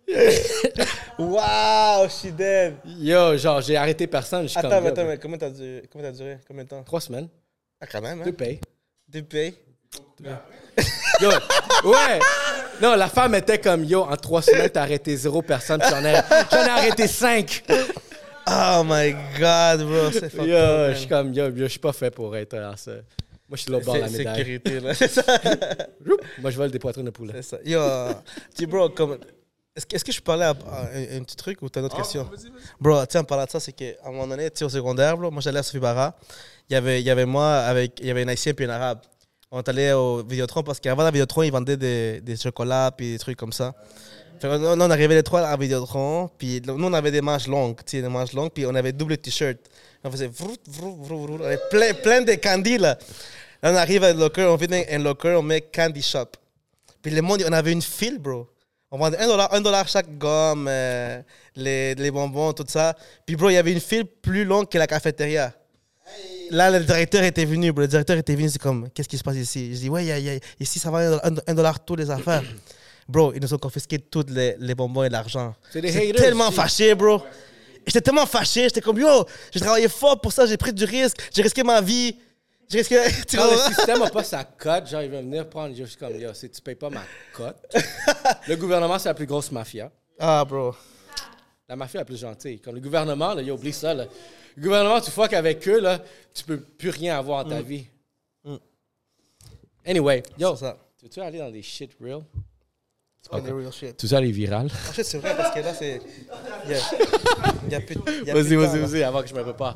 Wow, she dead. Yo, genre, j'ai arrêté personne. Attends, comme, mais attends, mais combien t'as duré? Combien t'as duré? Combien de temps? Trois semaines. Ah, quand même, hein? Deux payes. Deux payes? Yo, ouais! Non, la femme était comme, yo, en trois semaines, t'as arrêté zéro personne, puis j'en ai, j'en ai arrêté cinq. Oh my God, bro, c'est fucked Yo, up, je suis comme, yo, yo, je suis pas fait pour être dans ça. Moi, je suis là au bord de la médaille. Sécurité, là, c'est ça. Moi, je vole des poitrines de poulet. C'est ça. Yo, tu bro, comme... Est-ce que, est-ce que je parlais à, à un, un petit truc ou t'as une autre oh, question? Vas-y, vas-y. Bro, tu sais, en parlant de ça, c'est qu'à un moment donné, tu sais, au secondaire, bro, moi, j'allais à Sophie Bara. Il y avait, il y avait moi, avec, il y avait un Haïtien puis un Arabe. On est allé au Vidéotron parce qu'avant la Vidéotron, ils vendaient des, des chocolats puis des trucs comme ça. Fait que, nous, on arrivait les trois à la Vidéotron, puis nous, on avait des manches longues, tu sais, des manches longues, puis on avait double t-shirt. On faisait vrout, vrout, vrout, vrout. On avait plein, plein de candy, là. Là, on arrive à un locker, on vient un locker, on met candy shop. Puis le monde, on avait une file, bro. On vendait un dollar, un dollar chaque gomme, euh, les, les bonbons, tout ça. Puis, bro, il y avait une file plus longue que la cafétéria. Là, le directeur était venu, bro. Le directeur était venu, c'est comme, qu'est-ce qui se passe ici? Je dis, ouais, y a, y a, ici, ça va un, un dollar toutes les affaires. Bro, ils nous ont confisqué tous les, les bonbons et l'argent. J'étais tellement aussi. fâché, bro. J'étais tellement fâché. J'étais comme, yo, j'ai travaillé fort pour ça, j'ai pris du risque, j'ai risqué ma vie. J'ai risqué. Tu Quand le système n'a pas sa cote, genre, il va venir prendre. Je suis comme, yo, si tu payes pas ma cote. Le gouvernement, c'est la plus grosse mafia. Ah, bro. La mafia la plus gentille. Comme le gouvernement, là, yo, oublie ça, là. Le gouvernement, tu fuck avec eux, là, tu peux plus rien avoir dans ta mm. vie. Mm. Anyway, yo, ça. Tu veux-tu aller dans des shit real? Oh, okay. Real shit. Tu veux aller viral? En fait, c'est vrai parce que là, c'est. Il y a, il y a plus de. Vas-y, vas-y, vas-y, avant que je me prépare.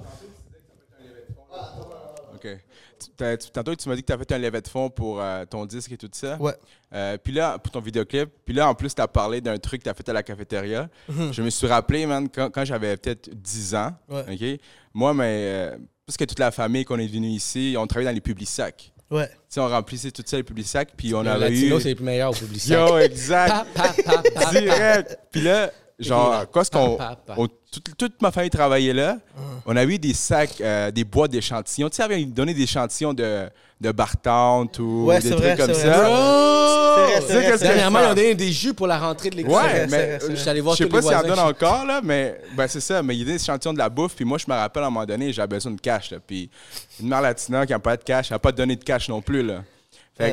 OK. Tu, tantôt, tu m'as dit que tu as fait un levée de fonds pour euh, ton disque et tout ça. Ouais. Euh, puis là, pour ton vidéoclip. Puis là, en plus, tu as parlé d'un truc que tu as fait à la cafétéria. Mm-hmm. Je me suis rappelé, man, quand, quand j'avais peut-être dix ans. Ouais. OK? Moi, mais. Euh, parce que toute la famille qu'on est venu ici, on travaillait dans les Publisac. Ouais. Tu sais, on remplissait tout ça, les Publisac, puis on le avait Latino, eu... c'est les plus meilleurs au Publisac. Yo, exact. pa, pa, pa, pa, direct. Puis là, genre, quoi, ce qu'on... On, toute, toute ma famille travaillait là. Mm. On a eu des sacs, euh, des boîtes d'échantillons. Tu sais, ils donnaient des échantillons de, de Bartente ou ouais, des trucs vrai, comme ça. Oh! C'est vrai, dernièrement, ils ont donné des jus pour la rentrée de l'école. Ouais, mais je suis allé voir je sais tous les pas s'ils en voisins. donnent encore, là, mais ben, c'est ça. Mais il y a des échantillons de la bouffe. Puis moi, je me rappelle à un moment donné, j'avais besoin de cash. Là, puis une mère latina qui n'a pas de cash, elle n'a pas donné de cash non plus. Là. Fait ouais.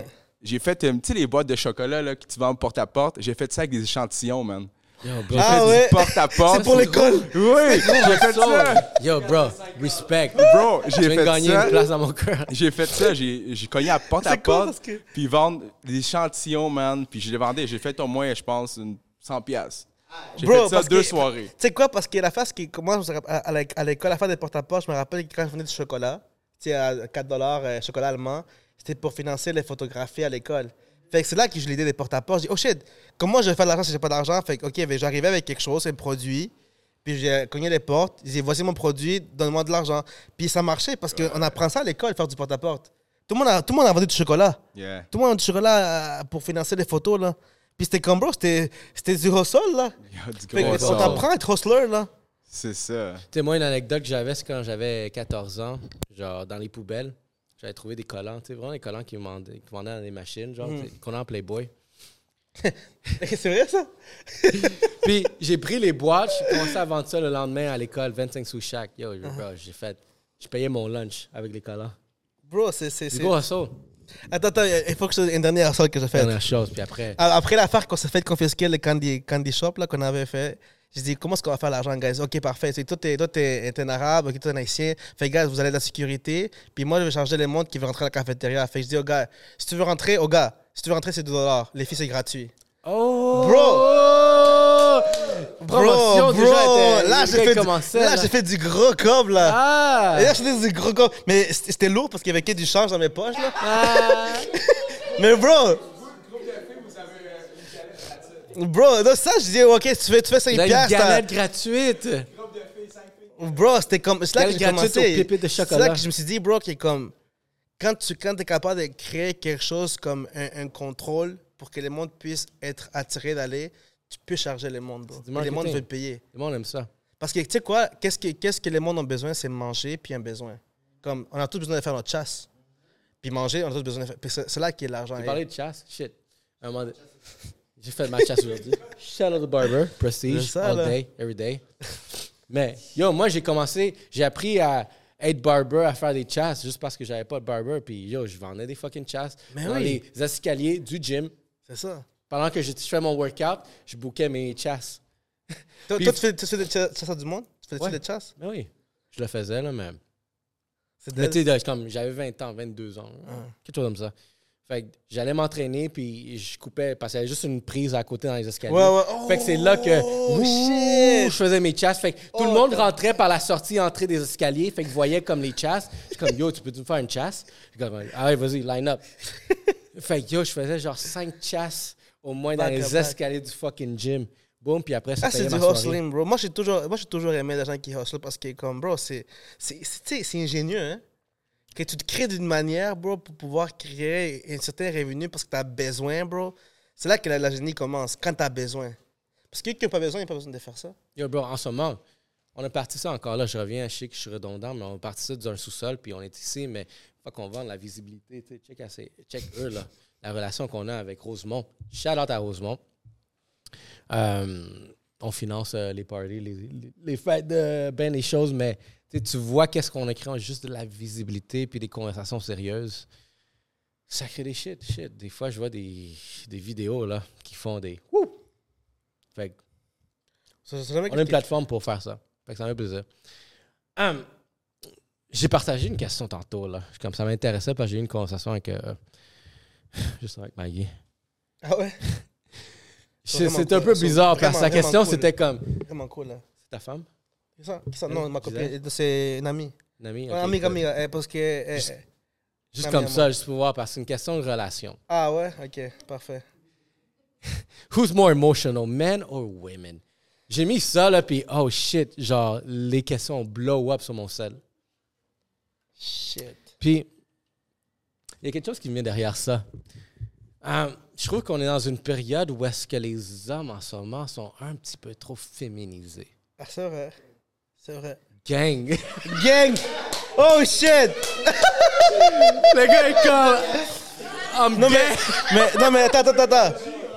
j'ai fait, euh, tu sais, les boîtes de chocolat là, que tu vends porte-à-porte. J'ai fait ça avec des échantillons, man. Yo, bro. J'ai Ah fait ouais. du porte-à-porte. C'est pour l'école. Oui, j'ai fait ça. Yo, bro, respect. Bro, Je j'ai viens de fait gagner ça. une place dans mon cœur. J'ai fait ça, j'ai, j'ai cogné à porte à C'est cool porte, parce que- puis vendre des échantillons, man, puis je les vendais. J'ai fait au moins, je pense, une cent piastres. J'ai Bro, fait ça parce deux que- soirées. Tu sais quoi, parce que la face qui commence à, à, à, à l'école, à faire des porte-à-porte, je me rappelle que quand je vendais du chocolat, tu sais, à quatre dollars, euh, chocolat allemand, c'était pour financer les photographies à l'école. Fait que c'est là que je l'idée des porte-à-porte. Je dis, oh shit, comment je vais faire de l'argent si j'ai pas d'argent? Fait que, ok, ben, j'arrivais avec quelque chose, un produit, puis j'ai cogné les portes, j'ai dit, voici mon produit, donne-moi de l'argent. Puis ça marchait parce qu'on apprend ça à l'école, faire du porte-à-porte. Tout le monde a, tout le monde a vendu du chocolat. Yeah. Tout le monde a du chocolat euh, pour financer les photos, là. Puis c'était comme, bro, c'était c'était du hustle, là. Yo, du Fait gros que on sort. t'apprend à être hustler, là. C'est ça. Tu sais, moi, une anecdote que j'avais, c'est quand j'avais quatorze ans, genre dans les poubelles, j'avais trouvé des collants, tu sais, vraiment des collants qui vendaient, qui vendaient dans des machines, genre, tu sais, collants en Playboy. C'est vrai, ça? Puis j'ai pris les boîtes, j'ai commencé à vendre ça le lendemain à l'école, vingt-cinq sous chaque. Yo, bro, j'ai fait, je payais mon lunch avec les collants. Bro, c'est... c'est, Du c'est... gros hustle. Attends, attends, il faut que je te dise une dernière chose que j'ai faite. Dernière chose, puis après, Après l'affaire qu'on s'est fait confisquer le candy, candy shop là, qu'on avait fait, j'ai dit, comment est-ce qu'on va faire l'argent, guys? Ok, parfait. C'est, toi, t'es, toi, t'es, t'es un arabe, ok, toi, t'es un haïtien. Fait, guys, vous allez de la sécurité. Puis moi, je vais charger les mondes qui veulent rentrer à la cafétéria. Fait, je dis aux gars, si tu veux rentrer, aux gars, si tu veux rentrer, c'est deux dollars. Les filles, c'est gratuit. oh! Bro! Promotion, bro, déjà, était- là, le j'ai gars, fait, il du, commençait, là, là. j'ai fait du gros cob, là. Ah! Et là, j'ai fait du gros cob. Mais c'était c'était lourd parce qu'il y avait que du change dans mes poches, là. Ah! Mais bro! Bro, non, ça, je dis, ok, tu fais, tu fais cinq Vous avez une piastres. t'as- galette gratuite! Bro, c'était comme. C'est là que j'ai Galette gratuite commencé. aux pépites de C'est chocolat. là que je me suis dit, bro, qui est comme. Quand tu quand es capable de créer quelque chose comme un, un contrôle pour que les mondes puissent être attirés d'aller, tu peux charger les mondes, bro. du Et les mondes marketing. veulent payer. Le monde aime ça. Parce que, tu sais quoi, qu'est-ce que, qu'est-ce que les mondes ont besoin, c'est manger puis un besoin. Comme, on a tous besoin de faire notre chasse. Puis manger, on a tous besoin de faire. Puis c'est, c'est là qu'il y a l'argent. J'ai parlé de chasse. Shit. Un moment donné- J'ai fait ma chasse aujourd'hui. Shout out to barber. Prestige. C'est ça, all là. day, every day. Mais, yo, moi, j'ai commencé, j'ai appris à être barber, à faire des chasses juste parce que j'avais pas de barber. Puis, yo, je vendais des fucking chasses Mais dans oui. les escaliers du gym. C'est ça. Pendant que je, je fais mon workout, je bookais mes chasses. Toi, Puis- toi, tu fais, tu fais des chasses chasses du monde? Tu fais Ouais. des chasses? Mais oui, je le faisais, là, mais... C'est Mais dead. tu sais, de- comme j'avais vingt ans, vingt-deux ans, quelque chose comme ça. Fait que j'allais m'entraîner, puis je coupais, parce qu'il y avait juste une prise à côté dans les escaliers. Ouais, ouais. Fait que c'est là que Oh, ouh, shit! je faisais mes chasses. Fait que tout Oh, le monde t'as- rentrait par la sortie, entrée des escaliers. Fait que je voyais comme les chasses. Je suis comme, yo, tu peux me faire une chasse? Je suis comme, ah ouais, vas-y, line up. Fait que yo, je faisais genre cinq chasses au moins dans Back les à back. escaliers du fucking gym. Boum, puis après, ça Ah, c'est payait du ma soirée. hustling, bro. Moi, j'ai toujours, moi, j'ai toujours aimé les gens qui hustlent parce que, comme, bro, c'est, c'est, c'est, tu sais, c'est ingénieux, hein? Que tu te crées d'une manière, bro, pour pouvoir créer un certain revenu parce que tu as besoin, bro. C'est là que la, la génie commence, quand tu as besoin. Parce que qui n'a pas besoin, il n'y a pas besoin de faire ça. Yo, bro, en ce moment, on a parti ça encore là. Je reviens, je sais que je suis redondant, mais on a parti ça d'un sous-sol, puis on est ici, mais faut qu'on vende la visibilité. Tu sais, check, assez- check eux, là, la relation qu'on a avec Rosemont. Shout out à Rosemont. Euh, on finance euh, les parties, les, les, les fêtes de ben les choses, mais tu sais, tu vois qu'est-ce qu'on a créé en juste de la visibilité puis des conversations sérieuses. Ça crée des shit, shit. Des fois, je vois des, des vidéos là qui font des wouh. Fait que Ça- c'est jamais on a une que- plateforme pour faire ça. Fait que ça me fait plaisir. Hum, j'ai partagé une question tantôt, là. Comme ça m'intéressait parce que j'ai eu une conversation avec... euh, juste avec Maggie. Ah ouais? C'est vraiment c'est un cool. peu C'est bizarre parce que vraiment, sa question, vraiment cool. c'était comme... Vraiment cool, là. C'est ta femme? Qui ça? Qui ça? Non, ma Gisèle? copine, c'est une amie. Une amie? Ouais, Ok, amiga, cool. amiga, eh, parce que... eh, Juste- eh. Juste Amie comme à ça, moi. juste pour voir, parce que c'est une question de relation. Ah ouais? OK, parfait. Who's more emotional, men or women? J'ai mis ça, là, puis oh shit, genre, les questions blow up sur mon sel. Shit. Puis, il y a quelque chose qui vient derrière ça. Euh, je trouve qu'on est dans une période où est-ce que les hommes, en ce moment, sont un petit peu trop féminisés. Ah, c'est vrai. C'est vrai. Gang! Gang! Oh shit! Le gars est comme... I'm Non, mais, gay. mais, non, mais attends, attends, attends.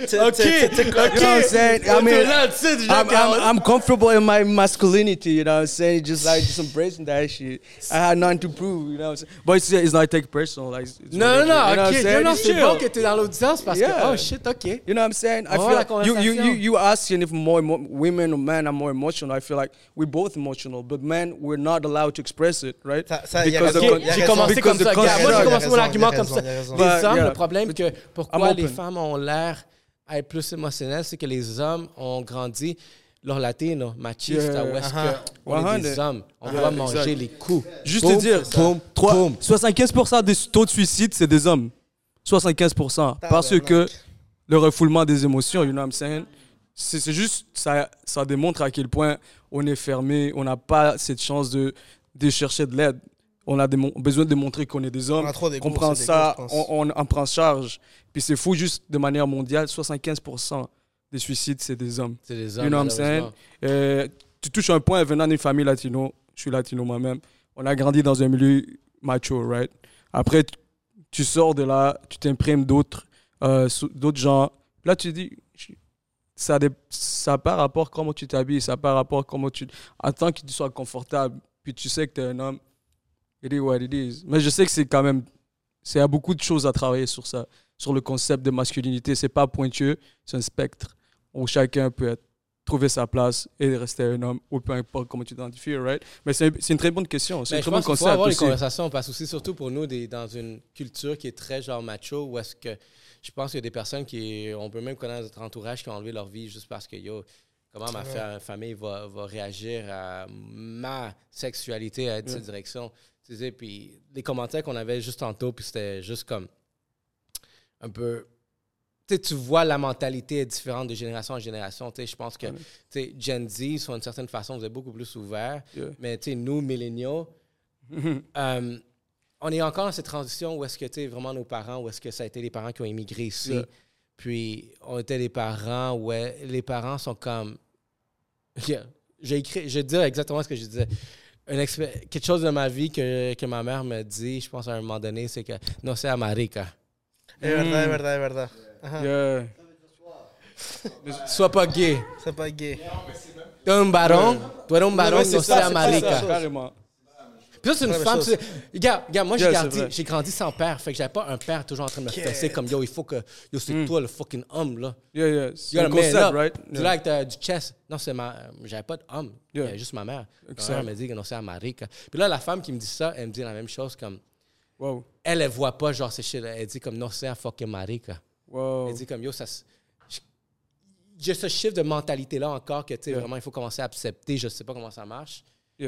Okay, You know what I'm saying? I mean, I'm, I'm, I'm comfortable in my masculinity, you know what I'm saying? Just like just embracing that shit. I had nothing to prove, you know what I'm saying? But it's, it's not take personal. Like, it's Non, non, whatever, non, you know what ok. I'm saying? Non, non, It's c'est chill. bon que t'es dans l'audience parce Yeah. que, oh shit, ok. You know what I'm saying? I On va feel la like you, you, you, conversation. you asking if more emo- women or men are more emotional. I feel like we're both emotional, but men, we're not allowed to express it, right? Ça- ça, y a Because raison, the Ok, il y a j'ai raison. commencé because comme the ça. Regarde, moi, j'ai construct- commencé mon Il y a argument raison, comme il y ça. a raison. Les But, hommes, yeah. le problème que pourquoi I'm les open. femmes ont l'air à être plus émotionnelles, c'est que les hommes ont grandi, los latinos, machistes, Yeah. où est-ce Uh-huh. qu'on est des one hundred. hommes. On Yeah, doit manger exact. les coups. Juste Boum, te dire, c'est ça. boum, trois- Boum. soixante-quinze pour cent des taux de suicide, c'est des hommes. soixante-quinze pour cent. Parce Tabarnak. que le refoulement des émotions, you know what I'm saying? C'est c'est juste, ça, ça démontre à quel point on est fermé, on n'a pas cette chance de, de chercher de l'aide. On a démon- besoin de démontrer qu'on est des hommes, On a trop d'ego, qu'on prend c'est ça, d'ego, je pense. on, on en prend charge. Puis c'est fou, juste de manière mondiale, soixante-quinze pour cent des suicides, c'est des hommes. C'est des hommes. You know what I'm saying? malheureusement. Euh, tu touches un point venant d'une famille latino. Je suis latino moi-même. On a grandi dans un milieu macho, right? Après, tu- tu sors de là, tu t'imprimes d'autres euh, sou- d'autres gens. Là, tu dis, je- ça n'a ça a pas rapport comment tu t'habilles, ça n'a pas rapport comment tu... Attends que tu sois confortable, puis tu sais que tu es un homme. It is what it is. Mais je sais que c'est quand même... Il y a beaucoup de choses à travailler sur ça, sur le concept de masculinité. C'est pas pointueux, c'est un spectre où chacun peut être, trouver sa place et rester un homme, ou peu importe comment tu t'identifies, right? Mais c'est c'est une très bonne question. C'est Ben, un je très bon pense qu'il faut concept avoir les aussi. conversations parce que aussi, surtout pour nous, des, dans une culture qui est très genre macho, où est-ce que je pense qu'il y a des personnes qui, on peut même connaître notre entourage qui ont enlevé leur vie juste parce que, yo, comment ma fa- famille va, va réagir à ma sexualité, à cette direction. Tu sais, puis les commentaires qu'on avait juste tantôt, puis c'était juste comme un peu... Tu sais, tu vois la mentalité est différente de génération en génération. Tu sais, je pense que tu sais, Gen Z, sur une certaine façon, vous êtes beaucoup plus ouverts. Yeah. Mais tu sais, nous, milléniaux, euh, on est encore dans cette transition où est-ce que, tu sais, vraiment nos parents, où est-ce que ça a été les parents qui ont immigré ici. Yeah. Puis, on était des parents où euh, les parents sont comme... Yeah. J'ai écrit, je vais te dire exactement ce que je disais. Une expé- quelque chose de ma vie que, que ma mère me dit, je pense à un moment donné, c'est que no sea marica. Es verdad, es verdad, es verdad. Ajá. Yeah. Sois pas gay. C'est pas gay. Tu es un baron, tu es un baron, Ouais, no c'est ça, sea c'est marica. ça, carrément. Puis ça, c'est une Ouais, mais femme. ça, tu sais, Regarde, regarde, moi, j'ai, Yeah, grandi, c'est vrai. j'ai grandi sans père. Fait que j'avais pas un père toujours en train de me fesser comme yo, il faut que. Yo, c'est toi le fucking homme, là. Yeah, yeah. C'est You un gotta man concept, up. right? Tu Yeah. là, avec ta- du chest. Non, c'est ma. euh, J'avais pas d'homme. Il y Yeah. avait juste ma mère. Ma Exact. mère me dit que non, c'est à marica. Puis là, la femme qui me dit ça, elle me dit la même chose comme. Wow. Elle, elle voit pas genre ces shit. Elle dit comme non, c'est à fucking marica. Wow. Elle dit comme yo, ça. s- j- J'ai ce chiffre de mentalité-là encore que, tu sais, Yeah. vraiment, il faut commencer à accepter. Je sais pas comment ça marche. Yeah.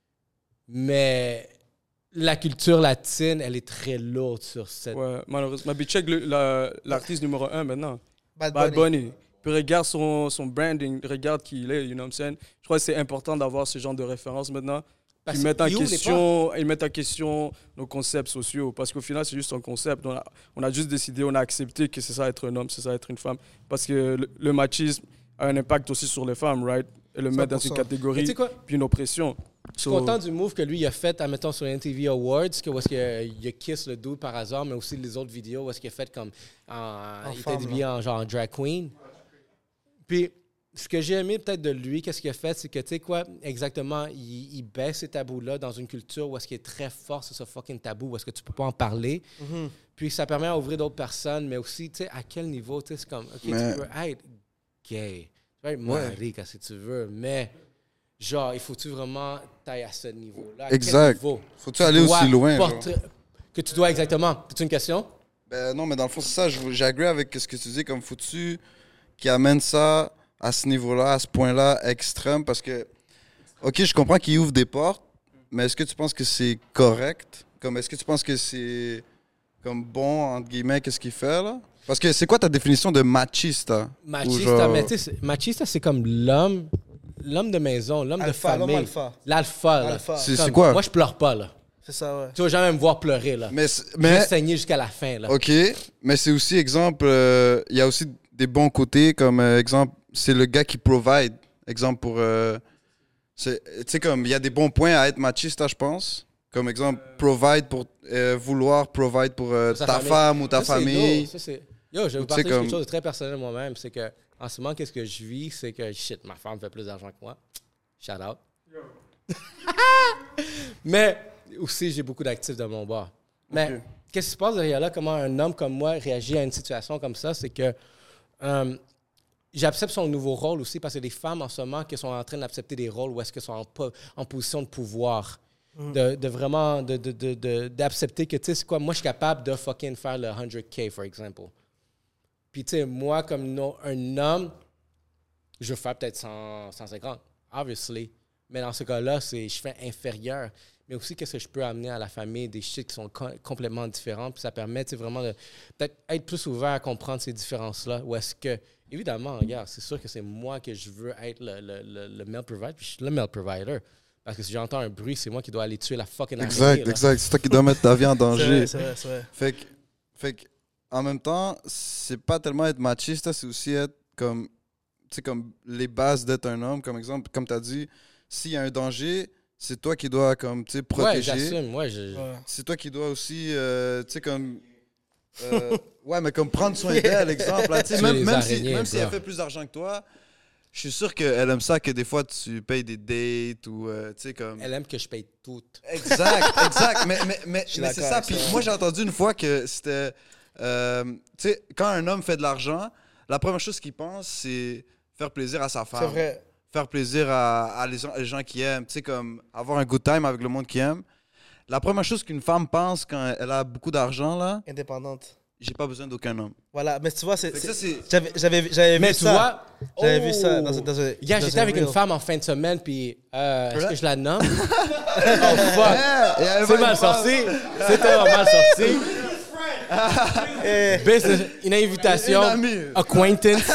Mais la culture latine, elle est très lourde sur cette. Ouais, malheureusement. Mais check le- la- l'artiste numéro un maintenant. Bad Bad Bunny. Bunny. Puis regarde son, son branding, regarde qui il est, you know what I'm saying? Je crois que c'est important d'avoir ce genre de références maintenant. Parce Ils mettent, en qu'ils ouvrent les question, ils mettent en question nos concepts sociaux. Parce qu'au final, c'est juste un concept. On a, on a juste décidé, on a accepté que c'est ça être un homme, c'est ça être une femme. Parce que le, le machisme a un impact aussi sur les femmes, right? Et le mettre dans une cent pour cent. Mais catégorie, tu sais quoi? puis une oppression. Je suis content du move que lui il a fait, admettons, sur M T V Awards, que où est-ce qu'il a, il a kiss le dude par hasard, mais aussi les autres vidéos où est-ce qu'il a fait comme. En, il était femme, habillé en genre drag queen. Puis, ce que j'ai aimé peut-être de lui, qu'est-ce qu'il a fait, c'est que, tu sais quoi, exactement, il, il baisse ces tabous-là dans une culture où est-ce qu'il est très fort sur ce fucking tabou, où est-ce que tu peux pas en parler. Puis, ça permet d'ouvrir d'autres personnes, mais aussi, tu sais, à quel niveau, tu sais, c'est comme, OK, Mais- tu peux être gay, tu peux être marié si tu veux, mais. Genre, il faut-tu vraiment tailler à ce niveau-là? À quel Exact. niveau? Faut-tu aller dois aussi loin? genre? porter- Que tu dois exactement. C'est une question? Ben non, mais dans le fond, c'est ça. je- J'agree avec ce que tu dis. Comme faut-tu qui amène ça à ce niveau-là, à ce point-là extrême? Parce que, OK, je comprends qu'il ouvre des portes, mais est-ce que tu penses que c'est correct? Comme, est-ce que tu penses que c'est comme bon, entre guillemets, qu'est-ce qu'il fait, là? Parce que c'est quoi ta définition de machista? Ou Machista, genre- mais tu sais, c'est- machista, c'est comme l'homme, l'homme de maison, l'homme de Alpha, l'homme famille. alpha. L'alpha, là. Alpha. C'est Comme, c'est quoi? Moi, je pleure pas, là. C'est ça, ouais. Tu vas jamais me voir pleurer, là. Mais, c'est- Je vais mais saigner jusqu'à la fin, là. OK, mais c'est aussi, exemple, euh, il y a aussi des bons côtés, comme euh, exemple, c'est le gars qui provide. Exemple pour... euh, c'est- tu sais, comme, il y a des bons points à être machista, je pense. Comme exemple, provide pour... euh, vouloir provide pour euh, Pour sa ta famille. femme ou ta Ça, c'est famille. lourd. Ça, c'est- Yo, je vais Ou vous tu sais, partager comme- quelque chose de très personnel moi-même. C'est que, en ce moment, qu'est-ce que je vis? C'est que, shit, ma femme fait plus d'argent que moi. Shout out. Mais aussi, j'ai beaucoup d'actifs de mon bord. Mais Ok. qu'est-ce qui se passe derrière là? Comment un homme comme moi réagit à une situation comme ça? C'est que euh, j'accepte son nouveau rôle aussi parce que des femmes en ce moment qui sont en train d'accepter des rôles où est-ce qu'elles sont en, po- en position de pouvoir. De, de vraiment, de, de, de, de- d'accepter que, tu sais, c'est quoi, moi, je suis capable de fucking faire le one hundred K, par exemple. Puis, tu sais, moi, comme no- un homme, je vais faire peut-être cent, cent cinquante, obviously. Mais dans ce cas-là, c'est, je fais inférieur. Mais aussi, qu'est-ce que je peux amener à la famille, des shit qui sont co- complètement différents. Puis ça permet, tu sais, vraiment de peut-être être plus ouvert à comprendre ces différences-là. Ou est-ce que, évidemment, regarde, c'est sûr que c'est moi que je veux être le, le, le, le male provider, puis je suis le male provider. Parce que si j'entends un bruit, c'est moi qui dois aller tuer la fucking araignée, Exact, là. exact. C'est toi qui dois mettre ta vie en C'est danger. vrai, c'est vrai, c'est vrai. Fait que, fait que, en même temps, c'est pas tellement être machiste, c'est aussi être comme, tu sais, comme les bases d'être un homme. Comme exemple, comme tu as dit, s'il y a un danger, c'est toi qui dois, comme, tu sais, Ouais, protéger. j'assume. Moi, je... Ouais. C'est toi qui dois aussi, euh, tu sais, comme. euh, ouais, mais comme prendre soin d'elle, exemple. là, tu sais, Tuer même les même si, araignées, même si elle bro. fait plus d'argent que toi, je suis sûr qu'elle aime ça que des fois tu payes des dates ou, euh, tu sais, comme. Elle aime que je paye tout. Exact, exact. Mais, mais, mais, suis mais c'est d'accord ça. avec Puis ça. moi, j'ai entendu une fois que c'était. euh, tu sais, quand un homme fait de l'argent, la première chose qu'il pense, c'est faire plaisir à sa femme. C'est vrai. Faire plaisir à, à les, gens, les gens qui aiment. Tu sais, comme avoir un good time avec le monde qui aime. La première chose qu'une femme pense quand elle a beaucoup d'argent, là, Indépendante. j'ai pas besoin d'aucun homme. Voilà, mais tu vois, c'est. Fait que ça, c'est- c'est. J'avais, j'avais, j'avais Mais vu tu ça. vois... J'avais Oh! vu ça dans, un- dans un. Gars, dans j'étais un avec une reel. femme en fin de semaine, puis euh, est-ce Ouais. que je la nomme? Oh fuck! Yeah, C'est mal sorti. C'était mal sorti. Eh, Business, une invitation, Une amie. acquaintance.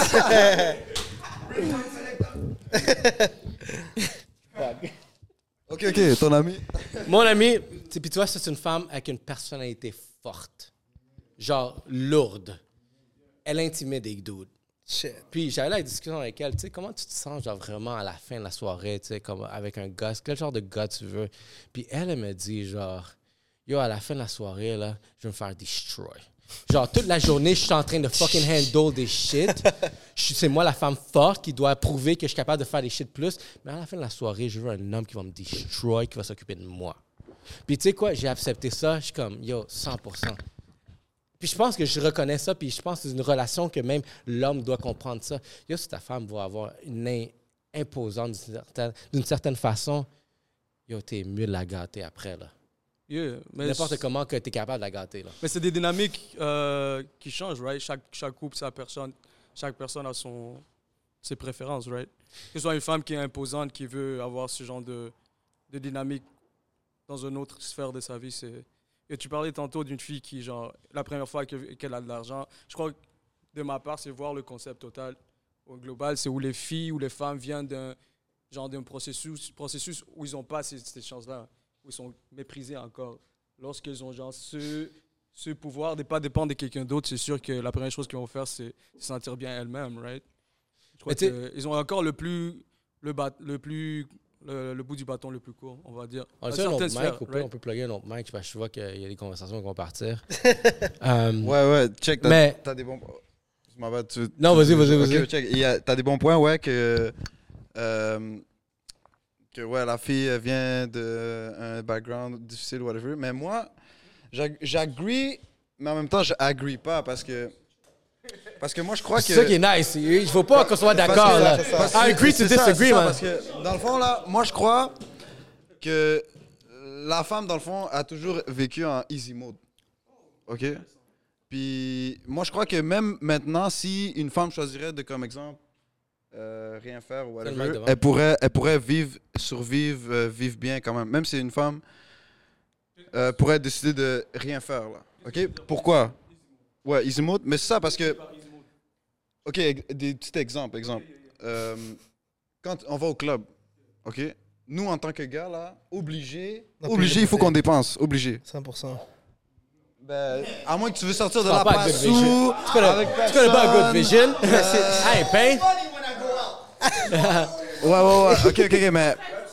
Ok, ok, ton ami. Mon ami, tu sais, puis tu vois, c'est une femme avec une personnalité forte. Genre, lourde. Elle intimide des dudes. shit. Puis j'avais la discussion avec elle, tu sais, comment tu te sens, genre, vraiment à la fin de la soirée, tu sais, comme avec un gars, quel genre de gars tu veux. Puis elle, elle me dit, genre, yo, à la fin de la soirée, là, je vais me faire destroy. Genre, toute la journée, je suis en train de fucking handle des shit. Je suis- C'est moi la femme forte qui doit prouver que je suis capable de faire des shit plus. Mais à la fin de la soirée, je veux un homme qui va me destroy, qui va s'occuper de moi. Puis tu sais quoi, j'ai accepté ça. Je suis comme, yo, cent pour cent. Puis je pense que je reconnais ça, puis je pense que c'est une relation que même l'homme doit comprendre ça. Yo, si ta femme va avoir une in- imposante d'une certaine, d'une certaine façon, yo, t'es mieux de la gâter après, là. Yeah, mais N'importe c'est- comment que t'es capable de la gâter, là. Mais c'est des dynamiques euh, qui changent, right? Chaque, chaque couple, sa personne, chaque personne a son, ses préférences, right? Que ce soit une femme qui est imposante, qui veut avoir ce genre de, de dynamique dans une autre sphère de sa vie, c'est... Et tu parlais tantôt d'une fille qui, genre, la première fois que- qu'elle a de l'argent, je crois que de ma part, c'est voir le concept total au global, c'est où les filles ou les femmes viennent d'un genre d'un processus, processus où ils n'ont pas ces, ces chances-là, où ils sont méprisés encore. Lorsqu'ils ont genre ce, ce pouvoir de ne pas dépendre de quelqu'un d'autre, c'est sûr que la première chose qu'ils vont faire, c'est se sentir bien elles-mêmes, right? Je crois Mais t'sais- qu'ils ont encore le plus, le, bat, le plus, le, le bout du bâton le plus court, on va dire. On À a un autre certaines mic sphères, ou pas? right? On peut plugger un autre mic parce que je vois qu'il y a des conversations qui vont partir. Euh, Ouais, ouais, check. T'as, Mais- t'as des bons. Je m'en vais. Tu, Non, tu- vas-y, vas-y, ok, vas-y. check. Il y a- T'as des bons points, ouais, que. euh, que, ouais, la fille elle vient d'un background difficile, whatever. Mais moi, j'ag- j'agree, mais en même temps, j'agree pas parce que. Parce que moi, je crois que. c'est ça qui est nice. Il faut pas qu'on soit Parce d'accord, que- là. parce que- I agree to c'est ça, disagree, c'est ça, man. Parce que, dans le fond, là, moi, je crois que la femme, dans le fond, a toujours vécu en easy mode. OK? Puis, moi, je crois que même maintenant, si une femme choisirait de, comme exemple, euh, rien faire ou Fais le mic whatever, devant. elle pourrait, elle pourrait vivre, survivre, euh, vivre bien quand même. Même si une femme euh, pourrait décider de rien faire, là. OK? Pourquoi? Ouais, easy mode. Mais c'est ça parce que... OK, des petits exemples. Exemple. Euh, quand on va au club, OK? Nous, en tant que gars, là, obligé, Non, obligé, plus il faut de- qu'on dépense. Obligé. cent pour cent. Ben, à moins que tu veux sortir de Tu là parles pas pas à Good sous, Vision. Tu connais, avec tu connais pas Good personne. Vision? Hey, pain. Funny when I go out. Ouais, ouais, ouais. OK, OK, OK, mais...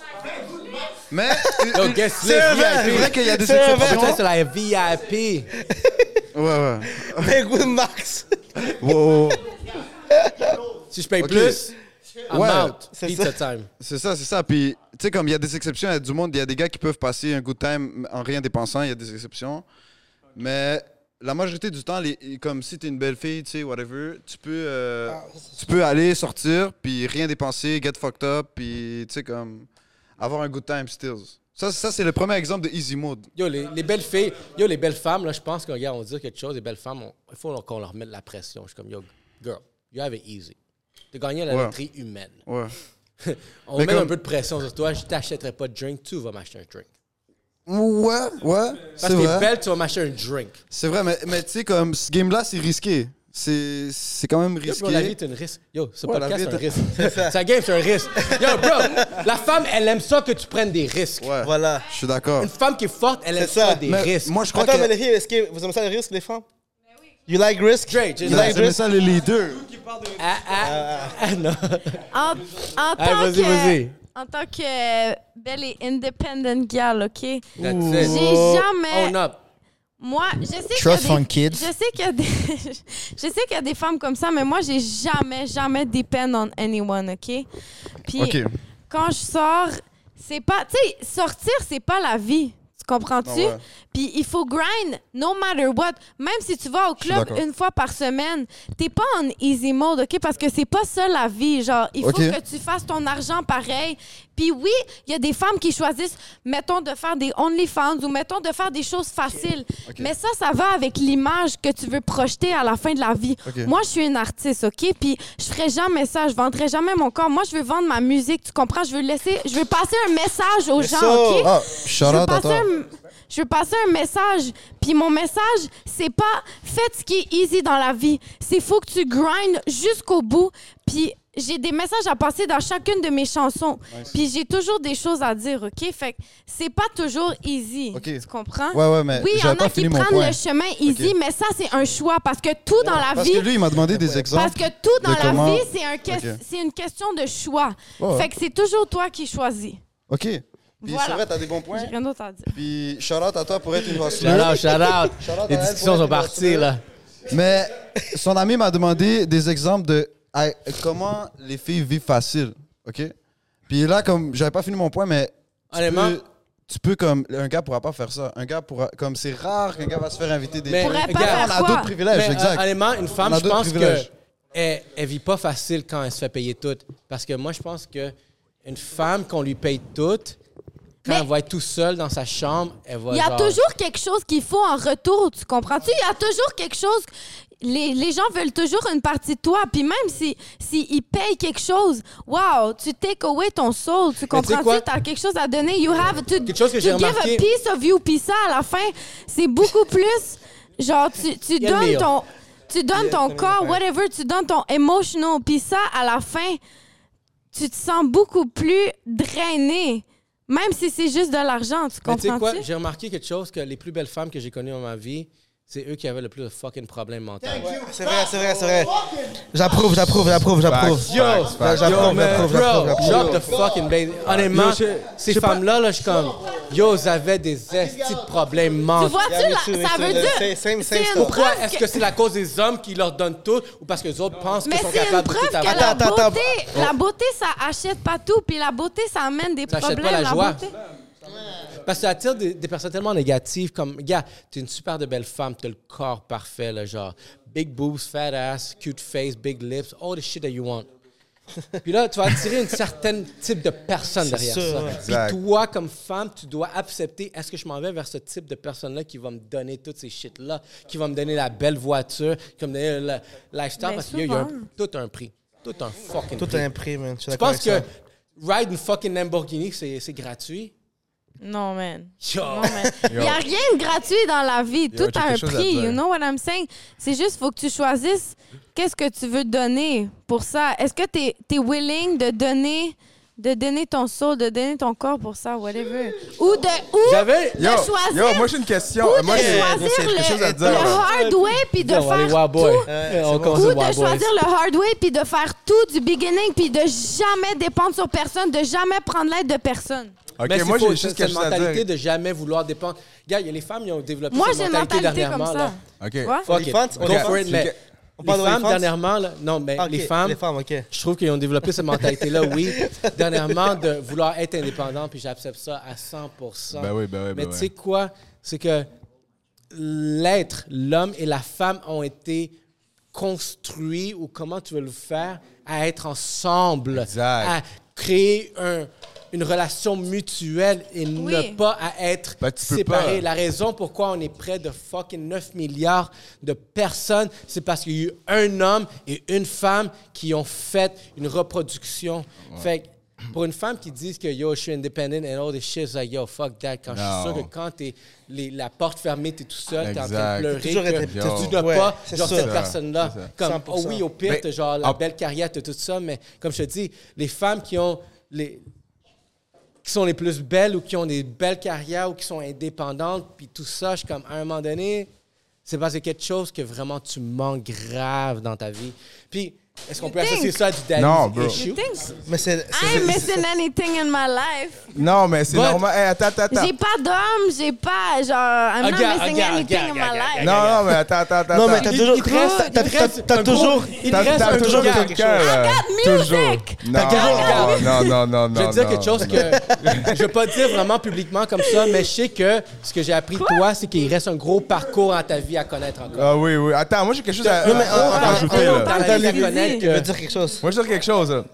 Mais... Yo, guess C'est list, vrai, V I P. c'est vrai qu'il y a des C'est vrai, exceptions. c'est la V I P. Ouais, ouais. Mais good Max. Wow. Si je paye Ok. plus, I'm Ouais, out. c'est Pizza ça. time. C'est ça, c'est ça. Puis, tu sais, comme il y a des exceptions, il y a du monde, il y a des gars qui peuvent passer un good time en rien dépensant, il y a des exceptions. Mais la majorité du temps, les, comme si t'es une belle fille, tu sais, whatever, tu peux, euh, tu peux aller sortir, puis rien dépenser, get fucked up, puis, tu sais, comme avoir un good time stills. Ça, ça c'est le premier exemple de easy mode. Yo, les, les belles filles, yo, les belles femmes, là, je pense qu'on regarde, on dit quelque chose, les belles femmes, on- il faut qu'on leur mette de la pression. Je suis comme, yo, girl, you have it easy. T'as gagné la Ouais. loterie humaine. Ouais. On Mais met comme- un peu de pression sur toi, je t'achèterai pas de drink, tu vas m'acheter un drink. Ouais, ouais, Parce c'est que t'es vrai. belle, tu vas m'acheter un drink. C'est vrai, mais, mais tu sais, comme ce game-là, c'est risqué. C'est c'est quand même Yo, risqué. bro, la vie est un risque. Yo, ce Ouais, la podcast, vie c'est un est risque. Sa game, c'est un risque. Yo, bro, la femme, elle aime ça que tu prennes des risques. Ouais, Voilà. je suis d'accord. Une femme qui est forte, elle aime C'est ça, ça. des Mais risques. moi, je crois Attends, que... mais les filles, est-ce que vous aimez ça les risques, les femmes? You like risk? Drake, You j'ai- like C'est risk? ça, les leaders. Ah, ah, ah, non. En, en Ah, tant vas-y, que, vas-y. en tant que euh, belle et independent gal, OK? That's it. J'ai jamais... Own up. Moi, je sais qu'il y a Trust des... fund kids. Je sais qu'il y a des... je sais qu'il y a des femmes comme ça, mais moi, j'ai jamais, jamais depend on anyone, OK? Puis, OK. quand je sors, c'est pas... Tu sais, sortir, c'est pas la vie. Tu comprends-tu? Ah ouais. Puis il faut grind no matter what. Même si tu vas au suis club d'accord. une fois par semaine, t'es pas en easy mode, OK? Parce que c'est pas ça la vie. Genre, il faut OK. que tu fasses ton argent pareil. Puis oui, il y a des femmes qui choisissent, mettons, de faire des OnlyFans ou mettons, de faire des choses faciles. OK. Mais ça, ça va avec l'image que tu veux projeter à la fin de la vie. OK. Moi, je suis une artiste, OK? Puis je ferai jamais ça. Je vendrai jamais mon corps. Moi, je veux vendre ma musique, tu comprends? Je veux laisser... Je veux passer un message aux gens, ça. OK? Ah, Je shout veux out à passer toi. un- je veux passer un message. Puis mon message, c'est pas faites ce qui est easy dans la vie. C'est faut que tu grindes jusqu'au bout. Puis j'ai des messages à passer dans chacune de mes chansons. Puis j'ai toujours des choses à dire, OK? Fait que c'est pas toujours easy. OK. Tu comprends? Ouais, ouais, mais Oui, il y en j'avais pas a qui fini mon prennent point. le chemin easy, OK. mais ça, c'est un choix. Parce que tout dans la Parce vie... que lui, il m'a demandé des exemples. Parce que tout dans de la comment- vie, c'est un que- OK. c'est une question de choix. Ouais, ouais. Fait que c'est toujours toi qui choisis. OK. Puis Voilà. c'est vrai, t'as des bons points. J'ai rien d'autre à dire. Puis shout out à toi pour être une Shout hustler. out, shout out. Shout out Les à elle discussions pour sont être parties, hustler. là. Mais son ami m'a demandé des exemples de à- comment les filles vivent facile. OK? Puis là, comme j'avais pas fini mon point, mais tu Honnêtement- peux, tu peux comme un gars pourra pas faire ça. Un gars pourra comme c'est rare qu'un gars va se faire inviter des Mais- trucs. Pourrait pas regarde, faire On a quoi? d'autres privilèges, Mais, euh, exact. honnêtement, une femme, On a je d'autres pense privilèges. qu'elle elle vit pas facile quand elle se fait payer tout. Parce que moi, je pense que une femme qu'on lui paye tout, quand Mais- elle va être tout seule dans sa chambre, elle va Il y a genre- toujours quelque chose qu'il faut en retour, tu comprends-tu? Il y a toujours quelque chose... Les, les gens veulent toujours une partie de toi, puis même si, si ils payent quelque chose, wow, tu take away ton soul, tu sais comprends-tu? quoi? Tu as quelque chose à donner. You have to, Quelque chose que to j'ai give remarqué- a piece of you, puis ça, à la fin, c'est beaucoup plus... Genre, tu, tu Il y a le donnes meilleur. ton... Tu donnes ton corps, whatever, tu donnes ton emotional, puis ça, à la fin, tu te sens beaucoup plus drainé, même si c'est juste de l'argent, tu Mais tu sais quoi, comprends-tu? j'ai remarqué quelque chose, que les plus belles femmes que j'ai connues dans ma vie, c'est eux qui avaient le plus de fucking problèmes mentaux. C'est vrai, c'est vrai, c'est vrai. J'approuve, j'approuve, j'approuve, j'approuve. Facts, facts, facts. J'approuve, man, j'approuve, bro, j'approuve, j'approuve. drop the fucking baby. Honnêtement, Yo, je- ces je sais pas- femmes-là, là, je suis comme, yo, ils avaient des estis de problèmes Tu mentaux. vois-tu, Yeah, me là, too, me ça too. veut The dire... same- same- c'est same une stuff. Pourquoi preuve est-ce que c'est la cause des hommes qui leur donnent tout ou parce que les autres pensent Mais qu'ils sont c'est une capables de preuve tout que avoir? la Attends, attends, beauté, la beauté, ça achète pas tout, puis la beauté, ça amène des Ça achète problèmes. pas la joie. beauté. Parce que ça attire des, des personnes tellement négatives comme, gars, t'es une super de belle femme, t'as le corps parfait, là, genre, big boobs, fat ass, cute face, big lips, all the shit that you want. Puis là, tu vas attirer un certain type de personne derrière sûr, ça. ouais. Exact. Puis toi, comme femme, tu dois accepter, est-ce que je m'en vais vers ce type de personne-là qui va me donner toutes ces shit-là, qui va me donner la belle voiture, qui va me donner le lifestyle, Ben, parce qu'il y a, il y a un- souvent. tout un prix. Tout un fucking Tout prix. a un prix, man. Je suis Tu d'accord penses avec que ça. ride une fucking Lamborghini, c'est c'est gratuit? Non, man. Yo. Non, man. Il n'y a rien de gratuit dans la vie. Yo, Tout j'ai a un quelque chose à prix. dire. You know what I'm saying? C'est juste, faut que tu choisisses qu'est-ce que tu veux donner pour ça. Est-ce que tu es willing de donner, de donner ton soul, de donner ton corps pour ça, whatever? Ou de, ou J'avais- de Yo, choisir, yo, moi j'ai une question. ou de Moi j'ai choisir j'ai quelque chose à le, dire. le là. hard way puis de Yo, on va aller faire Wild Boy. tout. Ouais, on c'est commence Ou le de Wild Boys. choisir le hard way puis de faire tout du beginning puis de jamais dépendre sur personne, de jamais prendre l'aide de personne. Ok, Mais moi c'est faux, j'ai c'est- juste c'est quelque une chose à mentalité dire. de jamais vouloir dépendre. Regarde, il y a les femmes qui ont développé Moi, cette j'ai une mentalité mentalité comme dernièrement. ça. là. Ok. Tu vois? Fuck it. OnlyFans, Go OnlyFans, for it, c'est mais que- On les parle de femmes, OnlyFans? dernièrement, là, non, mais Ah, ok, les femmes, Les femmes, OK. je trouve qu'ils ont développé cette mentalité-là, oui. Dernièrement, de vouloir être indépendant, puis j'accepte ça à cent pour cent. Ben oui, ben oui, ben Mais oui. tu sais quoi? C'est que l'être, l'homme et la femme ont été construits, ou comment tu veux le faire, à être ensemble, Exact. à créer un, une relation mutuelle et Oui. ne pas à être Ben, tu peux séparés. pas. La raison pourquoi on est près de fucking neuf milliards de personnes, c'est parce qu'il y a eu un homme et une femme qui ont fait une reproduction. Fait que pour une femme qui dit que yo, je suis independent and all this shit, it's like yo, fuck that. Quand je suis Non. sûr que quand t'es les, la porte fermée, t'es tout seul, t'es en train Exact. de pleurer, Toujours que être- tu Yo. dois Ouais, pas, c'est genre ça. cette personne-là. C'est ça. Comme, cent pour oh cent. oui, au pire, Mais- t'as genre la Ah. belle carrière, t'as tout ça, mais comme je te dis, les femmes qui ont les qui sont les plus belles ou qui ont des belles carrières ou qui sont indépendantes, puis tout ça, je suis comme, à un moment donné, c'est parce que c'est quelque chose que vraiment tu manques grave dans ta vie. Puis, est-ce qu'on peut think? associer ça à du daddy Non, bro. issue? You think Mais c'est... I ain't missing anything in my life. Non, mais c'est But- normal. Hey, attends, attends, attends. J'ai pas d'homme, j'ai pas, genre, I'm not Regarde, missing regarde, anything in regarde, my regarde, life. Non, non, mais attends, attends, attends. Non, mais attends. t'as Il- toujours... il te reste- t'as- il te t'as- reste T'as un toujours... gros- il te T'as reste t'as un toujours gros gars. quelqu'un, là. I got Toujours. music. Non, T'as toujours- non, non, non, non. Je vais te dire non. quelque chose que je vais pas dire vraiment publiquement comme ça, mais je sais que ce que j'ai appris de toi, c'est qu'il reste un gros parcours dans ta vie à connaître encore. Ah oui, oui. Attends, moi j'ai quelque chose à, Non, mais à- à on- rajouter, on- là. on- Dans la Attends, vie à lui, connaître Je veux que... dire quelque chose. Moi je veux dire quelque chose, là.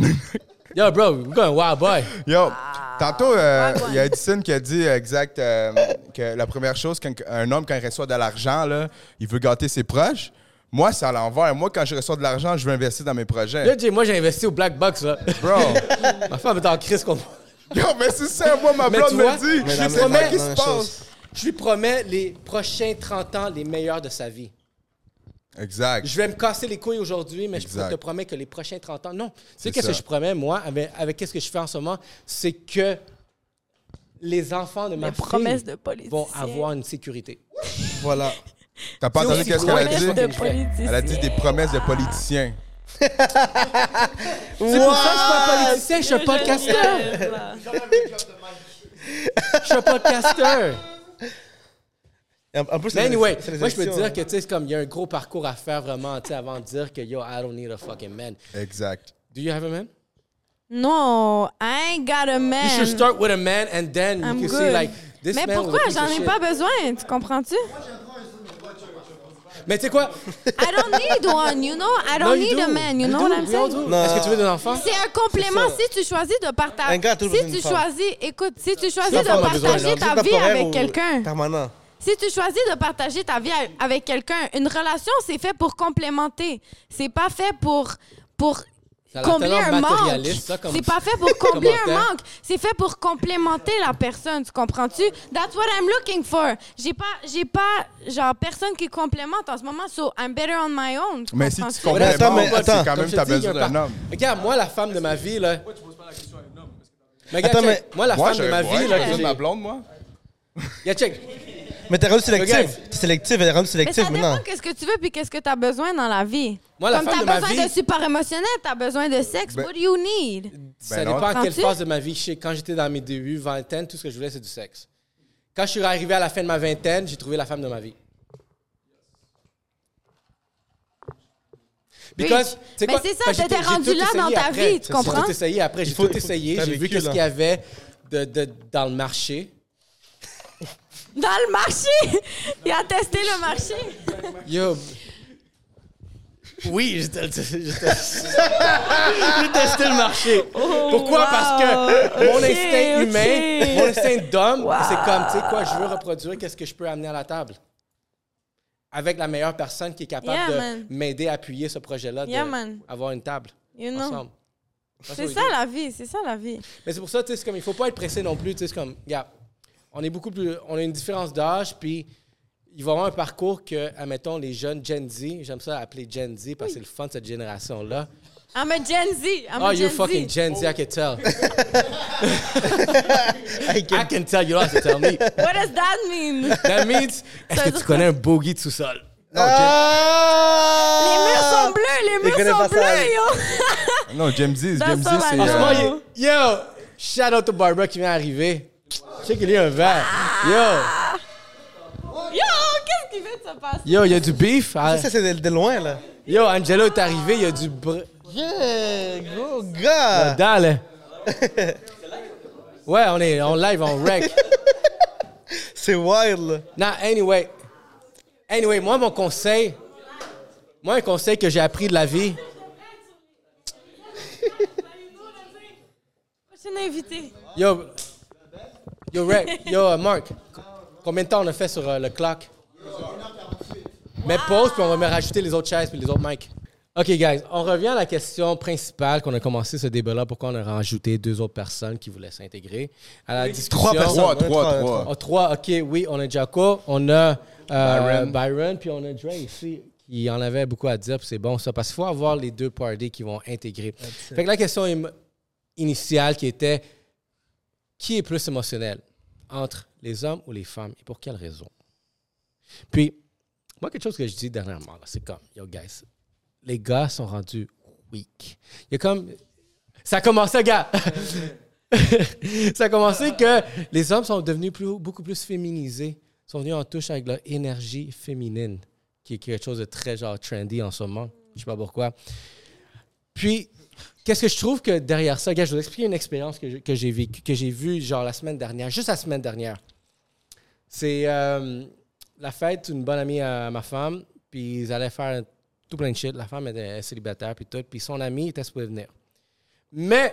Yo, bro, we're going wild boy. Yo, tantôt, euh, ouais, ouais. il y a Edison qui a dit euh, exact euh, que la première chose qu'un un homme, quand il reçoit de l'argent, là, il veut gâter ses proches. Moi, c'est à l'envers. Moi, quand je reçois de l'argent, je veux investir dans mes projets. Là, Jay, moi, j'ai investi au Black Box, là. Bro. Ma femme est en crise contre moi. Yo, mais c'est ça, moi, ma Mais blonde tu me vois, dit. mais Je la sais même- pas la qu'est-ce qui même se chose. passe. Je lui promets les prochains trente ans les meilleurs de sa vie. Exact. Je vais me casser les couilles aujourd'hui, mais Exact. je te promets que les prochains trente ans... Non. Tu sais C'est qu'est-ce ça. que je promets, moi, avec, avec qu'est-ce que je fais en ce moment? C'est que les enfants de ma Les promesses fille de politiciens. vont avoir une sécurité. Voilà. T'as pas C'est entendu aussi qu'est-ce qu'elle a promesse dit? de politiciens. Elle a dit des promesses de politiciens. C'est pour ça que je suis pas un politicien, je suis un podcasteur. Je suis un podcasteur. En en plus, Mais c'est- anyway, c'est les moi, je peux te élections, dire hein. que, tu sais, c'est comme, il y a un gros parcours à faire vraiment, tu sais, avant de dire que, yo, I don't need a fucking man. Exact. Do you have a man? No, I ain't got a man. You should start with a man and then I'm you can good. see, like, this Mais man was pourquoi? a piece J'en of ai shit. pas besoin, tu comprends-tu? Mais tu sais quoi? I don't need one, you know? I No, don't you need a do. man, you You know do. what I'm We all saying? do. Non. Est-ce que tu veux des enfants? C'est un complément C'est si tu choisis de Un partager. gars a toujours besoin Si d'une tu femme. choisis, écoute, si tu choisis La de femme a besoin, partager là. ta C'est vie temporaire avec ou quelqu'un, Permanent. si tu choisis de partager ta vie avec quelqu'un, une relation, c'est fait pour complémenter. C'est pas fait pour pour Ça a l'air combler tellement un manque. matérialiste, ça, comme- C'est pas fait pour combler un commentaire. manque. C'est fait pour complémenter la personne, tu comprends-tu? That's what I'm looking for. J'ai pas, j'ai pas, genre, personne qui complémente en ce moment, so I'm better on my own. tu Mais si tu comprends-tu? comprends attends, mais c'est attends. quand Comme même, je te t'as dis, il y a besoin un d'un par- homme. Regarde, moi, la femme de ma vie, là... Mais regarde, Attends, check. mais- Moi, la Moi, femme de j'aurais ma ouais, vie, j'ai là... besoin que de ma j'ai- blonde, moi. Regarde, check. Mais t'es rendu sélectif. Regarde. T'es sélectif, elle est rendue Mais sélective ça maintenant. dépend qu'est-ce que tu veux puis qu'est-ce que tu as besoin dans la vie. Moi, la Comme femme tu de as ma besoin vie- de support émotionnel, tu as besoin de sexe, Ben- what do you need? Ça Ben non. dépend à quelle Comprends-tu? phase de ma vie. Je sais, quand j'étais dans mes débuts, vingtaine, tout ce que je voulais, c'est du sexe. Quand je suis arrivé à la fin de ma vingtaine, j'ai trouvé la femme de ma vie. Because, tu sais Mais quoi? c'est ça, Parce que t'étais j'ai tout rendu là essayé dans ta après. vie, tu J'ai comprends? tout essayé après. J'ai faut- tout il faut- essayé. t'as J'ai vu vécu, qu'est-ce là. qu'il y avait de, de- dans le marché. Dans le marché! Il a testé le marché. Yo. Oui, j'ai j'ai- j'ai- j'ai testé le marché. Pourquoi? wow. Parce que mon Ok, instinct ok. humain, mon instinct d'homme, Wow. c'est comme, tu sais quoi, je veux reproduire qu'est-ce que je peux amener à la table. Avec la meilleure personne qui est capable Yeah, de man. m'aider à appuyer ce projet-là, Yeah, de man. avoir une table You know. ensemble. That's C'est what we ça do. la vie, c'est ça la vie. Mais c'est pour ça, tu sais, c'est comme, il faut pas être pressé non plus, tu sais, c'est comme, regarde, on est beaucoup plus, on a une différence d'âge, puis il va y avoir un parcours que, admettons, les jeunes Gen Z, j'aime ça appeler Gen Z parce que c'est le fun de cette génération-là. I'm a Gen Z. I'm Oh, a you're Gen fucking Z. Gen Z, I can tell. I I can- can tell, you don't have to tell me. What does that mean? That means, est-ce Ça que veut tu dire connais un bogey de sous-sol? Non, Ah! Les murs sont bleus, les murs connais sont pas ça. bleus, yo! Non, James Z, That's James Z, all I c'est. know. En ce moment, euh, il- yo, shout out to Barbara qui vient d'arriver. Je sais qu'il y a un verre. Yo, Yo, qu'est-ce qui vient de se passer? Yo, il y a du beef. Ah, Ça, ça, c'est de, de loin, là. Yo, Angelo est arrivé, il y a du... Br... Yeah, gros gars. Là-dedans, là. Ouais, on est en live, en rec. C'est wild, là. Non, anyway. Anyway, moi, mon conseil... Moi, un conseil que j'ai appris de la vie... Prochain invité. Yo... Yo, Rec. Yo, uh, Mark. Combien de temps on a fait sur uh, le clock? Mets pause, puis on va me rajouter les autres chaises puis les autres mics. OK, guys, on revient à la question principale qu'on a commencé ce débat-là. Pourquoi on a rajouté deux autres personnes qui voulaient s'intégrer à la discussion. Trois personnes. Trois, ouais, trois, trois. Oh, trois, OK, oui, on a Jaco, on a euh, Byron. Byron, puis on a Dre ici, qui en avait beaucoup à dire, puis c'est bon ça, parce qu'il faut avoir les deux parties qui vont intégrer. Fait que la question im- initiale qui était, qui est plus émotionnel entre les hommes ou les femmes, et pour quelle raison? Puis, moi, quelque chose que je dis dernièrement, là, c'est comme, yo, guys, les gars sont rendus weak. Il y a comme... Ça a commencé, gars! Ça a commencé que les hommes sont devenus plus, beaucoup plus féminisés, sont venus en touche avec leur énergie féminine, qui est quelque chose de très genre trendy en ce moment. Je sais pas pourquoi. Puis, qu'est-ce que je trouve que derrière ça, gars, je vais vous expliquer une expérience que, je- que j'ai vécue, que j'ai vue genre la semaine dernière, juste la semaine dernière. C'est euh, la fête d'une bonne amie à ma femme, puis ils allaient faire tout plein de shit. La femme était célibataire, puis tout, puis son ami était supposé venir. Mais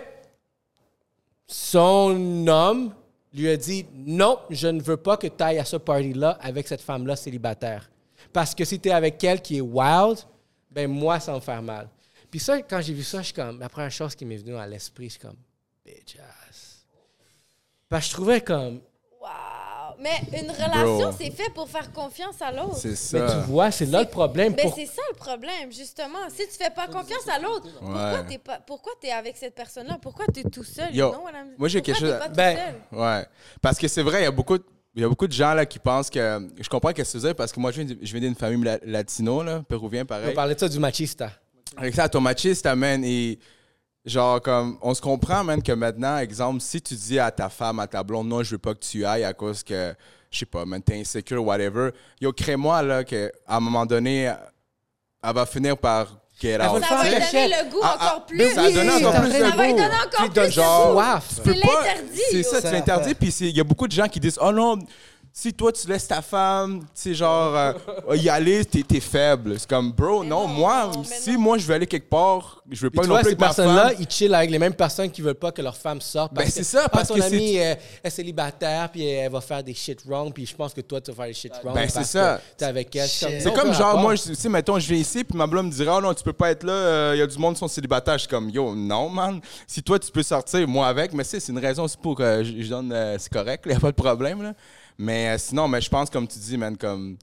son homme lui a dit « Non, je ne veux pas que tu ailles à ce party-là avec cette femme-là célibataire. Parce que si tu es avec elle qui est wild, ben moi, ça va me faire mal. » Puis ça, quand j'ai vu ça, je suis comme... La première chose qui m'est venue à l'esprit, je suis comme « Bitch ass. » Parce que je trouvais comme... Wow. Mais une relation, Bro. c'est fait pour faire confiance à l'autre. C'est Mais tu ça. vois, c'est là le problème. Ben, Pour- c'est ça le problème, justement. Si tu fais pas confiance à l'autre, pourquoi Ouais. t'es pas, pourquoi t'es avec cette personne-là? Pourquoi t'es tout seul? Yo, you know what I'm- moi, j'ai quelque pourquoi chose t'es à- pas Ben, tout seul? Ouais. Parce que c'est vrai, il y a beaucoup de, il y a beaucoup de gens là, qui pensent que. Je comprends ce que tu veux parce que moi, je viens, de- je viens d'une famille la- latino, là, péruvien, On pareil. parlait de ça du machista. Avec ça, ton machiste, man, et genre, comme, on se comprend, man, que maintenant, exemple, si tu dis à ta femme, à ta blonde, non, je veux pas que tu ailles à cause que, je sais pas, man, t'es insécure, whatever, yo, crée-moi, là, qu'à un moment donné, elle va finir par get va out. le Ça va faire. lui Cachette. donner le goût Ah, ah, encore plus. ben oui, ça va donner encore t'as plus raison. de Ça va lui goût. donner encore Tu plus donnes de genre goût. soif. Tu C'est peux pas- l'interdit. C'est yo. ça, c'est l'interdit. Puis c'est- il y a beaucoup de gens qui disent oh non, si toi tu laisses ta femme, tu sais, genre, euh, y aller, t'es, t'es faible. C'est comme, bro, Mais non, non, moi, mais si non. moi je veux aller quelque part, je veux Puis pas tu non vois, plus ces avec ma personnes-là, femme. ils chillent avec les mêmes personnes qui veulent pas que leur femme sorte. Parce Ben, que, c'est ça, ah, parce ton que amie c'est- euh, est célibataire, puis elle va faire des shit wrong, puis je pense que toi, tu vas faire des shit wrong. Ben, c'est parce ça. que t'es avec elle. Shit. C'est non, comme peu genre, rapport. moi, je- tu sais, mettons, je viens ici, puis ma blonde me dirait, oh non, tu peux pas être là, il y a du monde qui sont célibataires. Je suis comme, yo, non, man. Si toi, tu peux sortir, moi avec, mais c'est c'est une raison aussi pour que je je donne, euh, c'est correct, il n'y a pas de problème, là. Mais euh, sinon, mais je pense, comme tu dis, man, comme.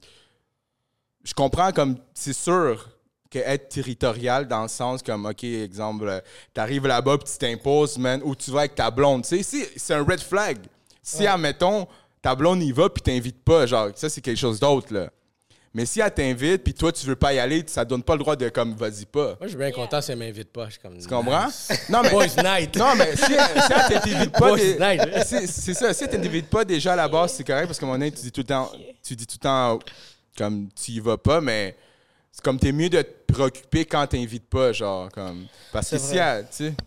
Je comprends, comme, c'est sûr que être territorial dans le sens comme, OK, exemple, euh, t'arrives là-bas puis tu t'imposes, man, ou tu vas avec ta blonde. Tu sais, si- c'est un red flag. Si, admettons, ta blonde y va puis t'invites pas, genre, ça, c'est quelque chose d'autre, là. Mais si elle t'invite puis toi, tu veux pas y aller, ça donne pas le droit de, comme, vas-y pas. Moi, je suis bien content si elle m'invite pas. Je suis comme, Tu comprends? Non, mais. Boys night. Non, mais si, si elle t'invite pas. Boys des- night. c'est, c'est ça. Si elle t'invite pas déjà à la base, c'est correct parce qu'à un moment donné, tu dis tout le temps. Tu dis tout le temps comme tu y vas pas, mais c'est comme t'es mieux de te préoccuper quand t'invites pas, genre, comme. Parce que C'est si vrai. elle. Tu sais.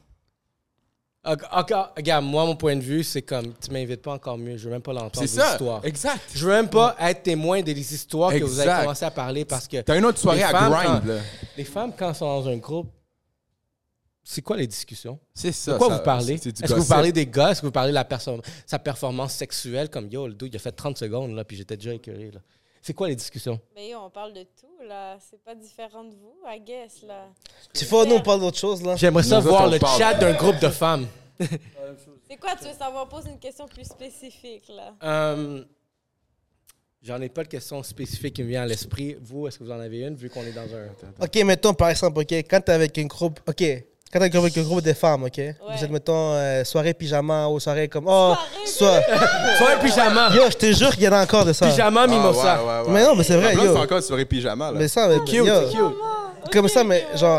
Encore, regarde, moi, mon point de vue, c'est comme, tu m'invites pas encore mieux. Je veux même pas l'entendre, C'est vos ça. histoires. Exact. Je veux même pas être témoin des histoires que vous avez Exact. commencé à parler parce que T'as une autre soirée les à femmes, grind, quand- là. les femmes, quand elles sont dans un groupe, c'est quoi les discussions? C'est ça. De quoi ça- vous parlez? c'est du Est-ce que vous gossip. parlez des gars? Est-ce que vous parlez de la perso- sa performance sexuelle? Comme, yo, le dude, il a fait trente secondes, là, puis j'étais déjà écœuré, là. C'est quoi les discussions? Mais yo, on parle de tout, là. C'est pas différent de vous, I guess, là. Tu vois, nous, on parle d'autre chose, là. J'aimerais ça Nous voir autres, on le parle. chat d'un groupe de femmes. C'est quoi, tu veux savoir? Pose une question plus spécifique, là. Euh, J'en ai pas de question spécifique qui me vient à l'esprit. Vous, est-ce que vous en avez une, vu qu'on est dans un... OK, mettons, par exemple, OK, quand t'es avec un groupe... OK, quand t'es avec un groupe de femmes, OK? Vous êtes, mettons, euh, soirée pyjama ou soirée comme... Oh, soit... Soit un pyjama. Yo, je te jure qu'il y en a encore de ça. Pyjama mimosa. Ah, ouais, ouais, ouais. Mais non, mais c'est Ma vrai, blonde, yo. c'est encore une soirée pyjama, là. Mais ça, mais... Cute, yo, c'est cute. comme ça, mais genre...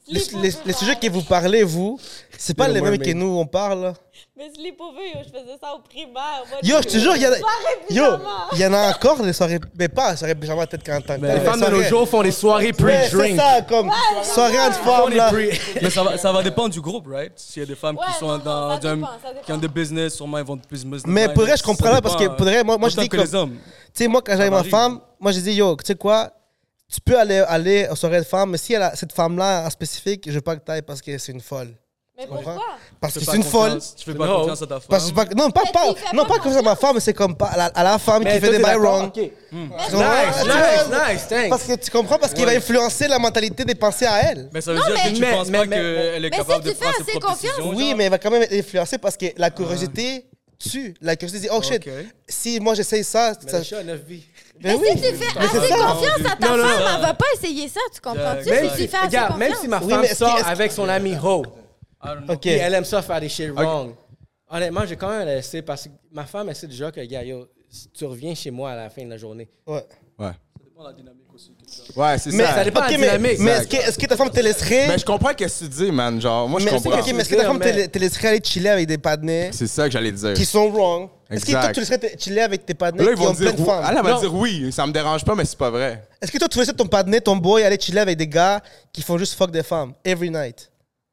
les, les, les sujets que vous parlez, vous, c'est pas Le les mêmes mermaid. que nous, on parle. Mais Sleepover, yo, je faisais ça au primaire. Moi, Yo, je te jure, il y en a. Soirée Yo, pyjama. il y en a encore des soirées. Mais pas soirées pyjama, peut-être quarante ans. Les femmes de nos jours font des soirées Ouais, c'est pre-drink. ça, comme soirée entre Font femmes, des là. pre- Mais ça va, ça va dépendre du groupe, right? S'il y a des femmes Ouais, qui sont non, non, dans ça un- dépend, ça dépend. qui ont des business, sûrement ils vont plus business. Mais pour vrai, je comprends là, parce que pour vrai, moi, moi je Autant dis que comme. les hommes. Tu sais, moi, quand j'avais ma varie. femme, moi, j'ai dit, yo, tu sais quoi, tu peux aller, aller aux soirées de femmes, mais si elle a, cette femme-là en spécifique, je veux pas que tu ailles parce que c'est une folle. Mais comprends? pourquoi? Parce que Tu fais c'est pas une folle. confiance- Tu fais pas Non. confiance à ta femme. Parce que c'est pas, non, pas, Mais pas, tu fais non, pas pas comme ça, ma femme, mais c'est comme pas, à la, à la femme Mais qui fait toi, des t'es bails d'accord? wrong. OK. Tu comprends? Nice, Tu vois? nice, nice, thanks. Parce que tu comprends, parce qu'il va influencer la mentalité des pensées à elle. Mais ça veut Non, dire mais- que tu mais- penses mais- pas mais- qu'elle est mais capable si de tu prendre fais ses assez propres confiance- décisions. Oui, genre. mais elle va quand même être influencée parce que la curiosité tue. La curiosité dit, oh shit, Ok. si moi j'essaye ça, Mais ça. le chat a neuf vies. Ben Mais oui. si tu fais Mais c'est assez ça. confiance à ta Non, non, femme, non. elle va pas essayer ça, tu comprends-tu? Yeah, Si exact. tu fais assez Regarde, même confiance. si ma Oui, femme mais est-ce sort qu'il- est-ce- avec son ami Ho, I don't know. Ok. puis elle aime ça faire des shit wrong. Honnêtement, j'ai quand même laissé parce que ma femme, elle sait déjà que, gars, yo, tu reviens chez moi à la fin de la journée. Ouais. Ouais. Ça dépend de la dynamique aussi. Ouais, c'est Mais, ça. ça dépend ok, de la mais, dynamique. mais est-ce que, est-ce que ta femme te laisserait. Mais je comprends ce que tu dis, man. Genre, moi, je mais, comprends. ok, mais est-ce que ta femme te, Mais- te laisserait aller chiller avec des partenaires C'est ça que j'allais dire. qui sont wrong? Est-ce que toi, Exact. tu laisserais te chiller avec tes partenaires Là, ils qui vont ont plein dire de oui. femmes? Elle, elle va Non. dire oui. Ça me dérange pas, mais c'est pas vrai. Est-ce que toi, tu laisserais ton partenaire, ton boy, aller chiller avec des gars qui font juste fuck des femmes, every night?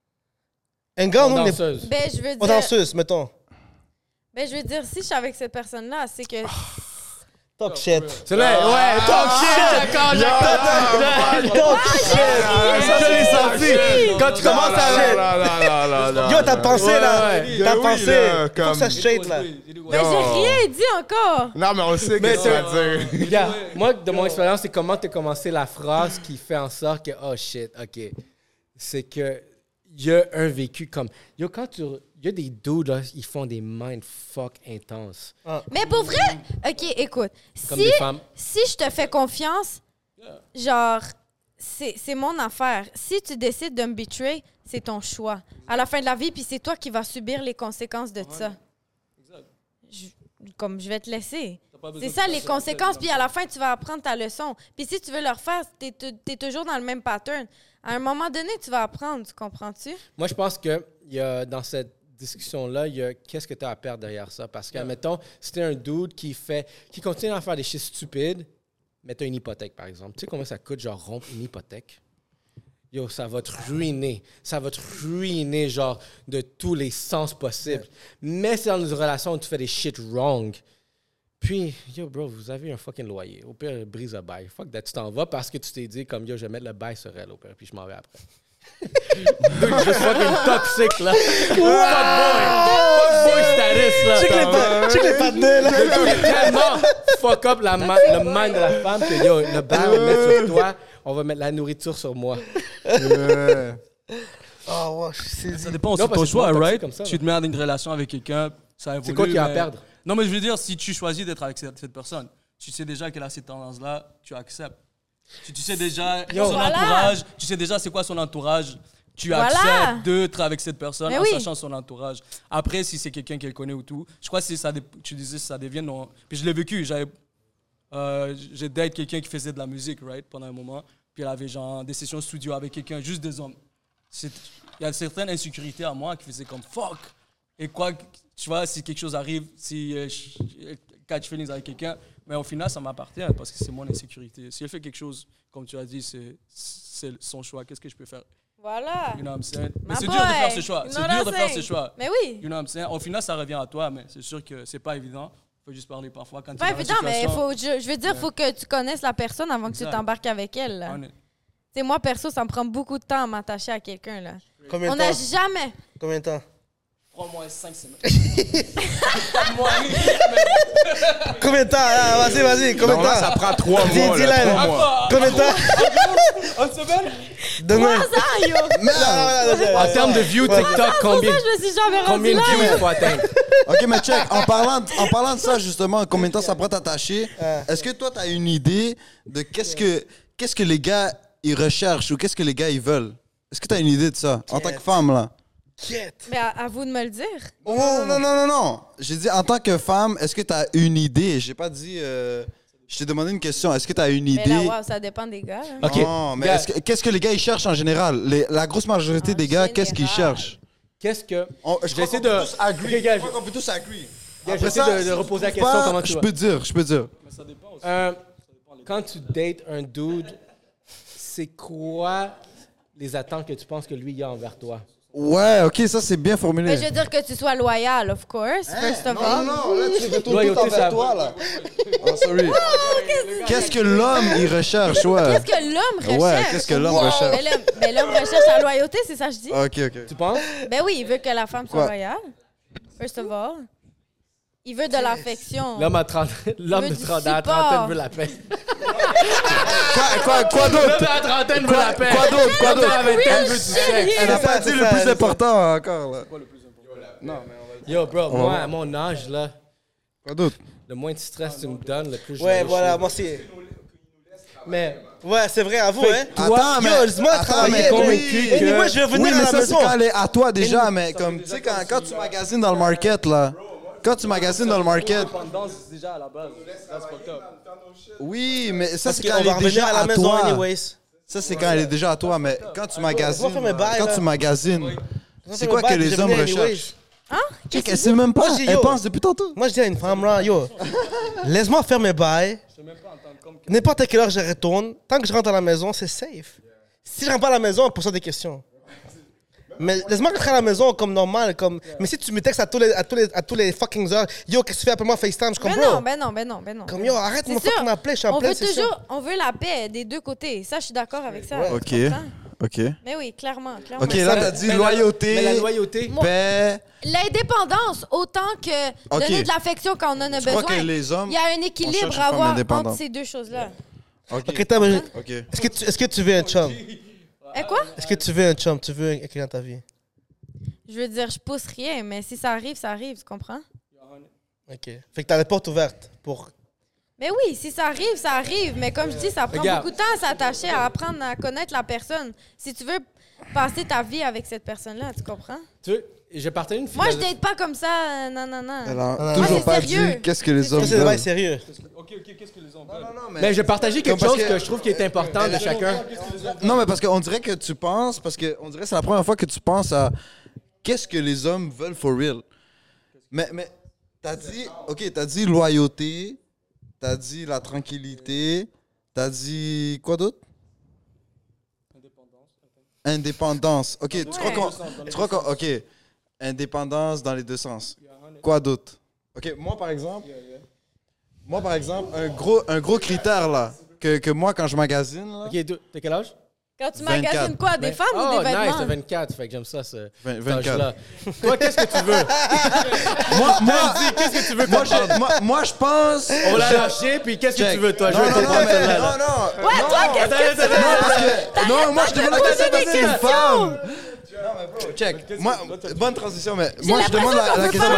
Un gars, nous, on est Danseuse. Ben, je veux aux dire, danseuses, mettons. ben, je veux dire, si je suis avec cette personne-là, c'est que. Talk shit. C'est là, ouais, talk shit, d'accord, d'accord. Talk shit. Je l'ai senti. Quand tu commences à. Yo, t'as pensé, Ouais, là. ouais. T'as Oui, pensé. là, Faut que comme- ça straight, là. Ben, j'ai rien dit encore. Non, mais on sait Mais que tu vas c'est- dire. Regarde, moi, de mon expérience, c'est comment tu as commencé la phrase qui fait en sorte que, oh shit, OK. C'est que il y a un vécu comme. Yo, quand tu. Il y a des dudes, là, ils font des mindfuck intenses. Mais pour vrai, OK, écoute. Comme Si, des femmes. si je te fais confiance, genre, c'est c'est mon affaire. Si tu décides de me betray, c'est ton choix. À la fin de la vie, puis c'est toi qui vas subir les conséquences de ça. Je- comme je vais te laisser. C'est ça les conséquences, puis à la fin, tu vas apprendre ta leçon. Puis si tu veux le refaire, tu es toujours dans le même pattern. À un moment donné, tu vas apprendre, tu comprends-tu? Moi, je pense que il y a, dans cette discussion-là, il y a qu'est-ce que tu as à perdre derrière ça. Parce que, admettons, si t'es un dude qui fait, qui continue à faire des shit stupides, mais tu as une hypothèque, par exemple. Tu sais combien ça coûte, genre, rompre une hypothèque? Yo, ça va te ruiner. Ça va te ruiner, genre, de tous les sens possibles. Mais c'est dans une relation où tu fais des shit wrong. Puis, yo, bro, vous avez un fucking loyer. Au pire, brise le bail. Fuck that, tu t'en vas parce que tu t'es dit, comme, yo, je vais mettre le bail sur elle, au pire, puis je m'en vais après. Dude, juste fucking toxique, là. Fuck boy. Fuck boy status, là. Check les pa- check les partenaires, là. Le dude est tellement fuck up la ma- le mind de la femme que, yo, le bail, on va le mettre sur toi. On va mettre la nourriture sur moi. Oh, ouais, c'est Ça dépend Non, aussi de parce ton que c'est choix, pas toxique right? comme ça, Tu là. te mets dans une relation avec quelqu'un, ça évolue. C'est quoi qu'il y a à mais- perdre? Non, mais je veux dire, si tu choisis d'être avec cette, cette personne, tu sais déjà qu'elle a ces tendances-là, tu acceptes. Si tu sais déjà son Voilà. entourage, tu sais déjà c'est quoi son entourage, tu Voilà. acceptes d'être avec cette personne Mais en oui. sachant son entourage. Après, si c'est quelqu'un qu'elle connaît ou tout, je crois que c'est ça, dé- tu disais ça devient non. Puis je l'ai vécu, j'avais, euh, j'ai date quelqu'un qui faisait de la musique, right, pendant un moment, puis elle avait genre des sessions studio avec quelqu'un, juste des hommes. C'est- Il y a certaines insécurités à moi qui faisaient comme fuck. Et quoi, que- tu vois, si quelque chose arrive, si euh, je catch feelings avec quelqu'un, mais au final, ça m'appartient parce que c'est mon insécurité. Si elle fait quelque chose, comme tu as dit, c'est c'est son choix. Qu'est-ce que je peux faire? Voilà. You know what I'm saying? Mais My c'est dur de faire boy. ce choix. You C'est know dur what de I'm faire saying? ce choix. Mais oui. You know what I'm saying? Au final, ça revient à toi, mais c'est sûr que c'est pas évident. Faut juste parler parfois quand tu Pas es dans évident, une mais situation. faut, je, je veux dire, il faut que tu connaisses la personne avant que tu Exact. t'embarques avec elle. là. Honnête. Tu sais, moi, perso, ça me prend beaucoup de temps à m'attacher à quelqu'un. là. Combien On de n'a temps? jamais. Combien de temps? Prends-moi cinq semaines. Combien de temps? Ah, vas-y, vas-y. Combien de Normalement, temps? ça prend trois Dis- mois. dis là, là, trois là. mois. Combien de temps? Une semaine? Demain. Ah, yo! Non, non, non, non, En termes de views TikTok, combien, Ça, je me suis jamais rendu combien de là. views il faut atteindre? Ok, mais check, en parlant, de- en parlant de ça, justement, combien de temps ça prend t'attacher, est-ce que toi, tu as une idée de qu'est-ce que, qu'est-ce que les gars, ils recherchent ou qu'est-ce que les gars, ils veulent? Est-ce que tu as une idée de ça, en tant que femme, là? Quête. Mais à, à vous de me le dire. Non, non, non, non, non. J'ai dit, en tant que femme, est-ce que tu as une idée? J'ai pas dit... euh, Je t'ai demandé une question. Est-ce que tu as une Mais là, idée? wow, ça dépend des gars. hein. OK. Non, mais Gars, est-ce que- qu'est-ce que les gars ils cherchent en général? Les- la grosse majorité En des gars, qu'est-ce qu'ils général. cherchent? Qu'est-ce que... On- Je vais essayer de... tous agree. Ok, gars, Je crois qu'on peut tous agree. Gars, je vais Après essayer ça, de, de si reposer la tu question, trouves pas, comment tu Je vas. peux dire, je peux dire. Euh, quand tu dates un dude, c'est quoi les attentes que tu penses que lui il a envers toi? Ouais, ok, ça c'est bien formulé. Mais je veux dire que tu sois loyal, of course, first of all. non, là tu retournes tout Loyauté, envers ça- toi là. Oh, sorry. Qu'est-ce que l'homme il recherche, ouais. Qu'est-ce que l'homme recherche? Ouais, qu'est-ce que l'homme recherche? Mais l'homme, mais l'homme recherche la loyauté, c'est ça que je dis? Ok, ok. Tu penses? Ben oui, il veut que la femme soit Quoi? loyale, first of all. Il veut de l'affection. L'homme, à trente... L'homme veut de du trente- à la support. trentaine veut la paix. Quoi, quoi, quoi d'autre? L'homme à la trentaine veut Quoi, la paix. quoi d'autre? Quoi L'homme de la d'autre? vingtaine veut du sexe. Elle n'a pas C'est dit ça, le plus c'est important encore là. Yo, bro, moi, à mon âge, là, Quoi d'autre? le moins de stress tu me donnes, le plus je Ouais, vais voilà, chier. moi c'est. Mais Ouais, c'est vrai, à vous, Fait hein. que toi, Attends, mais Yo, laisse-moi attends, travailler, mais bro. convaincu Et que- moi, je vais venir oui, à mais la ça, c'est maison. quand elle est à toi déjà, mais comme, tu sais, quand, quand tu magasines dans le market, là, quand tu magasines dans le market, déjà à la base. That's fucked up. oui, mais ça, Parce c'est qu'on quand elle va est revenir déjà à la à maison, toi. anyways. Ça, c'est quand elle est déjà à toi, mais quand tu magasines, faire mes bails, quand là. tu magasines, c'est faire quoi mes que bails, les je hommes reviens anyways. recherchent? Check, elle sait même pas, Moi, j'ai- elle yo. pense depuis tantôt. Moi, je dis à une femme, là, yo, laisse-moi faire mes bails. N'importe à quelle heure je retourne, tant que je rentre à la maison, c'est safe. Si je rentre pas à la maison, pose-toi des questions. Mais laisse-moi rentrer à la maison comme normal. Comme... Mais si tu me textes à tous les, à tous les, à tous les fucking heures, yo, qu'est-ce que tu fais? Appelle-moi FaceTime, je Ben comprends. non, ben non, ben non, ben non. Comme yo, arrête de me C'est sûr. fucking appeler, je suis en On pleine veut session. toujours, on veut la paix des deux côtés. Ça, je suis d'accord avec ça. Ok, Tu comprends? ok. Mais oui, clairement, clairement. Ok, là, t'as dit loyauté, Mais la loyauté, paix. L'indépendance, autant que Ok. donner de l'affection quand on en a Tu besoin. crois que les hommes... Il y a un on équilibre cherche une à femme avoir indépendante. entre ces deux choses-là. Ok, Ok, attends, mais ok. est-ce que, tu, est-ce que tu veux un chum? Et quoi? Est-ce que tu veux un chum? Tu veux quelqu'un dans ta vie? Je veux dire, je pousse rien, mais si ça arrive, ça arrive, tu comprends? Ok. Fait que t'as les portes ouvertes pour... Mais oui, si ça arrive, ça arrive. Mais comme je dis, ça prend Regarde. beaucoup de temps à s'attacher, à apprendre à connaître la personne. Si tu veux passer ta vie avec cette personne-là, tu comprends? tu veux, j'ai partagé une Moi, je philosophie. date pas comme ça, euh, non, non, non. Elle a Moi, toujours c'est pas sérieux. dit qu'est-ce que les C'est hommes Ça, c'est des bails veulent. sérieux. Ok, ok, qu'est-ce que les hommes veulent? Mais j'ai partagé quelque Comme parce chose que- que je trouve qui est important de chacun. Non, mais parce qu'on dirait que tu penses, parce qu'on dirait que c'est la première fois que tu penses à qu'est-ce que les hommes veulent for real. Mais, mais t'as dit, ok, t'as dit loyauté, t'as dit la tranquillité, t'as dit quoi d'autre? Indépendance. Ok, tu crois qu'on, tu crois qu'on, ok, indépendance dans les deux sens. Quoi d'autre? Ok, moi par exemple, moi par exemple, un gros, un gros critère là que, que moi quand je magasine là. Ok, toi, t'as quel âge? Quand tu vingt-quatre. magasines quoi, des femmes oh, ou des nice, vêtements? t'as vingt-quatre, fait que j'aime ça, ce vingt- cet âge-là. Toi, qu'est-ce que tu veux? Moi, moi, Qu'est-ce que tu veux moi, comprendre? je, moi, moi, je pense. On va la je- lâcher, puis qu'est-ce que Check. tu veux, toi? Je Non, veux non, non, comprendre mais- celle-là. non, non. Ouais, toi, qu'est-ce que tu veux? Non, parce que. Non, moi, je demande la question parce que c'est une questions. femme. Non, mais bro, check. Moi, bonne transition, mais J'ai moi, je demande l'impression la, qu'on la veut question. faire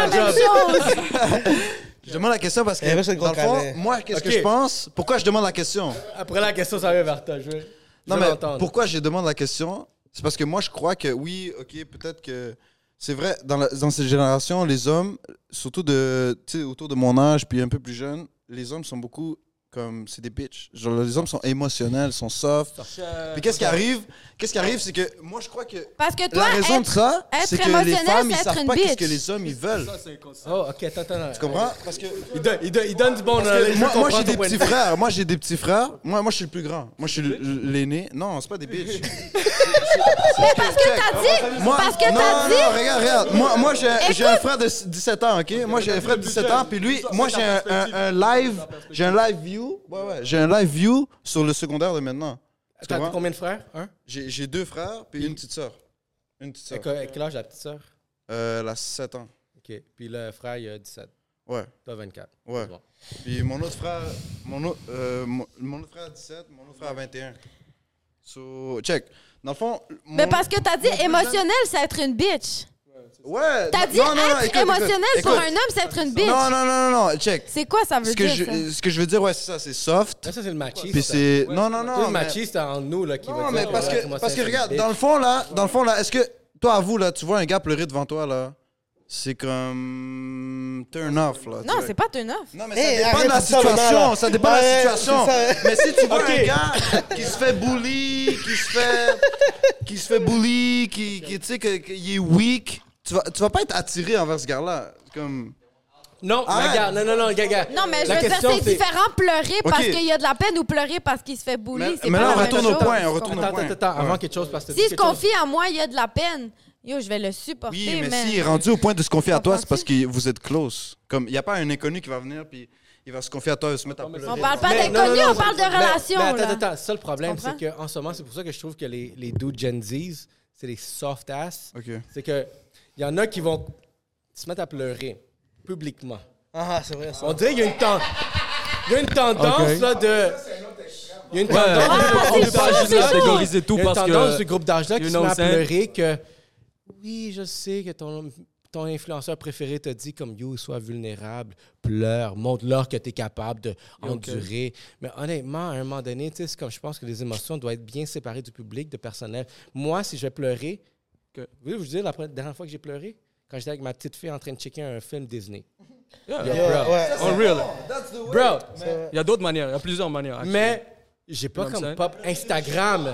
la même chose. Je demande la question parce que, Eh, reste le dans le gros fond, câlin. moi, qu'est-ce que Ok. je pense? Pourquoi je demande la question? Après la question, ça va vers toi. Je veux, je Non, veux mais l'entendre. pourquoi je demande la question? C'est parce que moi, je crois que oui, ok, peut-être que. C'est vrai, dans, la- dans cette génération, les hommes, surtout de, tu sais, autour de mon âge, puis un peu plus jeune, les hommes sont beaucoup comme. C'est des bitches. Genre, les hommes sont émotionnels, sont soft. Puis qu'est-ce qui arrive? Qu'est-ce qui arrive, c'est que moi, je crois que. Parce que La toi, raison de être, ça, être c'est que les émotionnel, femmes, ils c'est être savent une pas qu'est-ce bitch. que les hommes, ils veulent. Oh, ok, attends, attends. Tu comprends? Parce que. Il donne, il donne, il donne du bon Parce que knowledge. moi, je moi comprends j'ai ton des point de petits vue. frères. Moi, j'ai des petits frères. Moi, moi, je suis le plus grand. Moi, je suis l- l'aîné. Non, c'est pas des bitches. Mais parce que t'as dit, Moi, parce que non, t'as dit, non, regarde, regarde. Moi, moi j'ai, j'ai un frère de dix-sept ans, ok? Moi, j'ai un frère de dix-sept ans, puis lui, moi, j'ai un, un- un live, j'ai un live view. Ouais, ouais, j'ai un live view sur le secondaire de maintenant. Tu Attends, comprends? combien de frères? Un? J'ai, j'ai deux frères, puis une petite sœur. Une petite sœur. À quel- à quel âge la petite sœur? Euh, elle a sept ans. Ok. Puis le frère, il a dix-sept. Ouais, Toi, vingt-quatre. ouais. C'est bon. Puis mon autre frère, mon, autre- euh, mon, mon autre frère a dix-sept, mon autre frère a vingt et un. So, check. Dans le fond. mais mon- parce que t'as dit mon plus émotionnel, c'est être une bitch. jeune- Ouais. T'as non, dit non, non, être écoute, émotionnel écoute, pour écoute. un homme, c'est être une bitch. Non, non, non, non, non, check. C'est quoi ça veut Ce que, dire, je, ça? ce que je veux dire, ouais, c'est ça, c'est soft. Ça, c'est le machiste. Puis c'est. Non, non, C'est non. le mais- machiste en nous là, qui va Non, dire mais parce ouais, que, comment parce ça, que c'est regarde, une dans le fond, là, dans le fond, là, est-ce que. Toi, à vous, là, tu vois un gars pleurer devant toi, là. c'est comme turn off là. Non, c'est pas turn off. Non, mais Hey, ça dépend de la arrête ça, situation. maintenant, là. Ça dépend de la Ouais, situation. c'est ça. Mais si tu vois Ok. un gars qui se fait bully, qui se fait, qui se fait bully, qui, qui tu sais que- qu'il est weak, tu vas, tu vas pas être attiré envers ce gars-là. Comme. Non, mais Arrête. regarde, non, non, non, regarde. Non, mais je La veux dire, question, c'est différent pleurer parce Ok. qu'il y a de la peine ou pleurer parce qu'il se fait bully. Mais- C'est mais pas là, la on même retourne au chose. point, on Tu retourne comprends? au point. Attends, attends, attends, avant Ouais. quelque chose, parce que S'il se quelque chose- confie à moi, il y a de la peine. Yo, je vais le supporter, Oui, mais man. s'il est rendu au point de se confier à toi, c'est Comprends-tu? parce que vous êtes close. Comme il y a pas un inconnu qui va venir puis il va se confier à toi et se mettre à pleurer. On parle pas Mais- non, d'inconnu, non, non, on parle de mais- relation. Mais attends, là. attends, attends. Ça, le problème, Tu c'est qu'en ce moment, c'est pour ça que je trouve que les, les dudes Gen Z, c'est des soft ass. Ok. C'est que il y en a qui vont se mettre à pleurer publiquement. Ah, c'est vrai ça. On dirait qu'il y a une, ten- il y a une tendance Ok. là de. Il y a une tendance. Ah, on c'est peut pas ça, juste c'est là- ça. Catégoriser tout Il y a une parce tendance que. du groupe d'âge là qui you se know met à what I'm saying? pleurer que. Oui, je sais que ton, ton influenceur préféré te dit comme yo, sois vulnérable, pleure, montre-leur que tu es capable d'endurer. Mais honnêtement, à un moment donné, tu sais, c'est comme je pense que les émotions doivent être bien séparées du public, de personnel. Moi, si je vais pleurer, que, vous voulez vous dire la première- dernière fois que j'ai pleuré? Quand j'étais avec ma petite fille en train de checker un film Disney. Yeah. Yo, Yeah, bro. ouais. On real. Bro, Il y a d'autres manières, il y a plusieurs manières. actually. mais j'ai pas Comme comme ça. pop Instagram.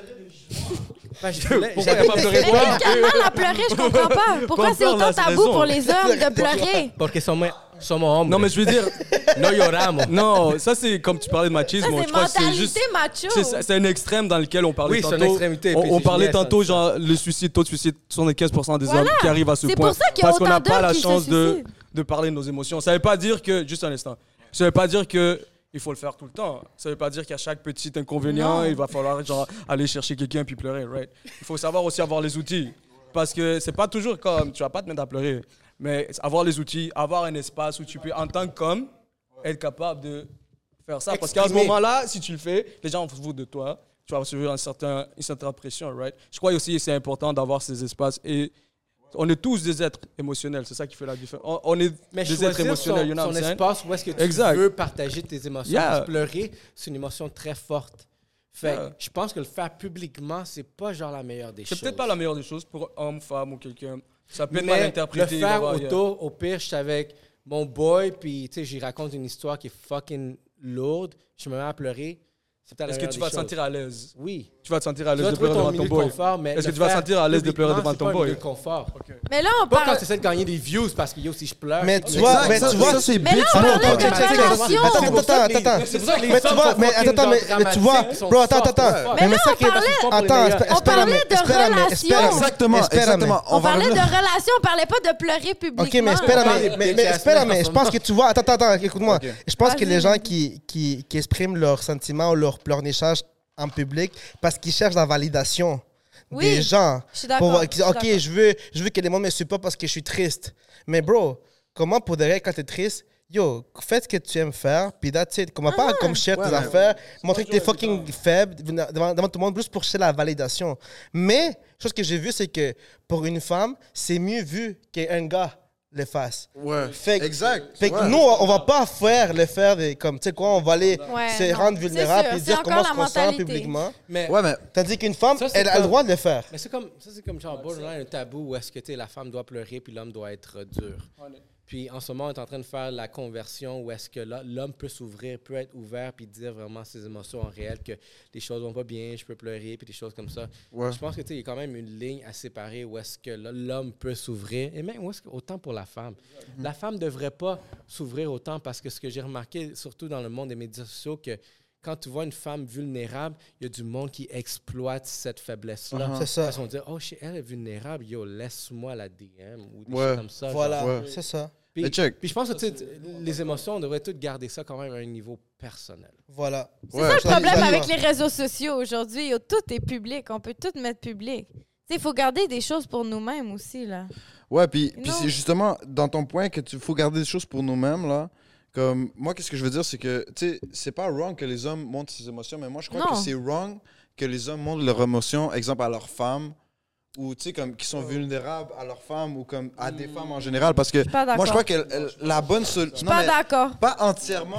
Ben, je voulais- Pourquoi il n'y a pas pleuré Mais toi? qu'est-ce qu'il y a de mal à pleurer? Je comprends pas. Pourquoi c'est Comprends, autant là, c'est tabou raison. pour les hommes de pleurer? Porque somos, somos hombres. Non, mais je veux dire, No lloramos. non, ça c'est comme tu parlais de machisme. Ça, moi, c'est je crois que c'est mentalité juste. macho. C'est c'est un extrême dans lequel on parlait Oui, c'est tantôt. une extrémité, On, puis on c'est parlait génial, tantôt, ça. genre, le suicide, taux de suicide, soixante-quinze pour cent des Voilà. hommes qui arrivent à ce C'est point. pour ça qu'il y a parce qu'on n'a autant pas d'hommes la qui se chance de, suicident. de parler de nos émotions. Ça veut pas dire que, juste un instant, ça veut pas dire que il faut le faire tout le temps. Ça veut pas dire qu'à chaque petit inconvénient, Non. il va falloir genre, aller chercher quelqu'un puis pleurer, right? Il faut savoir aussi avoir les outils. Parce que c'est pas toujours comme, tu vas pas te mettre à pleurer, mais avoir les outils, avoir un espace où tu peux, en tant qu'homme, être capable de faire ça. Parce qu'à ce Exprimer. moment-là, si tu le fais, les gens vont se foutre de toi. Tu vas subir un certain, une certaine pression, right? Je crois aussi que c'est important d'avoir ces espaces. Et on est tous des êtres émotionnels. C'est ça qui fait la différence. On, on est Mais des choisir êtres émotionnels, son, you know what son I'm saying? espace où est-ce que tu Exact. veux partager tes émotions. Yeah. Parce que pleurer, c'est une émotion très forte. Fait que Yeah. je pense que le faire publiquement, c'est pas genre la meilleure des C'est choses. peut-être pas la meilleure des choses pour homme, femme ou quelqu'un. Ça peut être Mais mal le interprété. faire voilà, yeah. auto, au pire, je suis avec mon boy, puis tu sais, j'y raconte une histoire qui est fucking lourde, je me mets à pleurer. C'est peut-être la Est-ce que meilleure tu des vas te choses. sentir à l'aise? Oui. Tu vas te sentir à Tu l'aise vas de trouver pleurer ton devant ton milieu de boy? confort, mais Est-ce que le tu vas te faire sentir à l'aise de pleurer publiquement, devant c'est ton pas un boy? milieu de confort. Mais là, on Pas quand parle... tu essaies de gagner des views parce que yo, si je pleure. Mais c'est- tu vois, Exact, mais ça- tu vois, ça, c'est Mais là, big. on Ça, parlait on de parle- check, check, check. relation. Attends, C'est pour ça attends, que les- attends, c'est pour ça que les Mais tu femmes vois, sont mais fucking attends, attends, mais, genre mais tu vois, dramatiques, ils sont bro, attends, soft attends, as attends. fuck. Mais, Mais ça là, qui on est parlait- attends, espère- on espérame, parlait de espérame, relation. espérame. Exactement, Espérame. exactement. On va parlait de revenir- relation, on parlait pas de pleurer publiquement. Ok, mais espère, parle mais, des mais, mais bitch-ass espère, men mais en je ce pense que tu vois, attends, attends, attends, écoute-moi. Ok. Je pense que Vas-y, les gens vas-y. qui, qui, qui expriment leurs sentiments ou leur pleurnichage en public parce qu'ils cherchent la validation Oui, des gens. je suis d'accord, Pour, je suis ok, d'accord. je veux, je veux que les gens me supportent parce que je suis triste. Mais bro, comment pour de vrai quand t'es triste? Yo, fais ce que tu aimes faire, puis that's it. Comment pas comme cher tes affaires, montrer que t'es fucking faible devant, devant tout le monde, juste pour chercher la validation. Mais, chose que j'ai vu, c'est que pour une femme, c'est mieux vu qu'un gars le fasse. Ouais. Fait que- Exact. Fait que Ouais. nous, on va pas faire le faire des- comme, tu sais quoi, on va aller Ouais, se non, rendre c'est vulnérable sûr, et c'est dire encore comment la on se ressent mentalité. publiquement. Mais, Ouais, mais Tandis qu'une femme, Ça, c'est elle a comme- le droit de le faire. mais c'est comme, ça, c'est comme genre borderline, un tabou où est-ce que tu sais, la femme doit pleurer puis l'homme doit être euh, dur. Puis en ce moment, on est en train de faire la conversion où est-ce que là, l'homme peut s'ouvrir, peut être ouvert puis dire vraiment ses émotions en réel, que les choses vont pas bien, je peux pleurer puis des choses comme ça. Ouais. Je pense que tu sais, il y a quand même une ligne à séparer où est-ce que là, l'homme peut s'ouvrir et même où est-ce que, autant pour la femme. La femme ne devrait pas s'ouvrir autant parce que ce que j'ai remarqué, surtout dans le monde des médias sociaux, que quand tu vois une femme vulnérable, il y a du monde qui exploite cette faiblesse-là. C'est ça. Ils vont dire, oh, shit, elle est vulnérable, yo, laisse-moi la D M ou des Ouais. choses comme ça. Voilà, Ouais. c'est ça. Puis, Mais check. puis je pense que tu sais, les émotions, on devrait toutes garder ça quand même à un niveau personnel. Voilà. C'est Ouais, ça le ça, problème ça, avec ça. les réseaux sociaux aujourd'hui. Yo, tout est public. On peut tout mettre public. Il faut garder des choses pour nous-mêmes aussi. Là. Ouais, puis, puis Non. c'est justement dans ton point que tu faut garder des choses pour nous-mêmes là. Comme moi, qu'est-ce que je veux dire, c'est que tu sais, c'est pas wrong que les hommes montrent ses émotions, mais moi je crois Non. que c'est wrong que les hommes montrent leurs émotions, exemple à leurs femmes ou tu sais comme qui sont vulnérables à leurs femmes ou comme à des femmes en général, parce que pas moi je d'accord. crois que elle- la bonne Je solution, suis pas d'accord. pas entièrement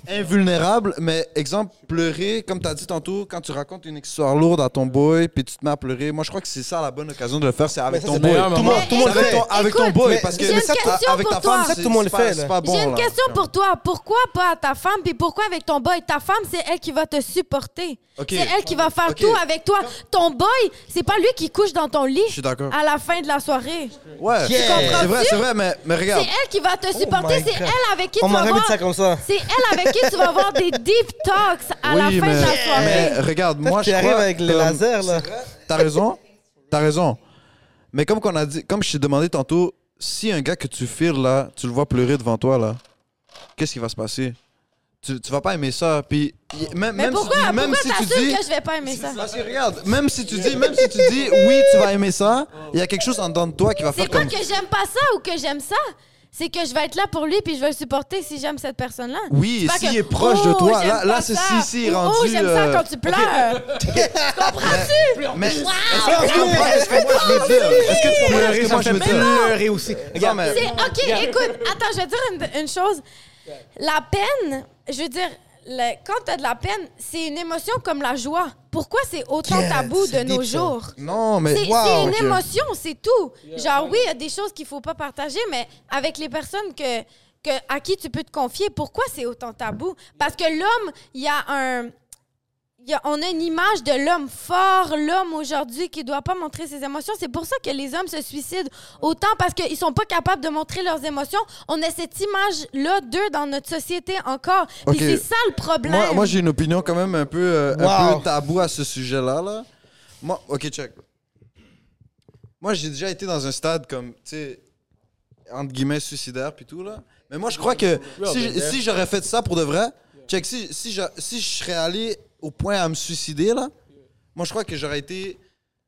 invulnérable, mais exemple, pleurer, comme tu as dit tantôt, quand tu racontes une histoire lourde à ton boy, puis tu te mets à pleurer, moi je crois que c'est ça la bonne occasion de le faire, c'est avec ça, ton c'est boy. le meilleur Tout le moment. monde, tout le monde Mais avec ton, écoute, avec ton écoute, boy, mais parce que j'ai une ça, question avec pour ta toi. femme, Ça, c'est tout le monde le c'est fait, pas- là. c'est pas bon. J'ai une là. question pour toi. Pourquoi pas à ta femme, puis pourquoi avec ton boy? Ta femme, c'est elle qui va te supporter. Ok. C'est elle qui va faire Ok. tout avec toi. Ton boy, c'est pas lui qui couche dans ton lit Je suis d'accord. à la fin de la soirée. Ouais, c'est vrai, c'est vrai, mais, mais C'est regarde. elle qui va te Oh supporter. my C'est God. elle avec qui On tu m'a vas jamais dit avoir... ça comme ça. C'est elle avec qui tu vas avoir des deep talks à la Oui, fin mais, de la soirée. mais regarde, moi Tu je arrives crois, avec les comme- lasers, là. T'as raison, t'as raison. Mais comme qu'on a dit, comme je t'ai demandé tantôt, si un gars que tu files là, tu le vois pleurer devant toi là, qu'est-ce qui va se passer? Tu, tu vas pas aimer ça. Puis y- même, Mais même pourquoi, si tu, même pourquoi si tu t'assures dis, que je vais pas aimer ça? parce que regarde, même si tu dis, même si tu dis oui, tu vas aimer ça, il y a quelque chose en dedans de toi qui va C'est faire pas comme que j'aime pas ça ou que j'aime ça. C'est que je vais être là pour lui puis je vais le supporter si j'aime cette personne-là. oui, C'est pas s'il que, est proche de oh, toi, j'aime là, là pas c'est ça. si si Ou, rendu. Oh, j'aime ça euh, quand tu pleures. Comprends-tu? Mais est-ce que tu comprends ce que moi je veux dire? Est-ce que tu comprends ce que moi je veux dire? pleurer aussi. Regarde, Non, mais- C'est OK, écoute, attends, je vais te dire une, une chose. La peine, je veux dire, le- quand tu as de la peine, c'est une émotion comme la joie. Pourquoi c'est autant Yeah, tabou de c'est nos deep, ça. jours? Non, mais C'est wow, c'est une ok. émotion, c'est tout. Genre, oui, il y a des choses qu'il faut pas partager, mais avec les personnes que, que, à qui tu peux te confier, pourquoi c'est autant tabou? Parce que l'homme, il y a un... il y a- on a une image de l'homme fort, l'homme aujourd'hui qui doit pas montrer ses émotions. C'est pour ça que les hommes se suicident autant, parce qu'ils sont pas capables de montrer leurs émotions. On a cette image-là d'eux dans notre société encore. Puis Ok. c'est ça le problème. Moi, moi j'ai une opinion quand même un peu, euh, un Wow. peu tabou à ce sujet-là. Là. Moi, ok, check. Moi, j'ai déjà été dans un stade comme, tu sais, entre guillemets, suicidaire puis tout, là. Mais moi, je crois que si, si j'aurais fait ça pour de vrai, check, si, si, je, si je serais allé au point à me suicider, là, moi, je crois que j'aurais été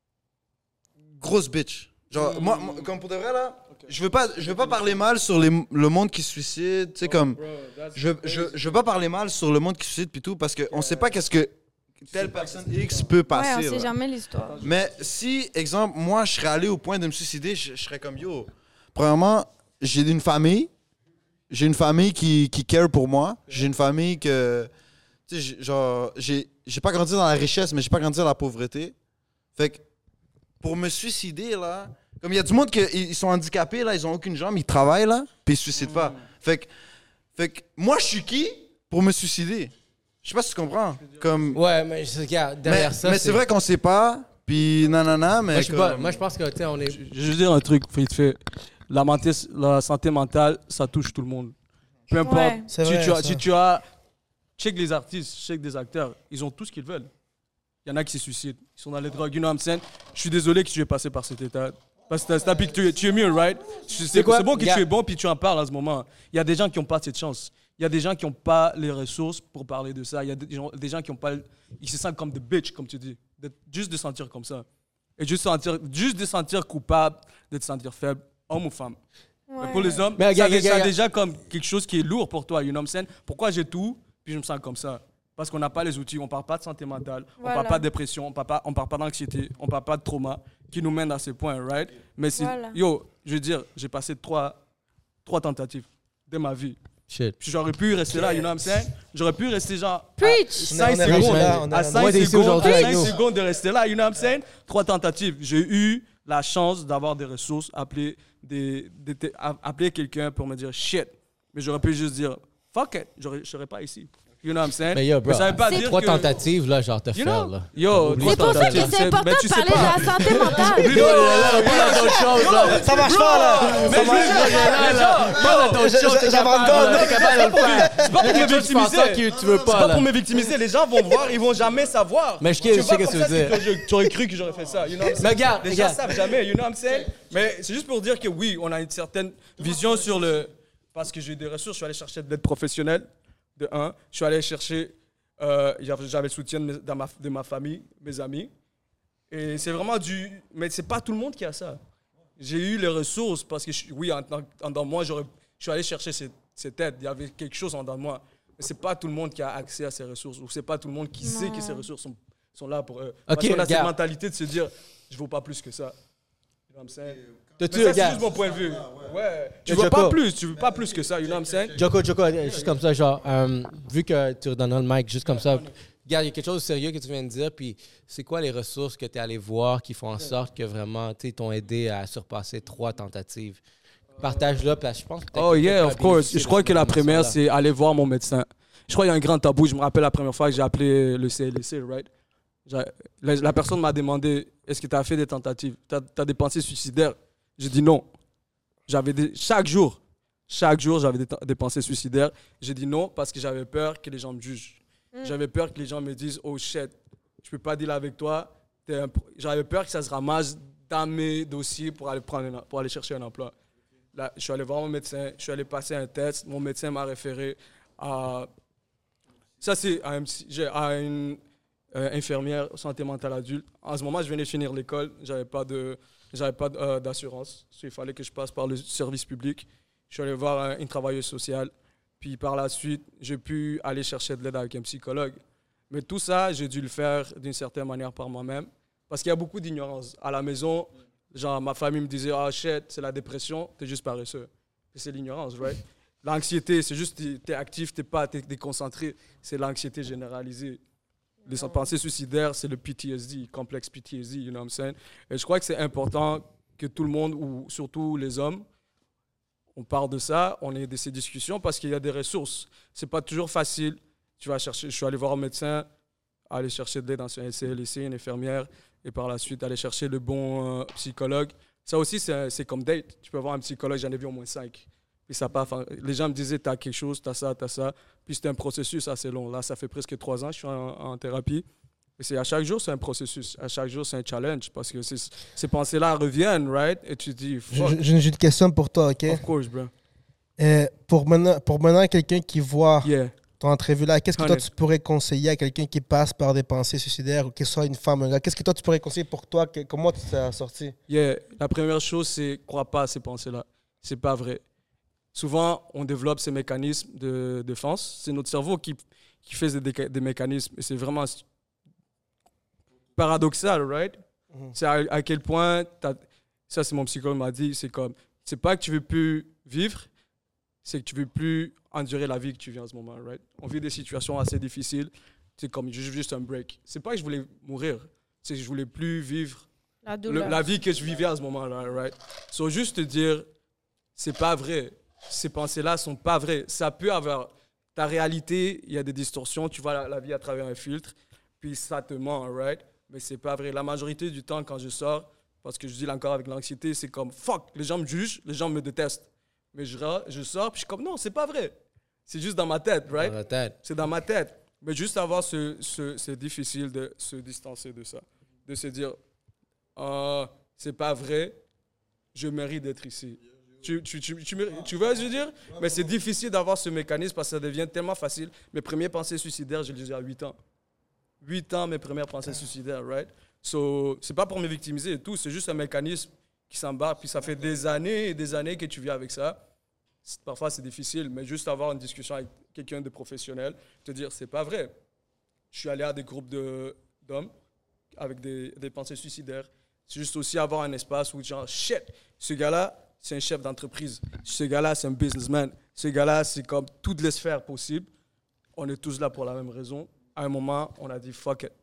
grosse bitch. Genre, moi, moi, comme pour de vrai, là, je veux pas, je veux pas parler mal sur les, le monde qui se suicide, tu sais, comme... Je, je, je veux pas parler mal sur le monde qui se suicide puis tout, parce qu'on sait pas qu'est-ce que telle personne X peut Ouais, passer. on sait là. jamais l'histoire. Mais si, exemple, moi, je serais allé au point de me suicider, je, je serais comme, yo, premièrement, j'ai une famille, j'ai une famille qui, qui care pour moi, j'ai une famille que, tu sais, j'ai- genre, j'ai j'ai pas grandi dans la richesse, mais j'ai pas grandi dans la pauvreté. Fait que, pour me suicider, là, comme il y a du monde qui ils sont handicapés, là, ils ont aucune jambe, ils travaillent, là, puis ils se suicident pas. Fait que, fait que, moi, je suis qui pour me suicider? Je sais pas si tu comprends. Comme, Ouais, mais je- regarde, derrière mais ça. mais c'est vrai qu'on sait pas, puis nanana, mais. Moi, je, suis comme- pas- moi, je pense que, tu sais, on est. Je je vais juste dire un truc, vite fait. La, mentis- la santé mentale, ça touche tout le monde. Peu importe. Ouais. C'est Si, vrai, tu as, ça. si tu as. Check les artistes, check des acteurs, ils ont tout ce qu'ils veulent. Il y en a qui se suicident, ils sont dans les drogues. You know what I'm saying? Je suis désolé que tu es passé par cet état. Parce que t'as- t'as- tu, es- tu es mieux, right? C'est c'est quoi? bon que Gars- tu es bon puis tu en parles à ce moment. Il y a des gens qui n'ont pas cette chance. Il y a des gens qui n'ont pas les ressources pour parler de ça. Il y a des gens, des gens qui n'ont pas. Ils se sentent comme des bitches, comme tu dis. D'être- juste de sentir comme ça. Et juste, sentir, juste de sentir coupable, de te sentir faible, homme ou femme. Mais pour les hommes, Mais ça, regarde, ça regarde, déjà comme quelque chose qui est lourd pour toi. You know what I'm saying? Pourquoi j'ai tout, puis je me sens comme ça? Parce qu'on n'a pas les outils, on ne parle pas de santé mentale, on ne Voilà. parle pas de dépression, on ne parle pas, on parle pas d'anxiété, on ne parle pas de trauma qui nous mène à ces points, right? Mais c'est, Voilà. yo, je veux dire, j'ai passé trois, trois tentatives de ma vie. Shit. Puis j'aurais pu rester là, you know what I'm saying? J'aurais pu rester genre Preach! cinq On est rendu secondes, là, on est à rendu cinq là. Moi, t'es ici secondes, aujourd'hui à avec cinq nous. secondes de rester là, you know what I'm saying? Trois tentatives. J'ai eu la chance d'avoir des ressources, appeler, des, des- des- a- appeler quelqu'un pour me dire shit. Mais j'aurais pu juste dire fuck it, j'aurais- je serais pas ici. You know what I'm saying? Mais yo, bro, ça veut pas C'est dire trois que- tentatives, là, genre, te You faire, know? là. Yo, Oublie trois C'est pour ça que tentatives. c'est important Ben, tu de sais parler pas. de la santé mentale. Oublie pas, là, là, pas dans d'autres choses, là. Ça marche pas, là! Mais Ça je veux marche dire, là, là, Pas dans ton show, t'es capable, J'abandonne. là, t'es capable de le faire. c'est pas pour me Tu penses victimiser. ça que tu veux C'est pas, pas là. pour me victimiser. Les gens vont voir, ils vont jamais savoir. Mais je Tu sais vois, ce que comme tu veux ça, c'est dire. que je- Tu aurais cru que j'aurais fait ça. You know what I'm saying? Mais regarde, Les gens regarde. savent jamais. You know what I'm saying? Mais c'est juste pour dire que oui, on a une certaine vision sur le. Parce que j'ai eu des ressources, je suis allé chercher de l'aide professionnelle, de un. Je suis allé chercher. euh, J'avais j'avais le soutien de, mes- dans ma, de ma famille, mes amis. Et c'est vraiment du. Mais c'est pas tout le monde qui a ça. J'ai eu les ressources parce que, je- oui, en, tant- en dans moi, j'aurais- je suis allé chercher cette, cette aide. Il y avait quelque chose en dedans de moi. Mais c'est pas tout le monde qui a accès à ces ressources. Ou c'est pas tout le monde qui sait que ces ressources sont, sont là pour eux. Parce Ok, qu'on a cette regarde. mentalité de se dire, je vaux pas plus que ça. You know what I'm saying? Toi, tu Mais ça, c'est regardes. juste mon point de vue. Ouais. Tu Mais veux Joko- pas plus, tu veux pas plus que ça, you know what I'm saying? Joko, Joko, juste comme ça, genre, euh, vu que tu redonnes le mic, juste comme ça, regarde, il y a quelque chose de sérieux que tu viens de dire, puis c'est quoi les ressources que tu es allé voir qui font en sorte que vraiment, tu sais, t'ont aidé à surpasser trois tentatives? Partage-le, parce que je pense que peut-être Oh que yeah, quelqu'un of a course. bénéficié Je de crois cette que la première, information-là. c'est aller voir mon médecin. Je crois qu'il y a un grand tabou. Je me rappelle la première fois que j'ai appelé le C L S C, right? J'ai- La, la personne m'a demandé, est-ce que tu as fait des tentatives? Tu as des pensées suicidaires? J'ai dit non. J'avais des, chaque jour, chaque jour, j'avais des, des pensées suicidaires. J'ai dit non parce que j'avais peur que les gens me jugent. J'avais peur que les gens me disent, oh shit, je peux pas dealer avec toi. T'es un pro- J'avais peur que ça se ramasse dans mes dossiers pour aller, prendre un- pour aller chercher un emploi. Là, je suis allé voir mon médecin, je suis allé passer un test. Mon médecin m'a référé à. Ça, c'est à, un psy- j'ai- à une euh, infirmière santé mentale adulte. En ce moment, je venais de finir l'école. J'avais pas de, j'avais pas de, euh, d'assurance. So, il fallait que je passe par le service public. Je suis allé voir euh, une travailleuse sociale. Puis par la suite, j'ai pu aller chercher de l'aide avec un psychologue. Mais tout ça, j'ai dû le faire d'une certaine manière par moi-même. Parce qu'il y a beaucoup d'ignorance. À la maison, genre, ma famille me disait, ah shit, c'est la dépression, t'es juste paresseux. Et c'est l'ignorance, right? L'anxiété, c'est juste, t'es, t'es actif, t'es pas t'es déconcentré. C'est l'anxiété généralisée. Les pensées suicidaires, c'est le P T S D, complexe P T S D, you know what I'm saying? Et je crois que c'est important que tout le monde, ou surtout les hommes, on parle de ça, on ait de ces discussions parce qu'il y a des ressources. C'est pas toujours facile. Tu vas chercher, je suis allé voir un médecin, aller chercher de l'aide dans un C L S C, une infirmière, et par la suite aller chercher le bon euh, psychologue. Ça aussi, c'est, c'est comme date. Tu peux avoir un psychologue, j'en ai vu au moins cinq. Puis ça part, les gens me disaient, t'as quelque chose, t'as ça, t'as ça. Puis c'était un processus assez long. Là, ça fait presque trois ans que je suis en, en thérapie. Et c'est, à chaque jour, c'est un processus. À chaque jour, c'est un challenge parce que c'est- ces pensées-là reviennent, right? Et tu te dis, fuck, J'ai j'ai une question pour toi, OK? of course, bro. Euh, pour maintenant, pour maintenant quelqu'un qui voit Yeah. ton entrevue là, qu'est-ce que toi Honnête. tu pourrais conseiller à quelqu'un qui passe par des pensées suicidaires ou que ce soit une femme, un gars? Qu'est-ce que toi tu pourrais conseiller pour toi? Que- comment tu t'es sorti? Yeah. La première chose, c'est crois pas à ces pensées-là. C'est pas vrai. Souvent, on développe ces mécanismes de défense. C'est notre cerveau qui, qui fait des, déca- des mécanismes. Et c'est vraiment s- paradoxal, right? Mhm. C'est à, à quel point, t'as- ça c'est mon psychologue m'a dit, c'est comme, c'est pas que tu veux plus vivre, c'est que tu veux plus endurer la vie que tu vis en ce moment, right? On vit des situations assez difficiles. C'est comme ju- juste un break. C'est pas que je voulais mourir, c'est que je voulais plus vivre La le- douleur. la vie que je vivais à ce moment-là, right? So, juste te dire, c'est pas vrai. Ces pensées-là sont pas vraies. Ça peut avoir ta réalité, il y a des distorsions, tu vois la, la vie à travers un filtre, puis ça te ment, right? Mais c'est pas vrai. La majorité du temps, quand je sors, parce que je dis encore avec l'anxiété, c'est comme fuck, les gens me jugent, les gens me détestent. Mais je, ra- je sors, puis je suis comme non, c'est pas vrai. C'est juste dans ma tête, right? Dans la tête. C'est dans ma tête. Mais juste avoir ce, ce- c'est difficile de se distancer de ça. De se dire, ah, c'est pas vrai, je mérite d'être ici. Tu, tu, tu, tu, mérites- tu vois ce que je veux dire? Mais c'est difficile d'avoir ce mécanisme parce que ça devient tellement facile. Mes premières pensées suicidaires, je les ai eues à huit ans. huit ans, mes premières pensées suicidaires, right? So, c'est pas pour me victimiser et tout, c'est juste un mécanisme qui s'embarque. Puis ça fait des années et des années que tu vis avec ça. C'est- Parfois, c'est difficile, mais juste avoir une discussion avec quelqu'un de professionnel, te dire, c'est pas vrai. Je suis allé à des groupes de- d'hommes avec des, des pensées suicidaires. C'est juste aussi avoir un espace où, genre, shit, ce gars-là, c'est un chef d'entreprise. Ce gars-là, c'est un businessman. Ce gars-là, c'est comme toutes les sphères possibles. On est tous là pour la même raison. À un moment, on a dit, fuck it.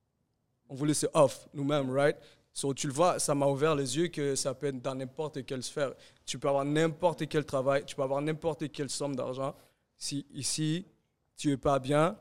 On voulait se off nous-mêmes, right? So, tu le vois, ça m'a ouvert les yeux que ça peut être dans n'importe quelle sphère. Tu peux avoir n'importe quel travail, tu peux avoir n'importe quelle somme d'argent. Si ici, tu n'es pas bien,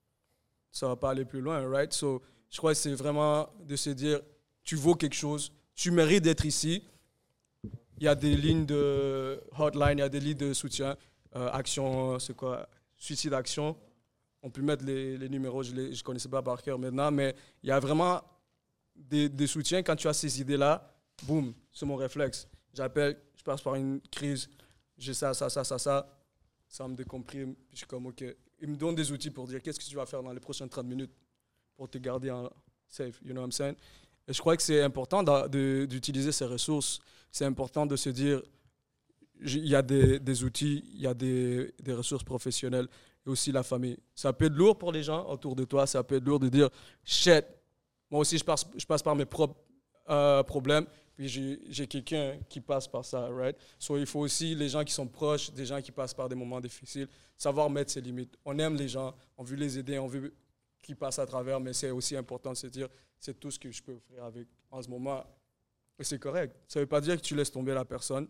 ça ne va pas aller plus loin, right? So, je crois que c'est vraiment de se dire, tu vaux quelque chose, tu mérites d'être ici. Il y a des lignes de hotline, il y a des lignes de soutien. Euh, action, c'est quoi? Suicide Action. On peut mettre les, les numéros, je ne connaissais pas par cœur maintenant, mais il y a vraiment des, des soutiens. Quand tu as ces idées-là, boum, c'est mon réflexe. J'appelle, je passe par une crise, j'ai ça, ça, ça, ça, ça, ça me décomprime. Puis je suis comme, OK. Ils me donnent des outils pour dire qu'est-ce que tu vas faire dans les prochaines trente minutes pour te garder en safe, you know what I'm saying? Et je crois que c'est important d'a- de- d'utiliser ces ressources. C'est important de se dire, j- il y a des, des outils, il y a des, des ressources professionnelles et aussi la famille. Ça peut être lourd pour les gens autour de toi, ça peut être lourd de dire, shit, moi aussi je passe, je passe par mes propres euh, problème. Puis j'ai, j'ai quelqu'un qui passe par ça, right? So, il faut aussi les gens qui sont proches, des gens qui passent par des moments difficiles, savoir mettre ses limites. On aime les gens, on veut les aider, on veut qu'ils passent à travers, mais c'est aussi important de se dire, c'est tout ce que je peux offrir avec en ce moment. Et c'est correct. Ça ne veut pas dire que tu laisses tomber la personne.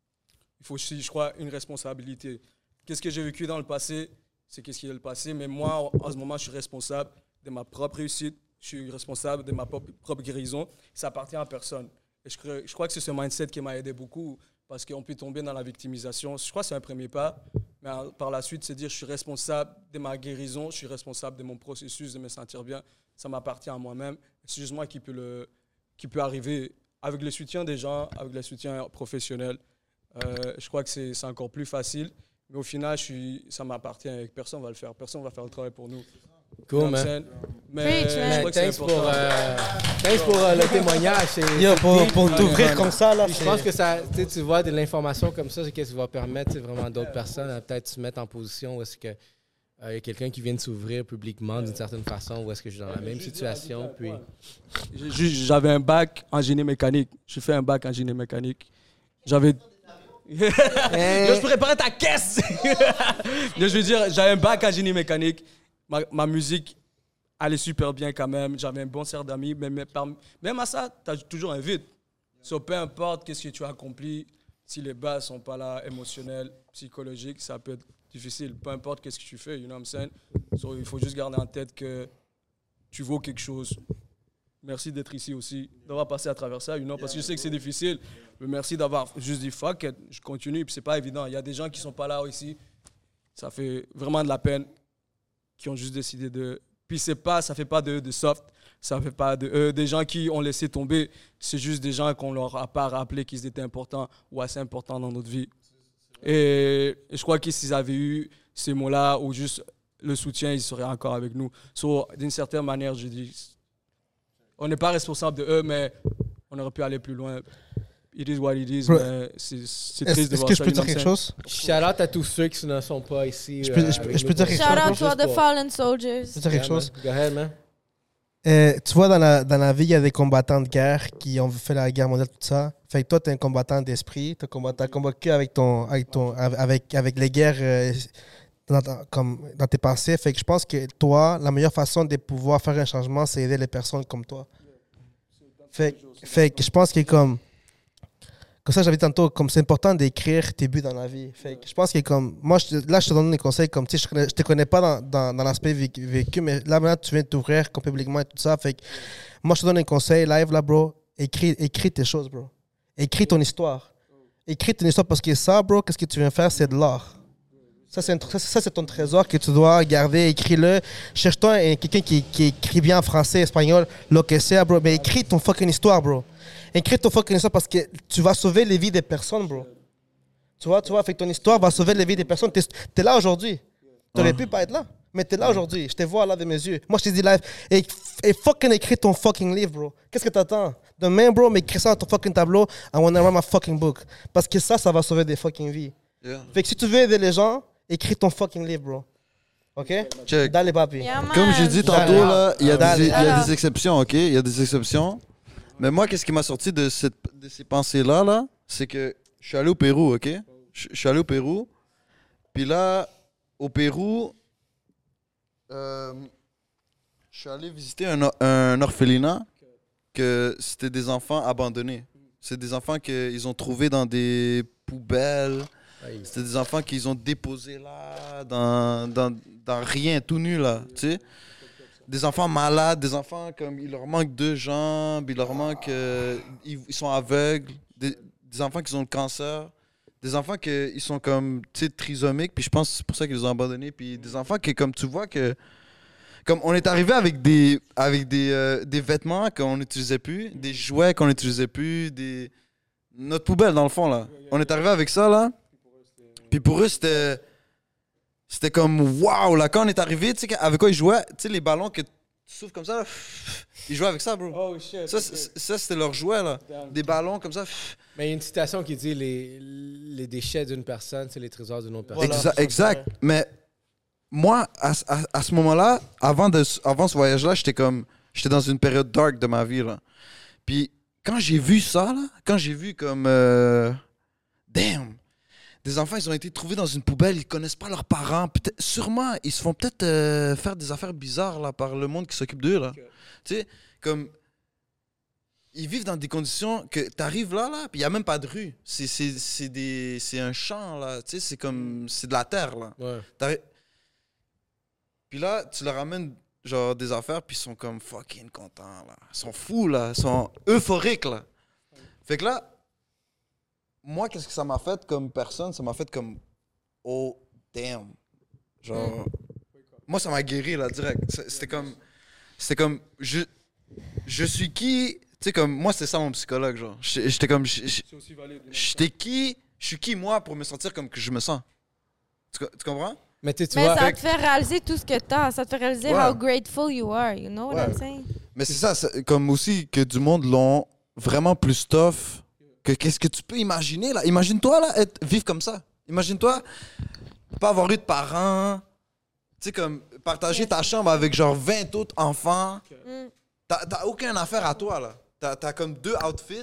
Il faut aussi, je crois, une responsabilité. Qu'est-ce que j'ai vécu dans le passé? C'est qu'est-ce qui est le passé. Mais moi, en ce moment, je suis responsable de ma propre réussite. Je suis responsable de ma propre, propre guérison. Ça appartient à personne. Et je, crois, je crois que c'est ce mindset qui m'a aidé beaucoup parce qu'on peut tomber dans la victimisation. Je crois que c'est un premier pas. Mais par la suite, c'est dire je suis responsable de ma guérison, je suis responsable de mon processus de me sentir bien. Ça m'appartient à moi-même. C'est juste moi qui peux, le, qui peut arriver avec le soutien des gens, avec le soutien professionnel. Euh, je crois que c'est, c'est encore plus facile. Mais au final, je suis, ça m'appartient. Personne ne va le faire. Personne ne va faire le travail pour nous. Cool, man. Mais Preach, man. je crois que c'est Thanks pour, important. euh, thanks pour euh, le témoignage. C'est, Yo, c'est pour, deep. pour t'ouvrir comme ça, là, Puis je c'est- pense que ça, tu sais, tu vois de l'information comme ça, c'est qu'est-ce qui va permettre tu sais, vraiment d'autres personnes à peut-être se mettre en position où est-ce que il y a quelqu'un qui vient de s'ouvrir publiquement d'une certaine façon, où est-ce que je suis dans la même situation. Puis J'ai- j'ai- J'avais un bac en génie mécanique. J'ai fait un bac en génie mécanique. J'avais. Yo, je préparais ta caisse! Yo, je veux dire, j'avais un bac en génie mécanique. Ma, ma musique allait super bien quand même. J'avais un bon cercle d'amis. Mais, mais par- même à ça, tu as toujours un vide. So, peu importe qu'est-ce que tu as accompli, si les bases sont pas là, émotionnelles, psychologiques, ça peut être difficile. Peu importe qu'est-ce que tu fais, you know what I'm saying? So, il faut juste garder en tête que tu vaux quelque chose. Merci d'être ici aussi, d'avoir passé à travers ça, you know, parce que je sais que c'est difficile. Mais merci d'avoir juste dit fuck it, je continue, puis c'est pas évident. Il y a des gens qui sont pas là ici, ça fait vraiment de la peine, qui ont juste décidé de. Puis c'est pas, ça fait pas de, de soft, ça fait pas de euh, des gens qui ont laissé tomber. C'est juste des gens qu'on leur a pas rappelé qu'ils étaient importants ou assez importants dans notre vie. Et, et je crois que s'ils avaient eu ces mots-là ou juste le soutien, ils seraient encore avec nous. So, d'une certaine manière, je dis. On n'est pas responsable de eux, mais on aurait pu aller plus loin. It is what it is, Bro, mais c'est, c'est Est-ce triste de est-ce voir que ça. je peux dire you know quelque what I'm chose? shout out à tous ceux qui ne sont pas ici. Je peux- euh, je peux- avec je nous peux dire pour- quelque Shout chose? out to all Juste the pour- fallen soldiers. Je peux dire quelque Yeah, chose? man. Go ahead, man. Euh, tu vois, dans la, dans la vie, il y a des combattants de guerre qui ont fait la guerre mondiale, tout ça. Fait que toi, tu es un combattant d'esprit. Tu as combattu avec, ton, avec, ton, avec, avec les guerres euh, dans, ta- comme, dans tes pensées. Fait que je pense que toi, la meilleure façon de pouvoir faire un changement, c'est aider les personnes comme toi. Fait, fait que je pense que comme... Comme ça, j'avais dit tantôt, comme c'est important d'écrire tes buts dans la vie. Fait que je pense que comme... Moi, je te- là, je te donne des conseils comme, tu sais, je, connais- je te connais pas dans, dans, dans l'aspect vécu, vécu, mais là, maintenant, tu viens de t'ouvrir comme publiquement et tout ça. Fait que moi, je te donne un conseil live, là, bro. Écris, écris tes choses, bro. Écris ton histoire. Écris ton histoire parce que ça, bro, qu'est-ce que tu viens faire, c'est de l'art. Ça, c'est, un tr- ça, ça, c'est ton trésor que tu dois garder. Écris-le. Cherche-toi un- quelqu'un qui, qui écrit bien en français, espagnol, lo que sea, bro. Mais écris ton fucking histoire, bro. Écris ton fucking histoire parce que tu vas sauver les vies des personnes, bro. Tu vois, tu vois, fait que ton histoire va sauver les vies des personnes. T'es, t'es là aujourd'hui. T'aurais pu pas être là, mais t'es là aujourd'hui. Je te vois là de mes yeux. Moi, je te dis live. Et, et fucking écris ton fucking livre, bro. Qu'est-ce que t'attends? Demain, bro, mais écris ça dans ton fucking tableau. I wanna write my fucking book. Parce que ça, ça va sauver des fucking vies. Yeah. Fait que si tu veux aider les gens, écris ton fucking livre, bro. OK? Check. Dans les papiers. Yeah, man. Comme j'ai dit tantôt, Dale. là, il y, a Dale. des- il y a Dale. des exceptions, OK? Il y a des exceptions. Mais moi, qu'est-ce qui m'a sorti de, cette, de ces pensées-là, là, c'est que je suis allé au Pérou, OK? Je je suis allé au Pérou. Puis là, au Pérou, euh, je suis allé visiter un, or- un orphelinat que c'était des enfants abandonnés. C'est des enfants qu'ils ont trouvés dans des poubelles. C'était des enfants qu'ils ont déposés là, dans, dans, dans rien, tout nu là, tu sais. Des enfants malades, des enfants comme il leur manque deux jambes, il leur manque, euh, ils, ils sont aveugles, des, des enfants qui ont le cancer, des enfants qui ils sont comme, tu sais, trisomiques, puis je pense que c'est pour ça qu'ils les ont abandonnés, puis des enfants qui, comme tu vois que, comme on est arrivé avec des, avec des, euh, des vêtements qu'on n'utilisait plus, des jouets qu'on n'utilisait plus, des, notre poubelle dans le fond là. On est arrivé avec ça là. Puis pour eux, c'était. C'était comme waouh, là, quand on est arrivé, tu sais, avec quoi ils jouaient, tu sais, les ballons que tu souffles comme ça, là, ils jouaient avec ça, bro. Oh shit. Ça, c'est- ça c'était leur jouet, là. Des ballons comme ça. Mais il y a une citation qui dit les, les déchets d'une personne, c'est les trésors d'une autre personne. Voilà. Exa- exact. Mais moi, à, à, à ce moment-là, avant, de, avant ce voyage-là, j'étais comme. J'étais dans une période dark de ma vie, là. Puis quand j'ai vu ça, là, quand j'ai vu comme... euh, damn! Des enfants, ils ont été trouvés dans une poubelle, ils connaissent pas leurs parents. Peut-être, sûrement, ils se font peut-être euh, faire des affaires bizarres là, par le monde qui s'occupe d'eux. Là. Tu sais, comme... Ils vivent dans des conditions que tu arrives là, là, puis il n'y a même pas de rue. C'est, c'est, c'est, des, c'est un champ, là. Tu sais, c'est comme... C'est de la terre, là. Ouais. T'arri- Puis là, tu leur amènes genre des affaires, puis ils sont comme fucking contents, là. Ils sont fous, là. Ils sont euphoriques, là. Fait que là, moi, qu'est-ce que ça m'a fait comme personne? Ça m'a fait comme, oh, damn. Genre, moi, ça m'a guéri, là, direct. C'est- C'était comme, c'était comme, je, je suis qui? Tu sais, comme, moi, c'est ça mon psychologue, genre. J'étais j'étais comme, j'- j'- C'est aussi valide. j'étais qui? Je suis qui, moi, pour me sentir comme que je me sens? Tu, co- tu comprends? Mais tu sais, tu Mais vois, ça te fait réaliser tout ce que t'as. Ça te fait réaliser Ouais. how grateful you are. You know what Ouais. I'm saying? Mais c'est ça, c'est comme aussi que du monde l'ont vraiment plus tough que qu'est-ce que tu peux imaginer, là. Imagine-toi, là, être, vivre comme ça. Imagine-toi pas avoir eu de parents. Tu sais, comme partager ta chambre avec genre vingt autres enfants. Mm. T'as t'as aucune affaire à toi, là. T'as t'as comme deux outfits.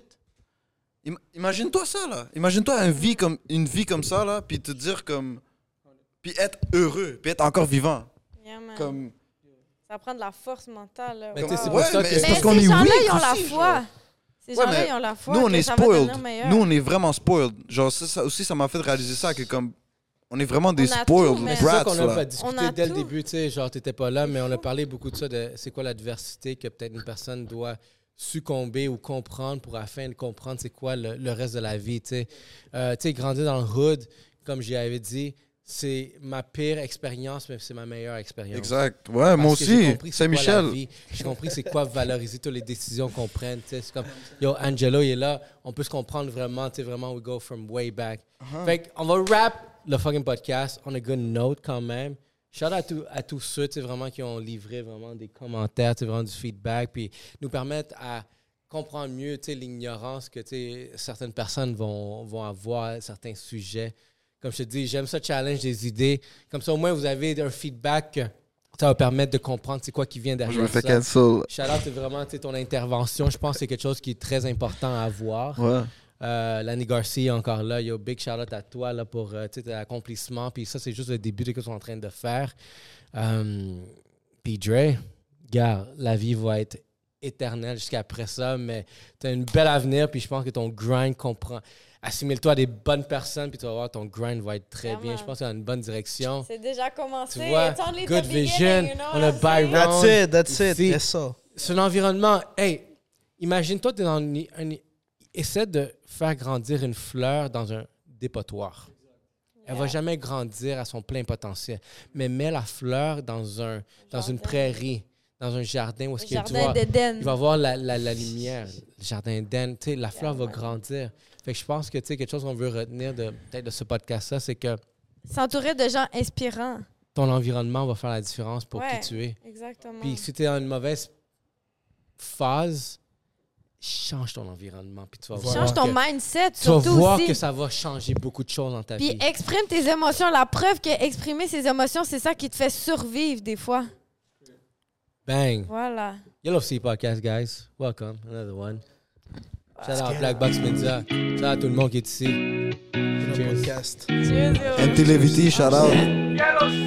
Im- Imagine-toi ça, là. Imagine-toi une vie comme, une vie comme ça, là, puis te dire comme... Puis être heureux, puis être encore vivant. Yeah, man. Comme... Ça prend de la force mentale. Là. Mais tu sais, Wow. c'est pour Ouais, ça mais que- c'est Mais parce qu'on ces est gens-là, weak ils ont la aussi, foi. genre. Ces Ouais, gens-là, mais ils ont la foi. Nous, on que est ça va spoiled. devenir meilleur. Nous, on est vraiment spoiled. Genre, ça, ça aussi, ça m'a fait réaliser ça, que comme... On est vraiment des On a spoiled tout, mais- c'est ça brats, qu'on a là. pas On discuté a dès le tout. début, tu sais, genre t'étais pas là, mais on a parlé beaucoup de ça, de c'est quoi l'adversité que peut-être une personne doit succomber ou comprendre pour afin de comprendre c'est quoi le, le reste de la vie, tu sais. Euh, tu sais, grandir dans le hood, comme j'y avais dit, c'est ma pire expérience, mais c'est ma meilleure expérience. Exact. Ouais, Parce moi que j'ai aussi. compris c'est quoi la Saint-Michel. vie. J'ai compris c'est quoi valoriser toutes les décisions qu'on prenne. tu sais. C'est comme, yo, Angelo, il est là. On peut se comprendre vraiment. Tu sais, vraiment, we go from way back. Fait qu'on va wrap le fucking podcast on a good note quand même. Shout out à, tout- à tous ceux, tu sais, vraiment, qui ont livré vraiment des commentaires, tu sais, vraiment du feedback, puis nous permettre à comprendre mieux, tu sais, l'ignorance que, tu sais, certaines personnes vont, vont avoir à certains sujets. Comme je te dis, j'aime ça, challenge des idées. Comme ça, au moins, vous avez un feedback que ça va permettre de comprendre c'est quoi qui vient derrière Je me fais ça. cancel. Shout-out, c'est vraiment tu sais, ton intervention. Je pense que c'est quelque chose qui est très important à avoir. Ouais. Euh, Lanny Garcia, encore là. Yo, big shout-out à toi là, pour euh, tu sais, ton accomplissement. Puis ça, c'est juste le début de ce qu'ils sont en train de faire. Euh, Puis Dre, gars, la vie va être éternelle jusqu'après ça, mais tu as une belle avenir. Puis je pense que ton grind comprend. Assimile-toi à des bonnes personnes, puis tu vas voir, ton grind va être très Vraiment. bien. Je pense que c'est dans une bonne direction. C'est déjà commencé. Tu vois, It's only the good beginning, vision. you know On what a I'm saying? Byron. That's it, that's it. Ici. C'est ça. C'est un environnement. Hey, imagine-toi, tu es dans un, un- essaie de faire grandir une fleur dans un dépotoir. Elle ne va jamais grandir à son plein potentiel. Mais mets la fleur dans, un, dans une prairie, dans un jardin où est-ce Le qu'il jardin d'Éden. il va avoir la, la, la lumière, le jardin d'Éden. Tu sais, la fleur va grandir. Fait que je pense que tu sais, quelque chose qu'on veut retenir de, peut-être de ce podcast-là, c'est que S'entourer de gens inspirants. ton environnement va faire la différence pour Ouais. qui tu es. Exactement. Puis si tu es dans une mauvaise phase, change ton environnement. Puis tu vas Change voir ton que, mindset, tu vas surtout voir aussi. que ça va changer beaucoup de choses dans ta Puis vie. exprime tes émotions. La preuve que exprimer ses émotions, c'est ça qui te fait survivre des fois. Bang. Voilà. Yellow Sea Podcast, guys. Welcome. Another one. Shout out Black Box Media. Shout out à tout le monde qui est ici. Le Cheers. podcast. Cheers, yo. M T Levity, shout out. Yellow